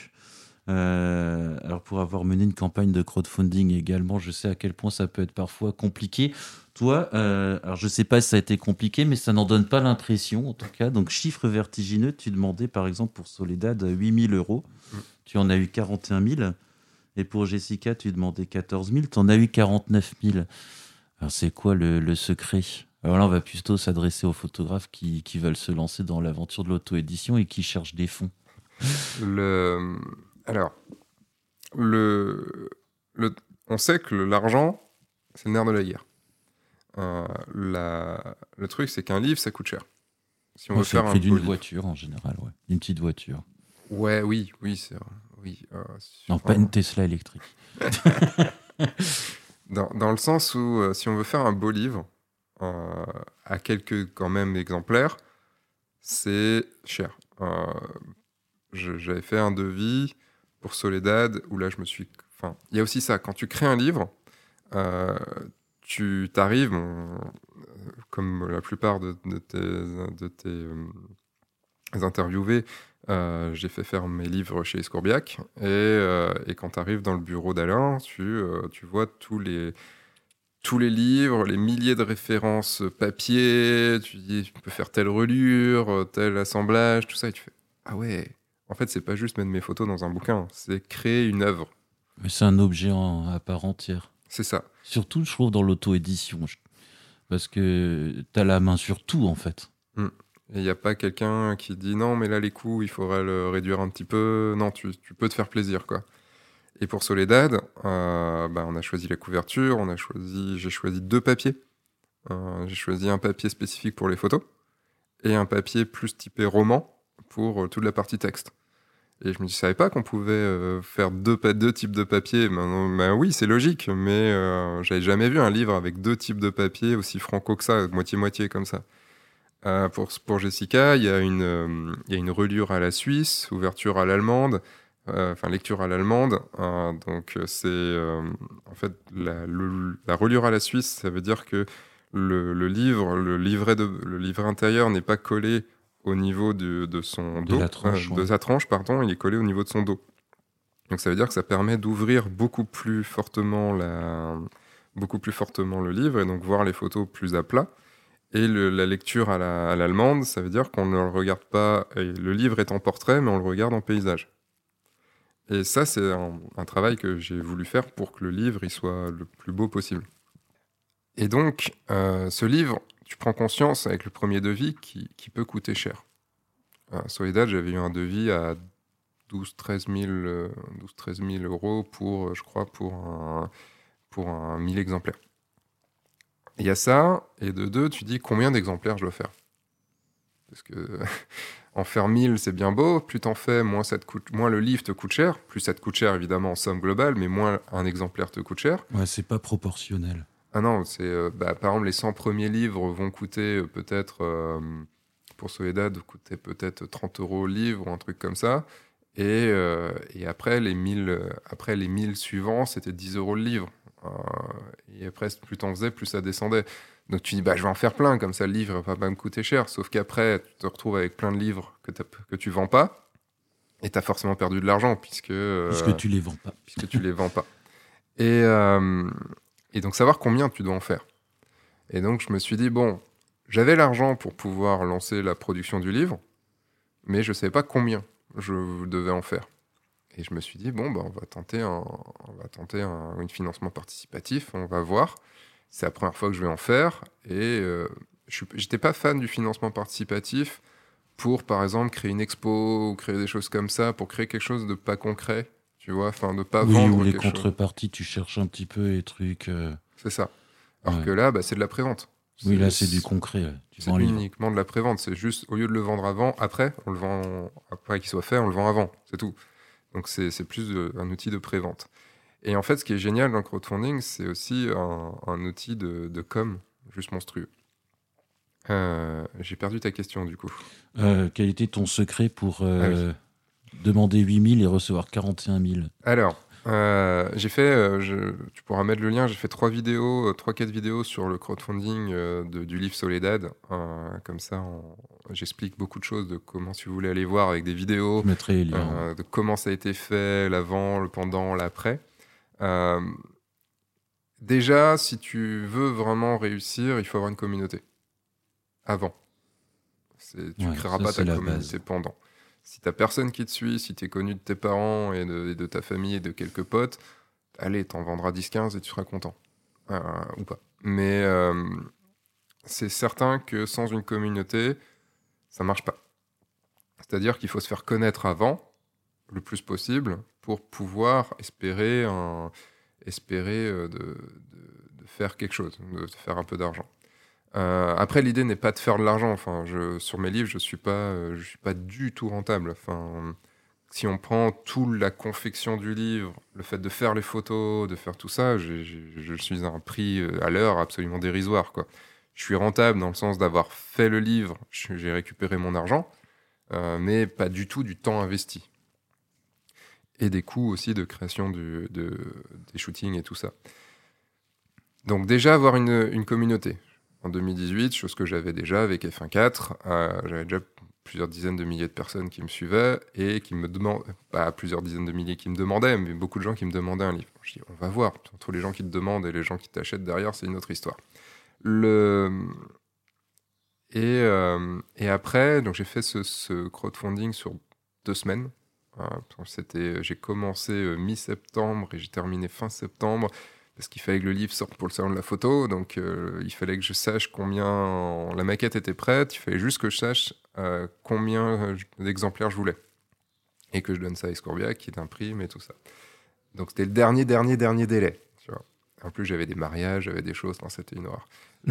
Euh, alors pour avoir mené une campagne de crowdfunding également, je sais à quel point ça peut être parfois compliqué. Toi, euh, alors je ne sais pas si ça a été compliqué, mais ça n'en donne pas l'impression en tout cas. Donc chiffres vertigineux, tu demandais par exemple pour Soledad huit mille euros. Mm. Tu en as eu quarante et un mille. Et pour Jessica, tu demandais quatorze mille. Tu en as eu quarante-neuf mille. Alors c'est quoi le, le secret ? Alors là, on va plutôt s'adresser aux photographes qui, qui veulent se lancer dans l'aventure de l'auto-édition et qui cherchent des fonds. Le... Alors, le... Le... on sait que l'argent, c'est le nerf de la guerre. Euh, la... Le truc, c'est qu'un livre, ça coûte cher. Si on ouais, veut c'est faire le prix un d'une livre. voiture en général, ouais. Une petite voiture. Ouais, oui, oui, c'est vrai. Oui, euh, non, sur... pas une Tesla électrique. dans, dans le sens où, euh, si on veut faire un beau livre, euh, à quelques quand même exemplaires, c'est cher. Euh, je, j'avais fait un devis pour Soledad, où là, je me suis... Enfin, il y a aussi ça, quand tu crées un livre, euh, tu t'arrives, bon, comme la plupart de, de tes, de tes euh, interviewés, euh, j'ai fait faire mes livres chez Escourbiac, et, euh, et quand tu arrives dans le bureau d'Alain, tu, euh, tu vois tous les, tous les livres, les milliers de références papier, tu dis, tu peux faire telle relure, tel assemblage, tout ça, et tu fais, ah ouais, en fait, c'est pas juste mettre mes photos dans un bouquin, c'est créer une œuvre. Mais c'est un objet en, à part entière. C'est ça. Surtout, je trouve, dans l'auto-édition. Parce que tu as la main sur tout, en fait. Mm. Et il n'y a pas quelqu'un qui dit non, mais là, les coûts, il faudrait le réduire un petit peu. Non, tu, tu peux te faire plaisir, quoi. Et pour Soledad, euh, bah, on a choisi la couverture, on a choisi, j'ai choisi deux papiers. Euh, j'ai choisi un papier spécifique pour les photos et un papier plus typé roman pour euh, toute la partie texte. Et je me savais pas qu'on pouvait euh, faire deux, pa- deux types de papier. Ben, ben oui, c'est logique, mais euh, j'avais jamais vu un livre avec deux types de papier aussi franco que ça, moitié-moitié comme ça. Euh, pour, pour Jessica, il y a une, euh, il y a une reliure à la suisse, ouverture à l'allemande, euh, enfin lecture à l'allemande. Euh, donc c'est euh, en fait la, le- la reliure à la suisse, ça veut dire que le, le livre, le livret de, le livret intérieur n'est pas collé au niveau de, de son De dos, la tranche, euh, ouais. de sa tranche, pardon, il est collé au niveau de son dos. Donc ça veut dire que ça permet d'ouvrir beaucoup plus fortement la, beaucoup plus fortement le livre et donc voir les photos plus à plat. Et le- la lecture à la- à l'allemande, ça veut dire qu'on ne le regarde pas. Et le livre est en portrait, mais on le regarde en paysage. Et ça, c'est un, un travail que j'ai voulu faire pour que le livre il soit le plus beau possible. Et donc, euh, ce livre, tu prends conscience avec le premier devis qui, qui peut coûter cher. Euh, Soledad, j'avais eu un devis à douze treize mille euros pour, euh, je crois, pour un, pour un mille exemplaires. Il y a ça, et de deux, tu dis combien d'exemplaires je dois faire. Parce que en faire mille, c'est bien beau, plus t'en fais, moins, ça te coûte, moins le livre te coûte cher, plus ça te coûte cher évidemment en somme globale, mais moins un exemplaire te coûte cher. Ouais, c'est pas proportionnel. Ah non, c'est, euh, bah, par exemple, les cent premiers livres vont coûter euh, peut-être, euh, pour Soledad, coûter peut-être trente euros le livre ou un truc comme ça. Et, euh, et après, les mille, euh, après les mille suivants, c'était dix euros le livre. Euh, et après, plus t'en faisais, plus ça descendait. Donc tu dis, bah, je vais en faire plein, comme ça le livre va pas me coûter cher. Sauf qu'après, tu te retrouves avec plein de livres que, t'as- que tu vends pas. Et tu as forcément perdu de l'argent, puisque, euh, Puisque tu les vends pas. puisque tu les vends pas. Et, euh, et donc savoir combien tu dois en faire. Et donc je me suis dit, bon, j'avais l'argent pour pouvoir lancer la production du livre, mais je ne savais pas combien je devais en faire. Et je me suis dit, bon, bah, on va tenter un, on va tenter un, un financement participatif, on va voir. C'est la première fois que je vais en faire. Et euh, je n'étais pas fan du financement participatif pour, par exemple, créer une expo ou créer des choses comme ça, pour créer quelque chose de pas concret, tu vois, enfin, de pas Oui, vendre ou les quelque chose. contreparties, tu cherches un petit peu les trucs. euh, C'est ça. Alors Ouais. que là, bah, c'est de la prévente. Oui, là, c'est du concret. ouais. Tu C'est vends un livre. uniquement de la prévente. C'est juste, au lieu de le vendre avant, après, on le vend, après qu'il soit fait, on le vend avant. C'est tout. Donc, c'est c'est plus de- un outil de prévente. Et en fait, ce qui est génial dans le crowdfunding, c'est aussi un, un outil de, de com juste monstrueux. Euh, J'ai perdu ta question, du coup. Euh, quel était ton secret pour euh, demander huit mille et recevoir quarante et un mille? Alors, euh, j'ai fait, euh, je- tu pourras mettre le lien, j'ai fait trois vidéos, euh, trois, quatre vidéos sur le crowdfunding euh, de- du livre Soledad. Euh, comme ça, on- j'explique beaucoup de choses de comment, si vous voulez aller voir avec des vidéos, Je mettrai les liens. euh, de comment ça a été fait, l'avant, le pendant, l'après. Euh, déjà, si tu veux vraiment réussir, il faut avoir une communauté. Avant. C'est- Tu ne Ouais, créeras ça, pas c'est ta la communauté base. pendant. Si t'as personne qui te suit, si tu es connu de tes parents et de, et de ta famille et de quelques potes, allez, t'en vendras dix quinze et tu seras content. Euh, ou pas. Mais euh, c'est certain que sans une communauté, ça marche pas. C'est-à-dire qu'il faut se faire connaître avant, le plus possible, pour pouvoir espérer, un, espérer euh, de, de- de faire quelque chose, de faire un peu d'argent. Euh, après, l'idée n'est pas de faire de l'argent. Enfin, je, sur mes livres, je suis pas, euh, je suis pas du tout rentable. Enfin, si on prend toute la confection du livre, le fait de faire les photos, de faire tout ça, j'ai- j'ai- je suis à un prix euh, à l'heure absolument dérisoire, quoi. Je suis rentable dans le sens d'avoir fait le livre, je- j'ai récupéré mon argent, euh, mais pas du tout du temps investi. Et des coûts aussi de création du- de, des shootings et tout ça. Donc déjà, avoir une, une communauté. En deux mille dix-huit, chose que j'avais déjà avec F un quatre, euh, j'avais déjà plusieurs dizaines de milliers de personnes qui me suivaient et qui me demandaient, pas plusieurs dizaines de milliers qui me demandaient, mais beaucoup de gens qui me demandaient un livre. Je dis, on va voir, entre les gens qui te demandent et les gens qui t'achètent derrière, c'est une autre histoire. Le... Et, euh, et après, donc j'ai fait ce, ce crowdfunding sur deux semaines. Euh, c'était, j'ai commencé euh, mi-septembre et j'ai terminé fin septembre. parce qu'il fallait que le livre sorte pour le salon de la photo, donc euh, il fallait que je sache combien la maquette était prête, il fallait juste que je sache euh, combien d'exemplaires je voulais, et que je donne ça à Escourbiac, qui l'imprime et tout ça. Donc c'était le dernier, dernier, dernier délai, tu vois. En plus, j'avais des mariages, j'avais des choses, non, c'était une horreur.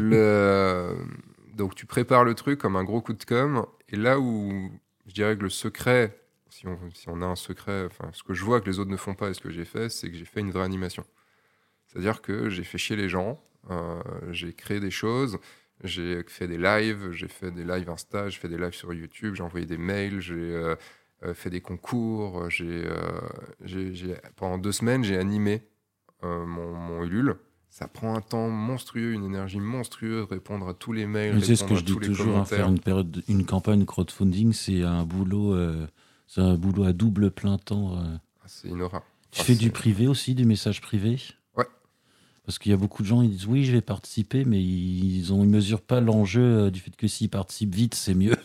Le... Donc tu prépares le truc comme un gros coup de com', et là où je dirais que le secret, si on, si on a un secret, enfin, ce que je vois que les autres ne font pas et ce que j'ai fait, c'est que j'ai fait une vraie animation. C'est-à-dire que j'ai fait chier les gens, euh, j'ai créé des choses, j'ai fait des lives, j'ai fait des lives Insta, j'ai fait des lives sur YouTube, j'ai envoyé des mails, j'ai euh, euh, fait des concours, j'ai, euh, j'ai, j'ai, pendant deux semaines, j'ai animé euh, mon, mon Ulule. Ça prend un temps monstrueux, une énergie monstrueuse, répondre à tous les mails, Mais c'est ce que répondre je à dis tous les toujours, hein, commentaires. faire une, période, une campagne crowdfunding, c'est un boulot, euh, c'est un boulot à double plein temps. euh. C'est une horreur. Tu Ah, fais c'est- du privé aussi, du message privé? Ouais. Parce qu'il y a beaucoup de gens, ils disent oui, je vais participer, mais ils ne mesurent pas l'enjeu euh, du fait que s'ils participent vite, c'est mieux.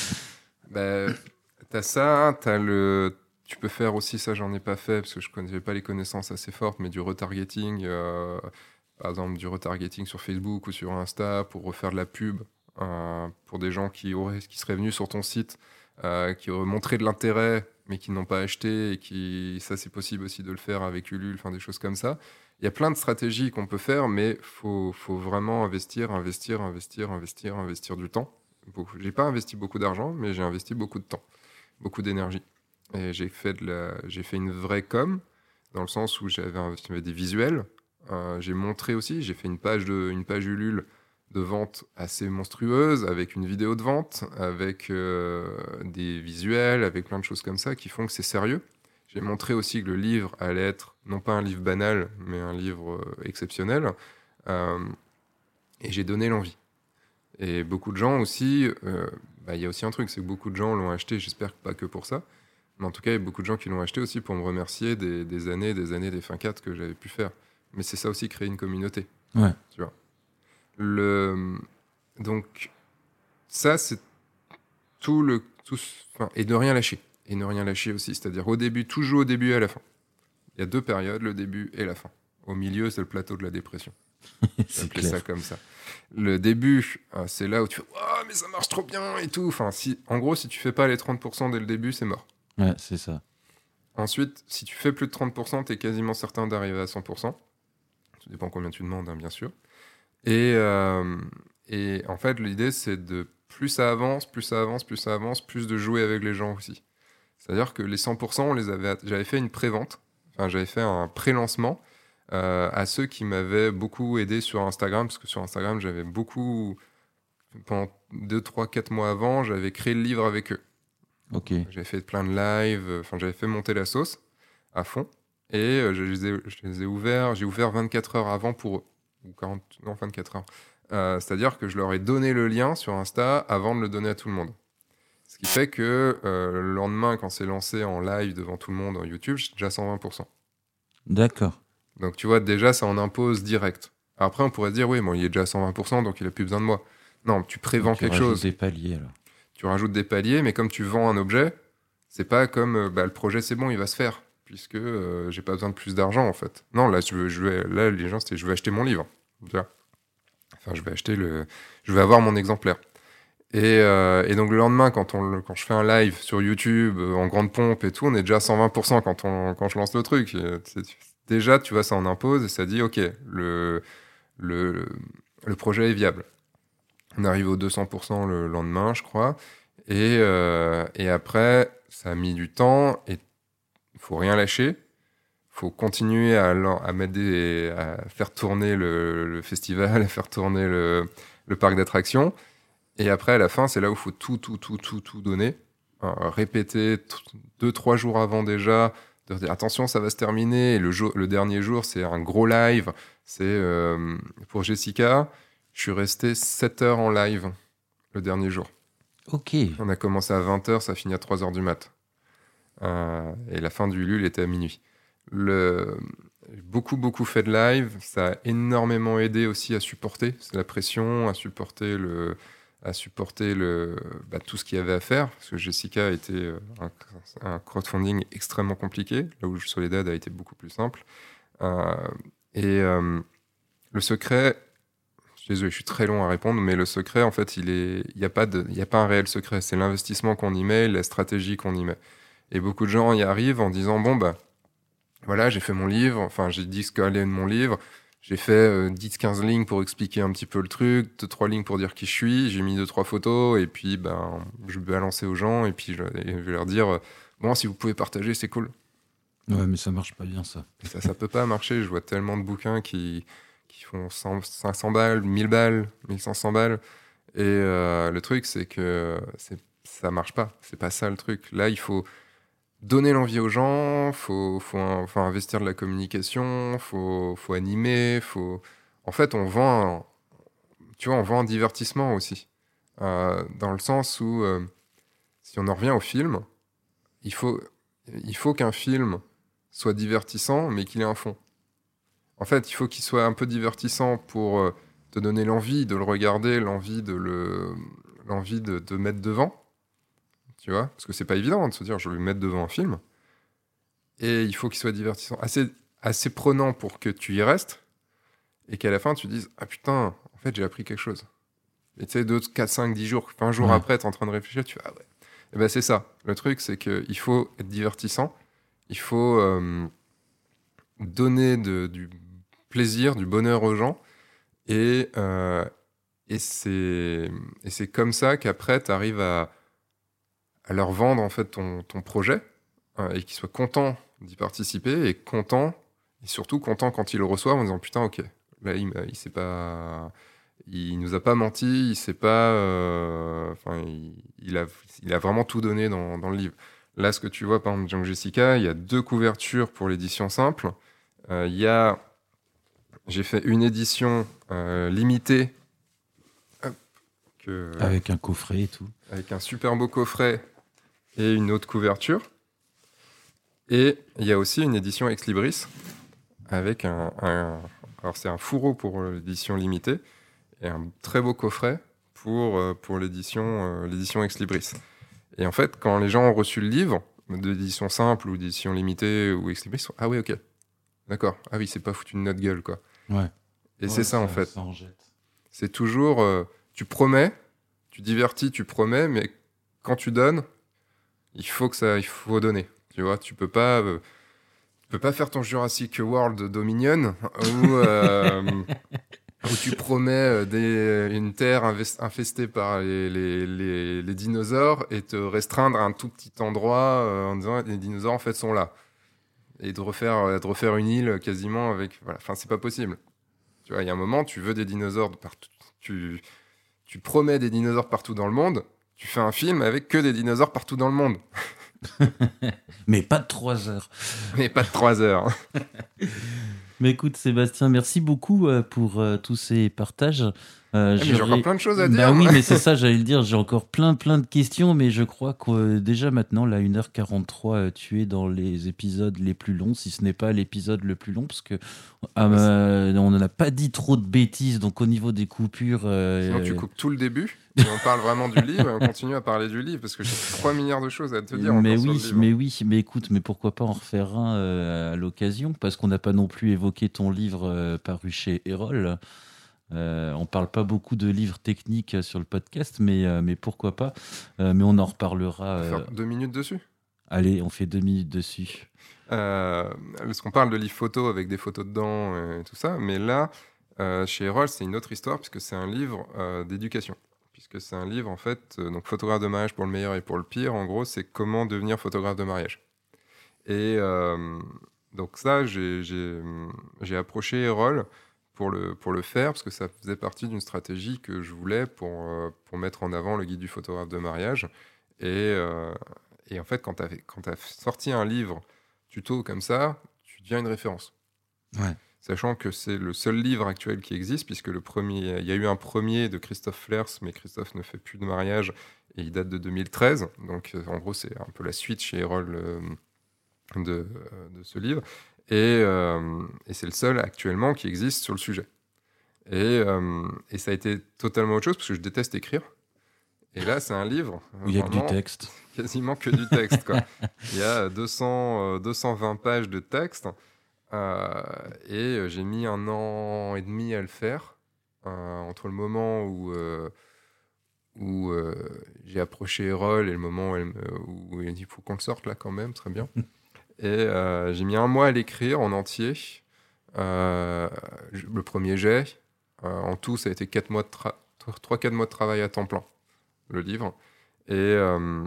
Bah, t'as ça, t'as le... tu peux faire aussi, ça j'en ai pas fait, parce que je n'avais pas les connaissances assez fortes, mais du retargeting, euh, par exemple du retargeting sur Facebook ou sur Insta, pour refaire de la pub, euh, pour des gens qui, auraient, qui seraient venus sur ton site, euh, qui auraient montré de l'intérêt, mais qui n'ont pas acheté, et qui, ça c'est possible aussi de le faire avec Ulule, enfin des choses comme ça. Il y a plein de stratégies qu'on peut faire, mais il faut, faut vraiment investir, investir, investir, investir, investir du temps. Beaucoup. J'ai pas investi beaucoup d'argent, mais j'ai investi beaucoup de temps, beaucoup d'énergie. Et j'ai fait, de la... j'ai fait une vraie com, dans le sens où j'avais, un... j'avais des visuels. Euh, j'ai montré aussi, j'ai fait une page, de... une page Ulule de vente assez monstrueuse, avec une vidéo de vente, avec euh, des visuels, avec plein de choses comme ça qui font que c'est sérieux. J'ai montré aussi que le livre allait être, non pas un livre banal, mais un livre euh, exceptionnel. Euh, et j'ai donné l'envie. Et beaucoup de gens aussi, il euh, bah, y a aussi un truc, c'est que beaucoup de gens l'ont acheté, j'espère pas que pour ça, mais en tout cas, il y a beaucoup de gens qui l'ont acheté aussi pour me remercier des, des années, des années des fin quatre que j'avais pu faire. Mais c'est ça aussi, créer une communauté. Ouais. Tu vois. Le... Donc, ça, c'est tout le... Tout... Enfin, et de rien lâcher. Et ne rien lâcher aussi, c'est-à-dire au début, toujours au début et à la fin. Il y a deux périodes, le début et la fin. Au milieu, c'est le plateau de la dépression. C'est Appeler clair. ça comme ça. Le début, euh, c'est là où tu fais oh, mais ça marche trop bien et tout. Enfin, si, en gros, si tu fais pas les trente pour cent dès le début, c'est mort. Ouais, c'est ça. Ensuite, si tu fais plus de trente pour cent, tu es quasiment certain d'arriver à cent pour cent. Ça dépend combien tu demandes, hein, bien sûr. Et, euh, et en fait, l'idée, c'est de plus ça avance, plus ça avance, plus ça avance, plus de jouer avec les gens aussi. C'est-à-dire que les cent pour cent, on les avait, j'avais fait une pré-vente, enfin, j'avais fait un pré-lancement euh, à ceux qui m'avaient beaucoup aidé sur Instagram, parce que sur Instagram, j'avais beaucoup, pendant deux, trois, quatre mois avant, j'avais créé le livre avec eux. Ok. J'avais fait plein de lives, enfin, j'avais fait monter la sauce à fond, et euh, je, les ai, je les ai ouverts, j'ai ouvert vingt-quatre heures avant pour eux, ou quarante, non, vingt-quatre heures. Euh, c'est-à-dire que je leur ai donné le lien sur Insta avant de le donner à tout le monde. Ce qui fait que euh, le lendemain, quand c'est lancé en live devant tout le monde en YouTube, j'ai déjà cent vingt pour cent. D'accord. Donc tu vois, déjà, ça en impose direct. Après, on pourrait se dire, oui, bon, il est déjà à cent vingt pour cent, donc il n'a plus besoin de moi. Non, tu prévends Donc, tu quelque rajoutes chose. des paliers, alors. Tu rajoutes des paliers, mais comme tu vends un objet, c'est pas comme euh, bah, le projet, c'est bon, il va se faire, puisque euh, j'ai pas besoin de plus d'argent, en fait. Non, là, je veux, je veux, là les gens, c'était je veux acheter mon livre. Tu vois. Enfin, je vais acheter le... Je vais avoir mon exemplaire. Et, euh, et donc le lendemain, quand, on, quand je fais un live sur YouTube euh, en grande pompe et tout, on est déjà à cent vingt pour cent quand, on, quand je lance le truc. Et, c'est, déjà, tu vois, ça en impose et ça dit, ok, le, le, le projet est viable. On arrive aux deux cents pour cent le lendemain, je crois. Et, euh, et après, ça a mis du temps et il faut rien lâcher. Il faut continuer à, à, mettre des, à faire tourner le, le festival, à faire tourner le, le parc d'attractions. Et après, à la fin, c'est là où il faut tout, tout, tout, tout, tout donner. Euh, répéter t- deux, trois jours avant déjà, de dire attention, ça va se terminer. Et le, jour, le dernier jour, c'est un gros live. C'est euh, pour Jessica, je suis resté sept heures en live le dernier jour. Ok. On a commencé à vingt heures, ça finit à trois heures du mat. Euh, et la fin du Ulule était à minuit. Le... Beaucoup, beaucoup fait de live. Ça a énormément aidé aussi à supporter la pression, à supporter le... à supporter le, bah, tout ce qu'il y avait à faire, parce que Jessica était euh, un, un crowdfunding extrêmement compliqué, là où Soledad a été beaucoup plus simple. Euh, Et euh, le secret, je suis désolé, je suis très long à répondre, mais le secret, en fait, il est, il n'y a pas de, il y a pas un réel secret. C'est l'investissement qu'on y met, la stratégie qu'on y met. Et beaucoup de gens y arrivent en disant, bon, bah, voilà, j'ai fait mon livre, enfin, j'ai dit ce qu'allait mon livre, j'ai fait euh, dix quinze lignes pour expliquer un petit peu le truc, deux trois lignes pour dire qui je suis, j'ai mis deux trois photos, et puis, ben, je vais balancer aux gens, et puis je, et je vais leur dire, euh, bon, si vous pouvez partager, c'est cool. Ouais, mais ça marche pas bien, ça. Et ça, ça peut pas marcher. Je vois tellement de bouquins qui, qui font cent, cinq cents balles, mille balles, mille cinq cents balles. Et euh, le truc, c'est que c'est, ça marche pas. C'est pas ça le truc. Là, il faut donner l'envie aux gens, faut, faut, un- faut investir de la communication, faut, faut animer, faut... En fait, on vend, un, tu vois, on vend un divertissement aussi. Euh, dans le sens où, euh, si on en revient au film, il faut, il faut qu'un film soit divertissant, mais qu'il ait un fond. En fait, il faut qu'il soit un peu divertissant pour euh, te donner l'envie de le regarder, l'envie de le, l'envie de te mettre devant, tu vois, parce que c'est pas évident de se dire je vais me mettre devant un film. Et il faut qu'il soit divertissant, assez, assez prenant pour que tu y restes, et qu'à la fin tu dises ah putain, en fait j'ai appris quelque chose. Et tu sais, deux, quatre, cinq, dix jours, vingt jours Ouais. après, t'es en train de réfléchir, tu fais ah ouais. Et ben c'est ça. Le truc, c'est qu'il faut être divertissant. Il faut euh, donner de, du plaisir, du bonheur aux gens. Et, euh, et, c'est, et c'est comme ça qu'après, tu arrives à, à leur vendre en fait, ton, ton projet euh, et qu'ils soient contents d'y participer et contents, et surtout contents quand ils le reçoivent en disant putain, ok, là, il, m'a- il s'est pas. Il nous a pas menti, il s'est pas. euh, Enfin, il, il a, il a vraiment tout donné dans, dans le livre. Là, ce que tu vois, par exemple, Young Jessica, il y a deux couvertures pour l'édition simple. Euh, Il y a, j'ai fait une édition euh, limitée hop, que, Avec un coffret et tout. avec un super beau coffret et une autre couverture. Et il y a aussi une édition Ex Libris avec un, un- alors c'est un fourreau pour euh, l'édition limitée et un très beau coffret pour, euh, pour l'édition, euh, l'édition Ex Libris. Et en fait, quand les gens ont reçu le livre, d'édition simple ou d'édition limitée ou Ex Libris, ils sont, ah oui, ok, d'accord, ah oui, c'est pas foutu de notre gueule, quoi. Ouais. Et Ouais, c'est ça, en fait. Ça en jette. C'est toujours, euh, tu promets, tu divertis, tu promets, mais quand tu donnes, il faut que ça, il faut donner. Tu vois, tu peux pas, euh, tu peux pas faire ton Jurassic World Dominion où, euh, où tu promets euh, des, une terre inves- infestée par les, les, les, les dinosaures et te restreindre à un tout petit endroit euh, en disant les dinosaures en fait sont là et de refaire, de refaire une île quasiment avec, voilà, enfin c'est pas possible. Tu vois, il y a un moment, tu veux des dinosaures de partout, tu, tu promets des dinosaures partout dans le monde, tu fais un film avec que des dinosaures partout dans le monde. Mais pas de trois heures. Mais pas de trois heures. Mais écoute, Sébastien, merci beaucoup euh, pour euh, tous ces partages. Euh, Ah, mais j'ai j'aurais- encore plein de choses à Bah dire. oui, mais c'est ça, j'allais le dire. J'ai encore plein, plein de questions, mais je crois que euh, déjà maintenant, là, une heure quarante-trois, euh, tu es dans les épisodes les plus longs, si ce n'est pas l'épisode le plus long, parce que euh, on n'en a pas dit trop de bêtises, donc au niveau des coupures. euh, Sinon, tu coupes tout le début et on parle vraiment du livre et on continue à parler du livre parce que j'ai trois milliards de choses à te dire. mais encore sur oui, le livre. mais oui, mais écoute, mais pourquoi pas en refaire un euh, à l'occasion, parce qu'on n'a pas non plus évoqué ton livre euh, paru chez Erol. Euh, on parle pas beaucoup de livres techniques sur le podcast, mais, euh, mais pourquoi pas. Euh, mais on en reparlera. On va euh, faire deux minutes dessus. Allez, on fait deux minutes dessus. Euh, parce qu'on parle de livres photos avec des photos dedans et tout ça, mais là, euh, chez Erol, c'est une autre histoire puisque c'est un livre euh, d'éducation. Puisque c'est un livre, en fait, euh, donc photographe de mariage pour le meilleur et pour le pire, en gros, c'est comment devenir photographe de mariage. Et euh, donc ça, j'ai, j'ai, j'ai approché Erol pour le, pour le faire, parce que ça faisait partie d'une stratégie que je voulais pour, euh, pour mettre en avant le guide du photographe de mariage. Et, euh, et en fait, quand tu as sorti un livre tuto comme ça, tu deviens une référence. Ouais. Sachant que c'est le seul livre actuel qui existe, puisque le premier, il y a eu un premier de Christophe Flers, mais Christophe ne fait plus de mariage, et il date de deux mille treize. Donc, euh, en gros, c'est un peu la suite chez Erol euh, de, euh, de ce livre. Et, euh, et c'est le seul actuellement qui existe sur le sujet. Et, euh, et ça a été totalement autre chose, parce que je déteste écrire. Et là, c'est un livre. Où il y a que du vraiment, texte. Quasiment que du texte, quoi. Il y a deux cents, euh, deux cent vingt pages de texte Euh, et j'ai mis un an et demi à le faire, euh, entre le moment où, euh, où euh, j'ai approché Erol et le moment où, elle me, où il a dit il faut qu'on le sorte là quand même, très bien. Et euh, j'ai mis un mois à l'écrire en entier. Euh, le premier jet, euh, en tout, ça a été quatre mois de tra- trois quatre mois de travail à temps plein, le livre. Et euh,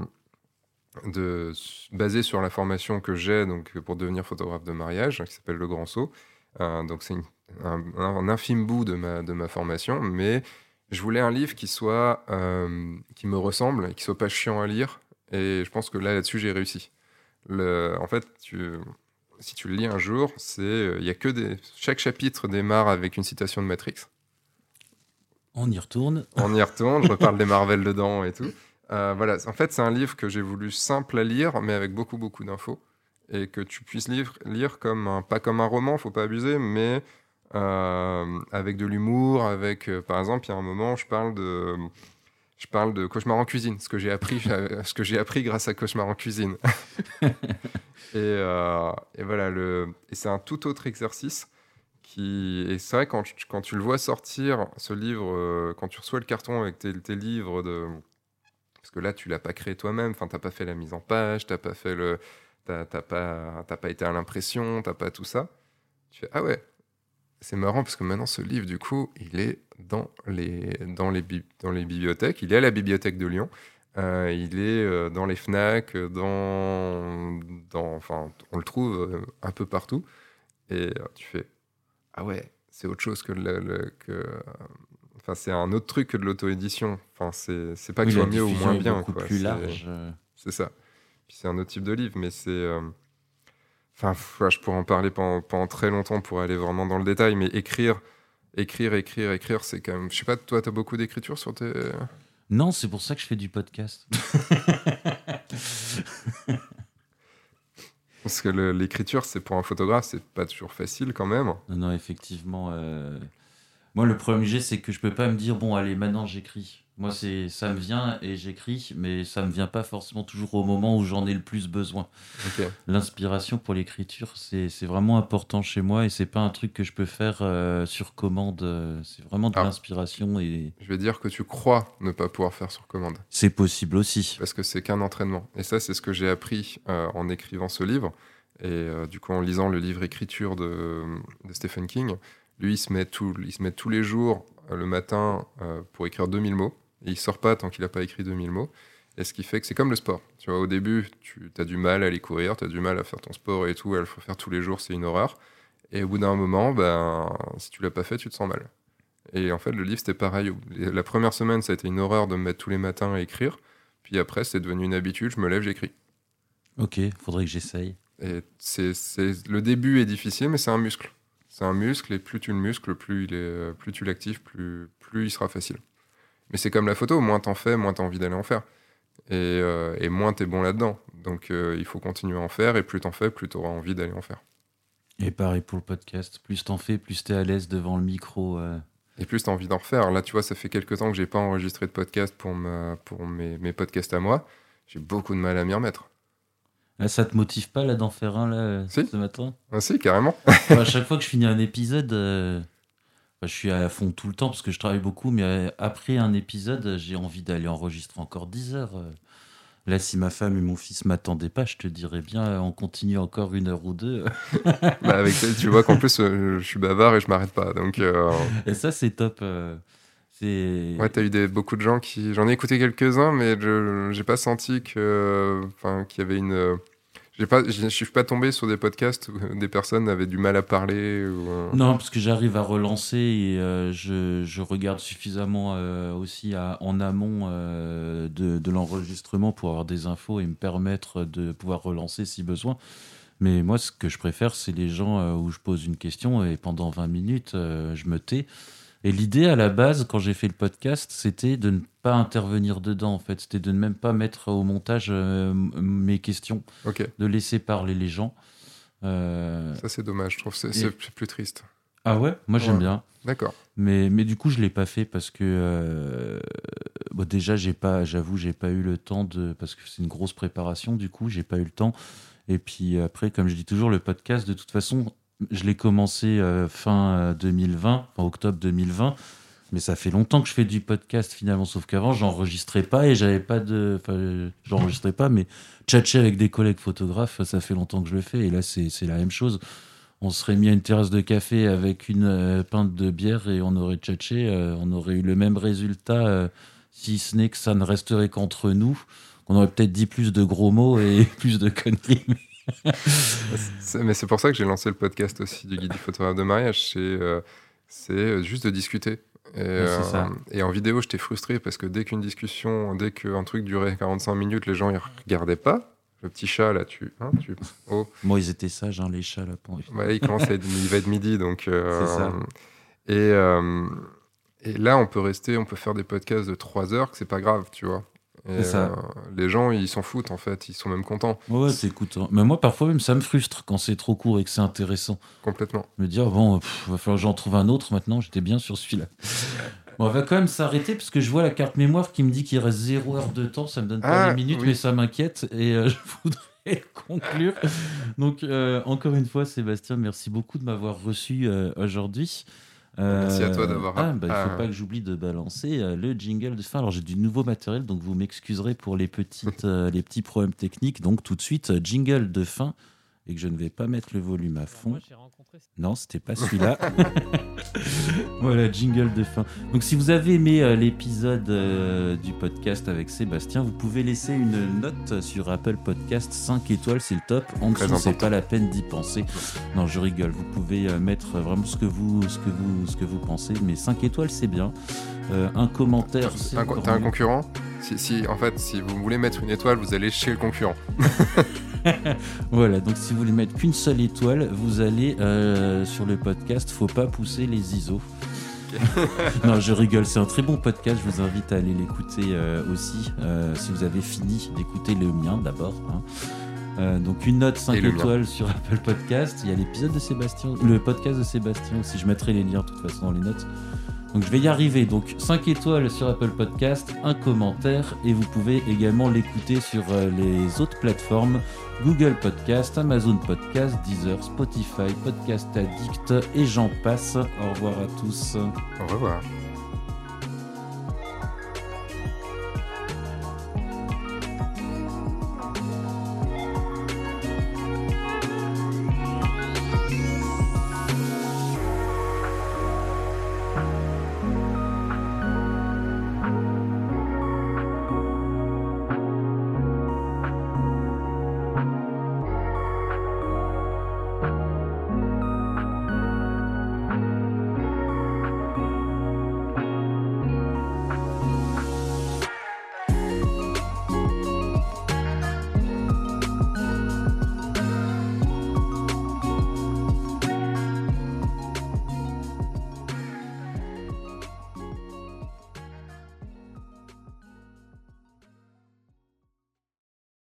de, basé sur la formation que j'ai donc, pour devenir photographe de mariage, qui s'appelle Le Grand Saut. Euh, donc c'est une, un, un infime bout de ma, de ma formation, mais je voulais un livre qui, soit, euh, qui me ressemble et qui soit pas chiant à lire. Et je pense que là, là-dessus, j'ai réussi. Le, en fait, tu, si tu le lis un jour, c'est, il y a que des, chaque chapitre démarre avec une citation de Matrix. On y retourne. On y retourne, je reparle des Marvel dedans et tout. Euh, voilà, en fait, c'est un livre que j'ai voulu simple à lire, mais avec beaucoup, beaucoup d'infos. Et que tu puisses lire, lire comme un, pas comme un roman, faut pas abuser, mais euh, avec de l'humour, avec, euh, par exemple, il y a un moment, je parle de, je parle de Cauchemar en cuisine, ce que j'ai appris, ce que j'ai appris grâce à Cauchemar en cuisine. et, euh, et voilà, le, et c'est un tout autre exercice. Qui... Et c'est vrai, quand tu, quand tu le vois sortir, ce livre, euh, quand tu reçois le carton avec tes, tes livres de... Parce que là, tu l'as pas créé toi-même, enfin, t'as pas fait la mise en page, t'as pas fait le... T'as, t'as pas, t'as pas été à l'impression, t'as pas tout ça. Tu fais, ah ouais, c'est marrant, parce que maintenant, ce livre, du coup, il est dans les, dans les, bi... dans les bibliothèques, il est à la bibliothèque de Lyon, euh, il est euh, dans les Fnac, dans... dans... Enfin, on le trouve euh, un peu partout, et euh, tu fais... Ah ouais, c'est autre chose que le, le que enfin c'est un autre truc que de l'auto-édition. Enfin c'est c'est pas que Oui, ce soit la mieux ou diffusion moins est bien beaucoup quoi. plus C'est, large. c'est ça. Puis c'est un autre type de livre, mais c'est euh... enfin pff, ouais, je pourrais en parler pendant, pendant très longtemps pour aller vraiment dans le détail, mais écrire écrire écrire écrire c'est quand même, je sais pas, toi t'as beaucoup d'écriture sur tes... Non, c'est pour ça que je fais du podcast. Parce que le, l'écriture, c'est pour un photographe, c'est pas toujours facile quand même. Non, non, effectivement. Euh... Moi, le problème que j'ai, c'est que je peux pas me dire, bon, allez, maintenant j'écris. Moi, c'est, ça me vient et j'écris, mais ça me vient pas forcément toujours au moment où j'en ai le plus besoin. Okay. L'inspiration pour l'écriture, c'est, c'est vraiment important chez moi et c'est pas un truc que je peux faire euh, sur commande. C'est vraiment de Alors, l'inspiration et... Je vais dire que tu crois ne pas pouvoir faire sur commande. C'est possible aussi. Parce que c'est qu'un entraînement. Et ça, c'est ce que j'ai appris euh, en écrivant ce livre. Et euh, du coup, en lisant le livre Écriture de, de Stephen King, lui, il se met, tout, il se met tous les jours, euh, le matin, euh, pour écrire deux mille mots. Et il sort pas tant qu'il n'a pas écrit deux mille mots. Et ce qui fait que c'est comme le sport. Tu vois, au début, tu as du mal à aller courir, tu as du mal à faire ton sport et tout, à le faire tous les jours, c'est une horreur. Et au bout d'un moment, ben, si tu l'as pas fait, tu te sens mal. Et en fait, le livre, c'était pareil. La première semaine, ça a été une horreur de me mettre tous les matins à écrire. Puis après, c'est devenu une habitude. Je me lève, j'écris. Ok, faudrait que j'essaye. Et c'est, c'est... le début est difficile, mais c'est un muscle. C'est un muscle, et plus tu le muscles, plus, il est... plus tu l'actives, plus... plus il sera facile. Mais c'est comme la photo, moins t'en fais, moins t'as envie d'aller en faire. Et, euh, et moins t'es bon là-dedans. Donc euh, il faut continuer à en faire, et plus t'en fais, plus t'auras envie d'aller en faire. Et pareil pour le podcast. Plus t'en fais, plus t'es à l'aise devant le micro. Euh... Et plus t'as envie d'en refaire. Là, tu vois, ça fait quelques temps que j'ai pas enregistré de podcast pour, ma... pour mes... mes podcasts à moi. J'ai beaucoup de mal à m'y remettre. Là, ça te motive pas là d'en faire un là si. ce matin? Ah si, carrément. À chaque fois que je finis un épisode, euh, bah, je suis à fond tout le temps parce que je travaille beaucoup, mais après un épisode, j'ai envie d'aller enregistrer encore dix heures. Là, si ma femme et mon fils m'attendaient pas, je te dirais bien, on continue encore une heure ou deux. Bah avec ça, tu vois qu'en plus, euh, je suis bavard et je m'arrête pas. Donc, euh... Et ça, c'est top. Euh, c'est... Ouais, t'as eu des, beaucoup de gens qui... J'en ai écouté quelques-uns, mais je j'ai pas senti que, enfin, qu'il y avait une... J'ai pas, je suis pas tombé sur des podcasts où des personnes avaient du mal à parler. Ou... Non, parce que j'arrive à relancer et euh, je, je regarde suffisamment euh, aussi à, en amont euh, de, de l'enregistrement pour avoir des infos et me permettre de pouvoir relancer si besoin. Mais moi, ce que je préfère, c'est les gens euh, où je pose une question et pendant vingt minutes, euh, je me tais. Et l'idée, à la base, quand j'ai fait le podcast, c'était de ne pas intervenir dedans, en fait. C'était de ne même pas mettre au montage euh, mes questions, okay. De laisser parler les gens. Euh... Ça, c'est dommage, je trouve que c'est, Et... c'est plus triste. Ah ouais? Moi, j'aime ouais. bien. D'accord. Mais, mais du coup, je ne l'ai pas fait parce que... Euh... Bon, déjà, j'ai pas, j'avoue, j'ai pas eu le temps de... Parce que c'est une grosse préparation, du coup, j'ai pas eu le temps. Et puis après, comme je dis toujours, le podcast, de toute façon... je l'ai commencé euh, fin euh, deux mille vingt, en octobre deux mille vingt. Mais ça fait longtemps que je fais du podcast finalement, sauf qu'avant j'enregistrais pas et j'avais pas de, enfin j'enregistrais pas, mais tchatcher avec des collègues photographes, ça fait longtemps que je le fais et là c'est c'est la même chose. On serait mis à une terrasse de café avec une euh, pinte de bière et on aurait tchatché, euh, on aurait eu le même résultat, euh, si ce n'est que ça ne resterait qu'entre nous. On aurait peut-être dit plus de gros mots et plus de conneries. c'est, mais c'est pour ça que j'ai lancé le podcast aussi du guide du photographe de mariage. C'est, euh, c'est juste de discuter. Et, Ouais, c'est ça. euh, et en vidéo, j'étais frustré parce que dès qu'une discussion, dès qu'un truc durait quarante-cinq minutes, les gens ils regardaient pas. Le petit chat là, tu, hein, tu, oh, Moi, ils étaient sages, hein, les chats là. Pour... ouais, il commence à être, il va être midi, donc. euh, C'est ça. Et euh, et là, on peut rester, on peut faire des podcasts de trois heures, que c'est pas grave, tu vois. Et, C'est ça. euh, les gens, ils s'en foutent en fait, ils sont même contents, Ouais, ouais, t'écoutes. Hein. Mais moi, parfois même, ça me frustre quand c'est trop court et que c'est intéressant. complètement. Me dire, bon, pff, va falloir que j'en trouve un autre maintenant, j'étais bien sur celui-là. Bon, on va quand même s'arrêter parce que je vois la carte mémoire qui me dit qu'il reste zéro heure de temps. Ça me donne pas Ah, les minutes, oui. mais ça m'inquiète et euh, je voudrais conclure. Donc, euh, encore une fois, Sébastien, merci beaucoup de m'avoir reçu euh, aujourd'hui. Euh, Merci à toi d'avoir- Ah, bah, il ah. faut pas que j'oublie de balancer euh, le jingle de fin. Alors, j'ai du nouveau matériel, donc vous m'excuserez pour les, petites, euh, les petits problèmes techniques. Donc, tout de suite, euh, jingle de fin. Et que je ne vais pas mettre le volume à fond. Moi, j'ai rencontré... Non, c'était pas celui-là. Voilà, jingle de fin. Donc, si vous avez aimé euh, l'épisode euh, du podcast avec Sébastien, vous pouvez laisser une note sur Apple Podcast. cinq étoiles, c'est le top. En Très dessous, c'est important. pas la peine d'y penser. Non, je rigole. Vous pouvez euh, mettre vraiment ce que vous, ce que vous, ce que vous pensez. Mais cinq étoiles, c'est bien. Euh, un commentaire, c'est Un- encore T'as un mieux. concurrent si, si, en fait, si vous voulez mettre une étoile, vous allez chez le concurrent. Voilà, donc si vous voulez mettre qu'une seule étoile, vous allez euh, sur le podcast. Faut pas pousser les I S O. Non, je rigole, c'est un très bon podcast. Je vous invite à aller l'écouter euh, aussi, euh, si vous avez fini d'écouter le mien d'abord. Hein. Euh, donc une note cinq Et le mien. étoiles sur Apple Podcast. Il y a l'épisode de Sébastien, le podcast de Sébastien aussi. Je mettrai les liens de toute façon dans les notes. Donc je vais y arriver. Donc cinq étoiles sur Apple Podcast, un commentaire et vous pouvez également l'écouter sur euh, les autres plateformes Google Podcast, Amazon Podcast, Deezer, Spotify, Podcast Addict et j'en passe. Au revoir à tous. Au revoir.